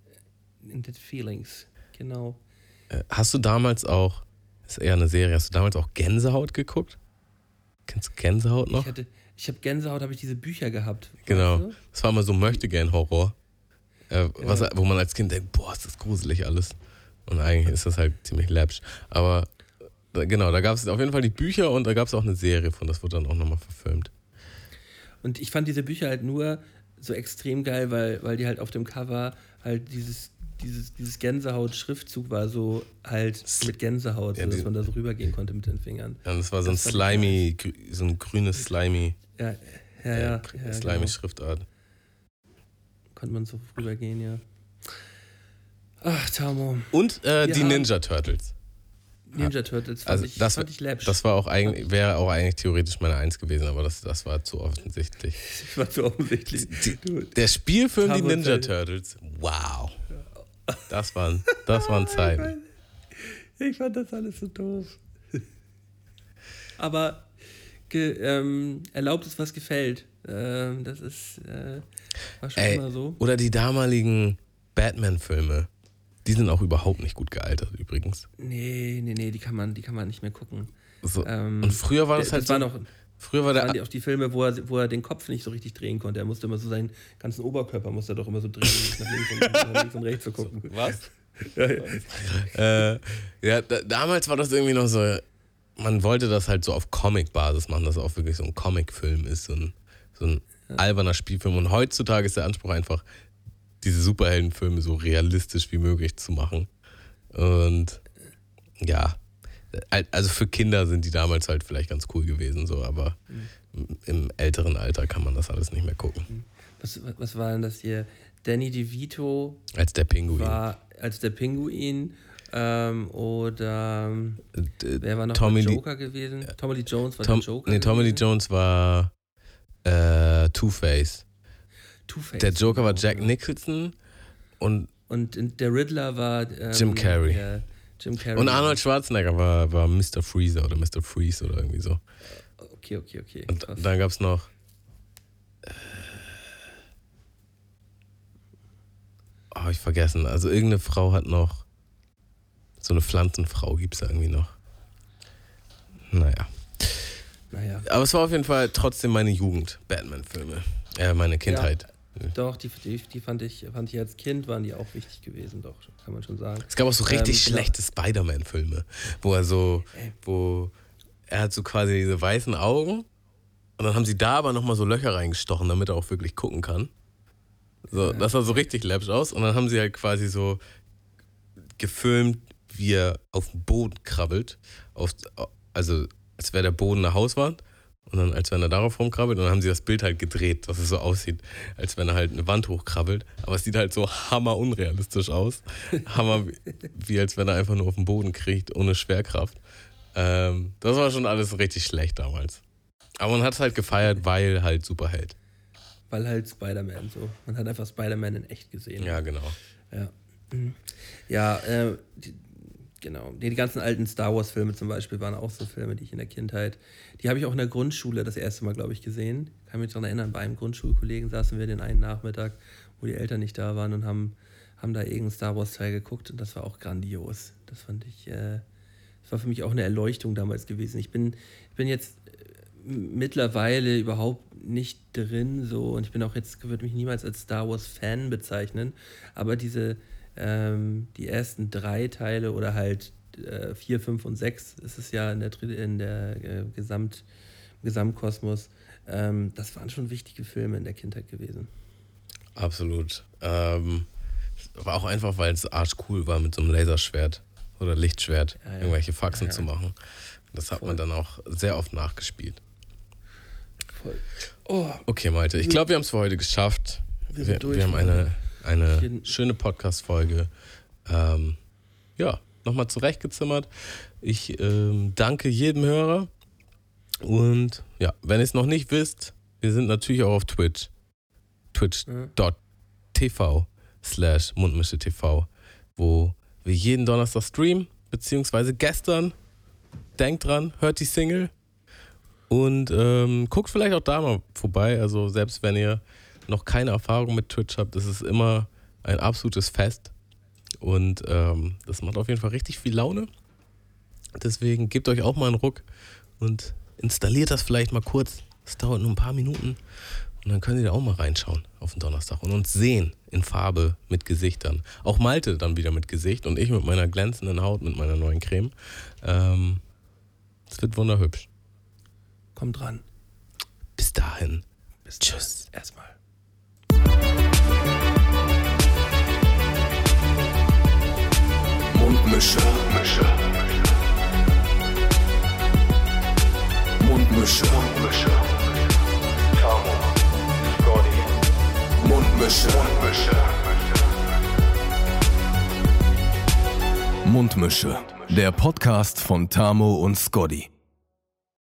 In the Feelings, genau. Hast du damals auch, das ist eher eine Serie, hast du damals auch Gänsehaut geguckt? Kennst du Gänsehaut noch? Ich, hatte, ich habe Gänsehaut, habe ich diese Bücher gehabt. Genau, weißt du? das war immer so Möchtegern-Horror. Äh, ja. was, wo man als Kind denkt, boah, ist das gruselig alles. Und eigentlich ist das halt ziemlich läppsch. Aber genau, da gab es auf jeden Fall die Bücher und da gab es auch eine Serie von, das wurde dann auch nochmal verfilmt. Und ich fand diese Bücher halt nur so extrem geil, weil, weil die halt auf dem Cover halt dieses, dieses, dieses Gänsehaut-Schriftzug war so halt mit Gänsehaut, ja, so, dass die, man da so rübergehen konnte mit den Fingern. Ja, und das war so ein das slimy, grü, so ein grünes slimy, ja, ja, ja, ja, ja, slimy genau. Schriftart. Konnte man so rübergehen, ja. Ach, Tamo. Und äh, die Ninja Turtles. Ninja Turtles fand, also ich, das, fand ich läppsch. Das war auch eigentlich, wäre auch eigentlich theoretisch meine Eins gewesen, aber das, das war zu offensichtlich. Das war zu offensichtlich. Die, der Spielfilm Die Ninja Turtles, wow. Das waren, das waren Zeiten. Ich fand das alles so doof. Aber ge, ähm, erlaubt es, was gefällt. Ähm, das ist äh, war schon Ey, immer so. Oder die damaligen Batman-Filme. Die sind auch überhaupt nicht gut gealtert übrigens. Nee, nee, nee, die kann man, die kann man nicht mehr gucken. So. Ähm, und früher war das halt das war so, noch, früher war der waren die auch die Filme, wo er, wo er den Kopf nicht so richtig drehen konnte. Er musste immer so seinen ganzen Oberkörper musste er doch immer so drehen, nach links und, nach links und rechts zu gucken. So, was? Ja, ja. äh, ja da, damals war das irgendwie noch so, man wollte das halt so auf Comic-Basis machen, dass es auch wirklich so ein Comic-Film ist, so ein, so ein ja. alberner Spielfilm. Und heutzutage ist der Anspruch einfach, diese Superheldenfilme so realistisch wie möglich zu machen. Und ja, also für Kinder sind die damals halt vielleicht ganz cool gewesen, so, aber mhm. im älteren Alter kann man das alles nicht mehr gucken. Was, was war denn das hier? Danny DeVito als der Pinguin. War als der Pinguin ähm, oder äh, wer war noch Tommy der Joker Lee, gewesen? Ja. Tommy Lee Jones war Tom, der Joker. Nee, Tommy Lee Jones war äh, Two-Face. Two-Face. Der Joker war Jack Nicholson und und der Riddler war ähm, Jim Carrey. Ja, Jim Carrey. Und Arnold Schwarzenegger war, war Mister Freezer oder Mister Freeze oder irgendwie so. Okay, okay, okay. Und Krass. Dann gab es noch äh, oh, hab ich vergessen. Also irgendeine Frau hat noch so eine Pflanzenfrau gibt es da irgendwie noch. Naja. Naja. Aber es war auf jeden Fall trotzdem meine Jugend, Batman-Filme. Äh, meine Kindheit. Ja. Doch, die, die, die fand, ich, fand ich als Kind, waren die auch wichtig gewesen, doch, kann man schon sagen. Es gab auch so richtig ähm, schlechte genau. Spider-Man-Filme, wo er so, Ey. wo er hat so quasi diese weißen Augen und dann haben sie da aber nochmal so Löcher reingestochen, damit er auch wirklich gucken kann. So, ja. Das sah so richtig läppisch aus und dann haben sie halt quasi so gefilmt, wie er auf dem Boden krabbelt, auf, also als wäre der Boden eine Hauswand. Und dann, als wenn er darauf rumkrabbelt, und dann haben sie das Bild halt gedreht, dass es so aussieht, als wenn er halt eine Wand hochkrabbelt. Aber es sieht halt so hammer unrealistisch aus. Hammer, wie, wie als wenn er einfach nur auf den Boden kriegt, ohne Schwerkraft. Ähm, das war schon alles richtig schlecht damals. Aber man hat es halt gefeiert, weil halt Superheld. weil halt Spider-Man so. Man hat einfach Spider-Man in echt gesehen. Ja, genau. Ja, ja äh, die, genau. Die, die ganzen alten Star Wars-Filme zum Beispiel waren auch so Filme, die ich in der Kindheit, die habe ich auch in der Grundschule das erste Mal, glaube ich, gesehen. Ich kann mich daran erinnern, bei einem Grundschulkollegen saßen wir den einen Nachmittag, wo die Eltern nicht da waren und haben, haben da irgendeinen Star Wars-Teil geguckt und das war auch grandios. Das fand ich, äh, das war für mich auch eine Erleuchtung damals gewesen. Ich bin, ich bin jetzt mittlerweile überhaupt nicht drin so und ich bin auch jetzt, würde mich niemals als Star Wars Fan bezeichnen, aber diese ähm, die ersten drei Teile oder halt äh, vier, fünf und sechs ist es ja in der, in der äh, Gesamt, Gesamtkosmos, ähm, das waren schon wichtige Filme in der Kindheit gewesen. Absolut. Ähm, aber auch einfach, weil es arschcool war, mit so einem Laserschwert oder Lichtschwert ja, ja. irgendwelche Faxen ja, ja. zu machen. Das hat Voll. man dann auch sehr oft nachgespielt. Voll. Oh. Okay, Malte, ich glaube, wir haben es für heute geschafft. Wir, wir, durch, wir haben eine, eine schöne Podcast-Folge ähm, ja, nochmal zurechtgezimmert. Ich ähm, danke jedem Hörer. Und ja, wenn ihr es noch nicht wisst, wir sind natürlich auch auf Twitch. Twitch.tv slash Mundmische TV, wo wir jeden Donnerstag streamen, beziehungsweise gestern. Denkt dran, hört die Single und ähm, guckt vielleicht auch da mal vorbei. Also selbst wenn ihr noch keine Erfahrung mit Twitch habt, ist es immer ein absolutes Fest und ähm, das macht auf jeden Fall richtig viel Laune. Deswegen gebt euch auch mal einen Ruck und installiert das vielleicht mal kurz. Das dauert nur ein paar Minuten und dann könnt ihr da auch mal reinschauen auf den Donnerstag und uns sehen in Farbe mit Gesichtern. Auch Malte dann wieder mit Gesicht und ich mit meiner glänzenden Haut, mit meiner neuen Creme. Ähm, Es wird wunderhübsch. Kommt dran. Bis dahin. Bis Tschüss. Erstmal. Mundmische. Mundmische. Mundmische. Mundmische. Tamo. Scotty. Mundmische. Mundmische. Mundmische. Der Podcast von Tamo und Scotty.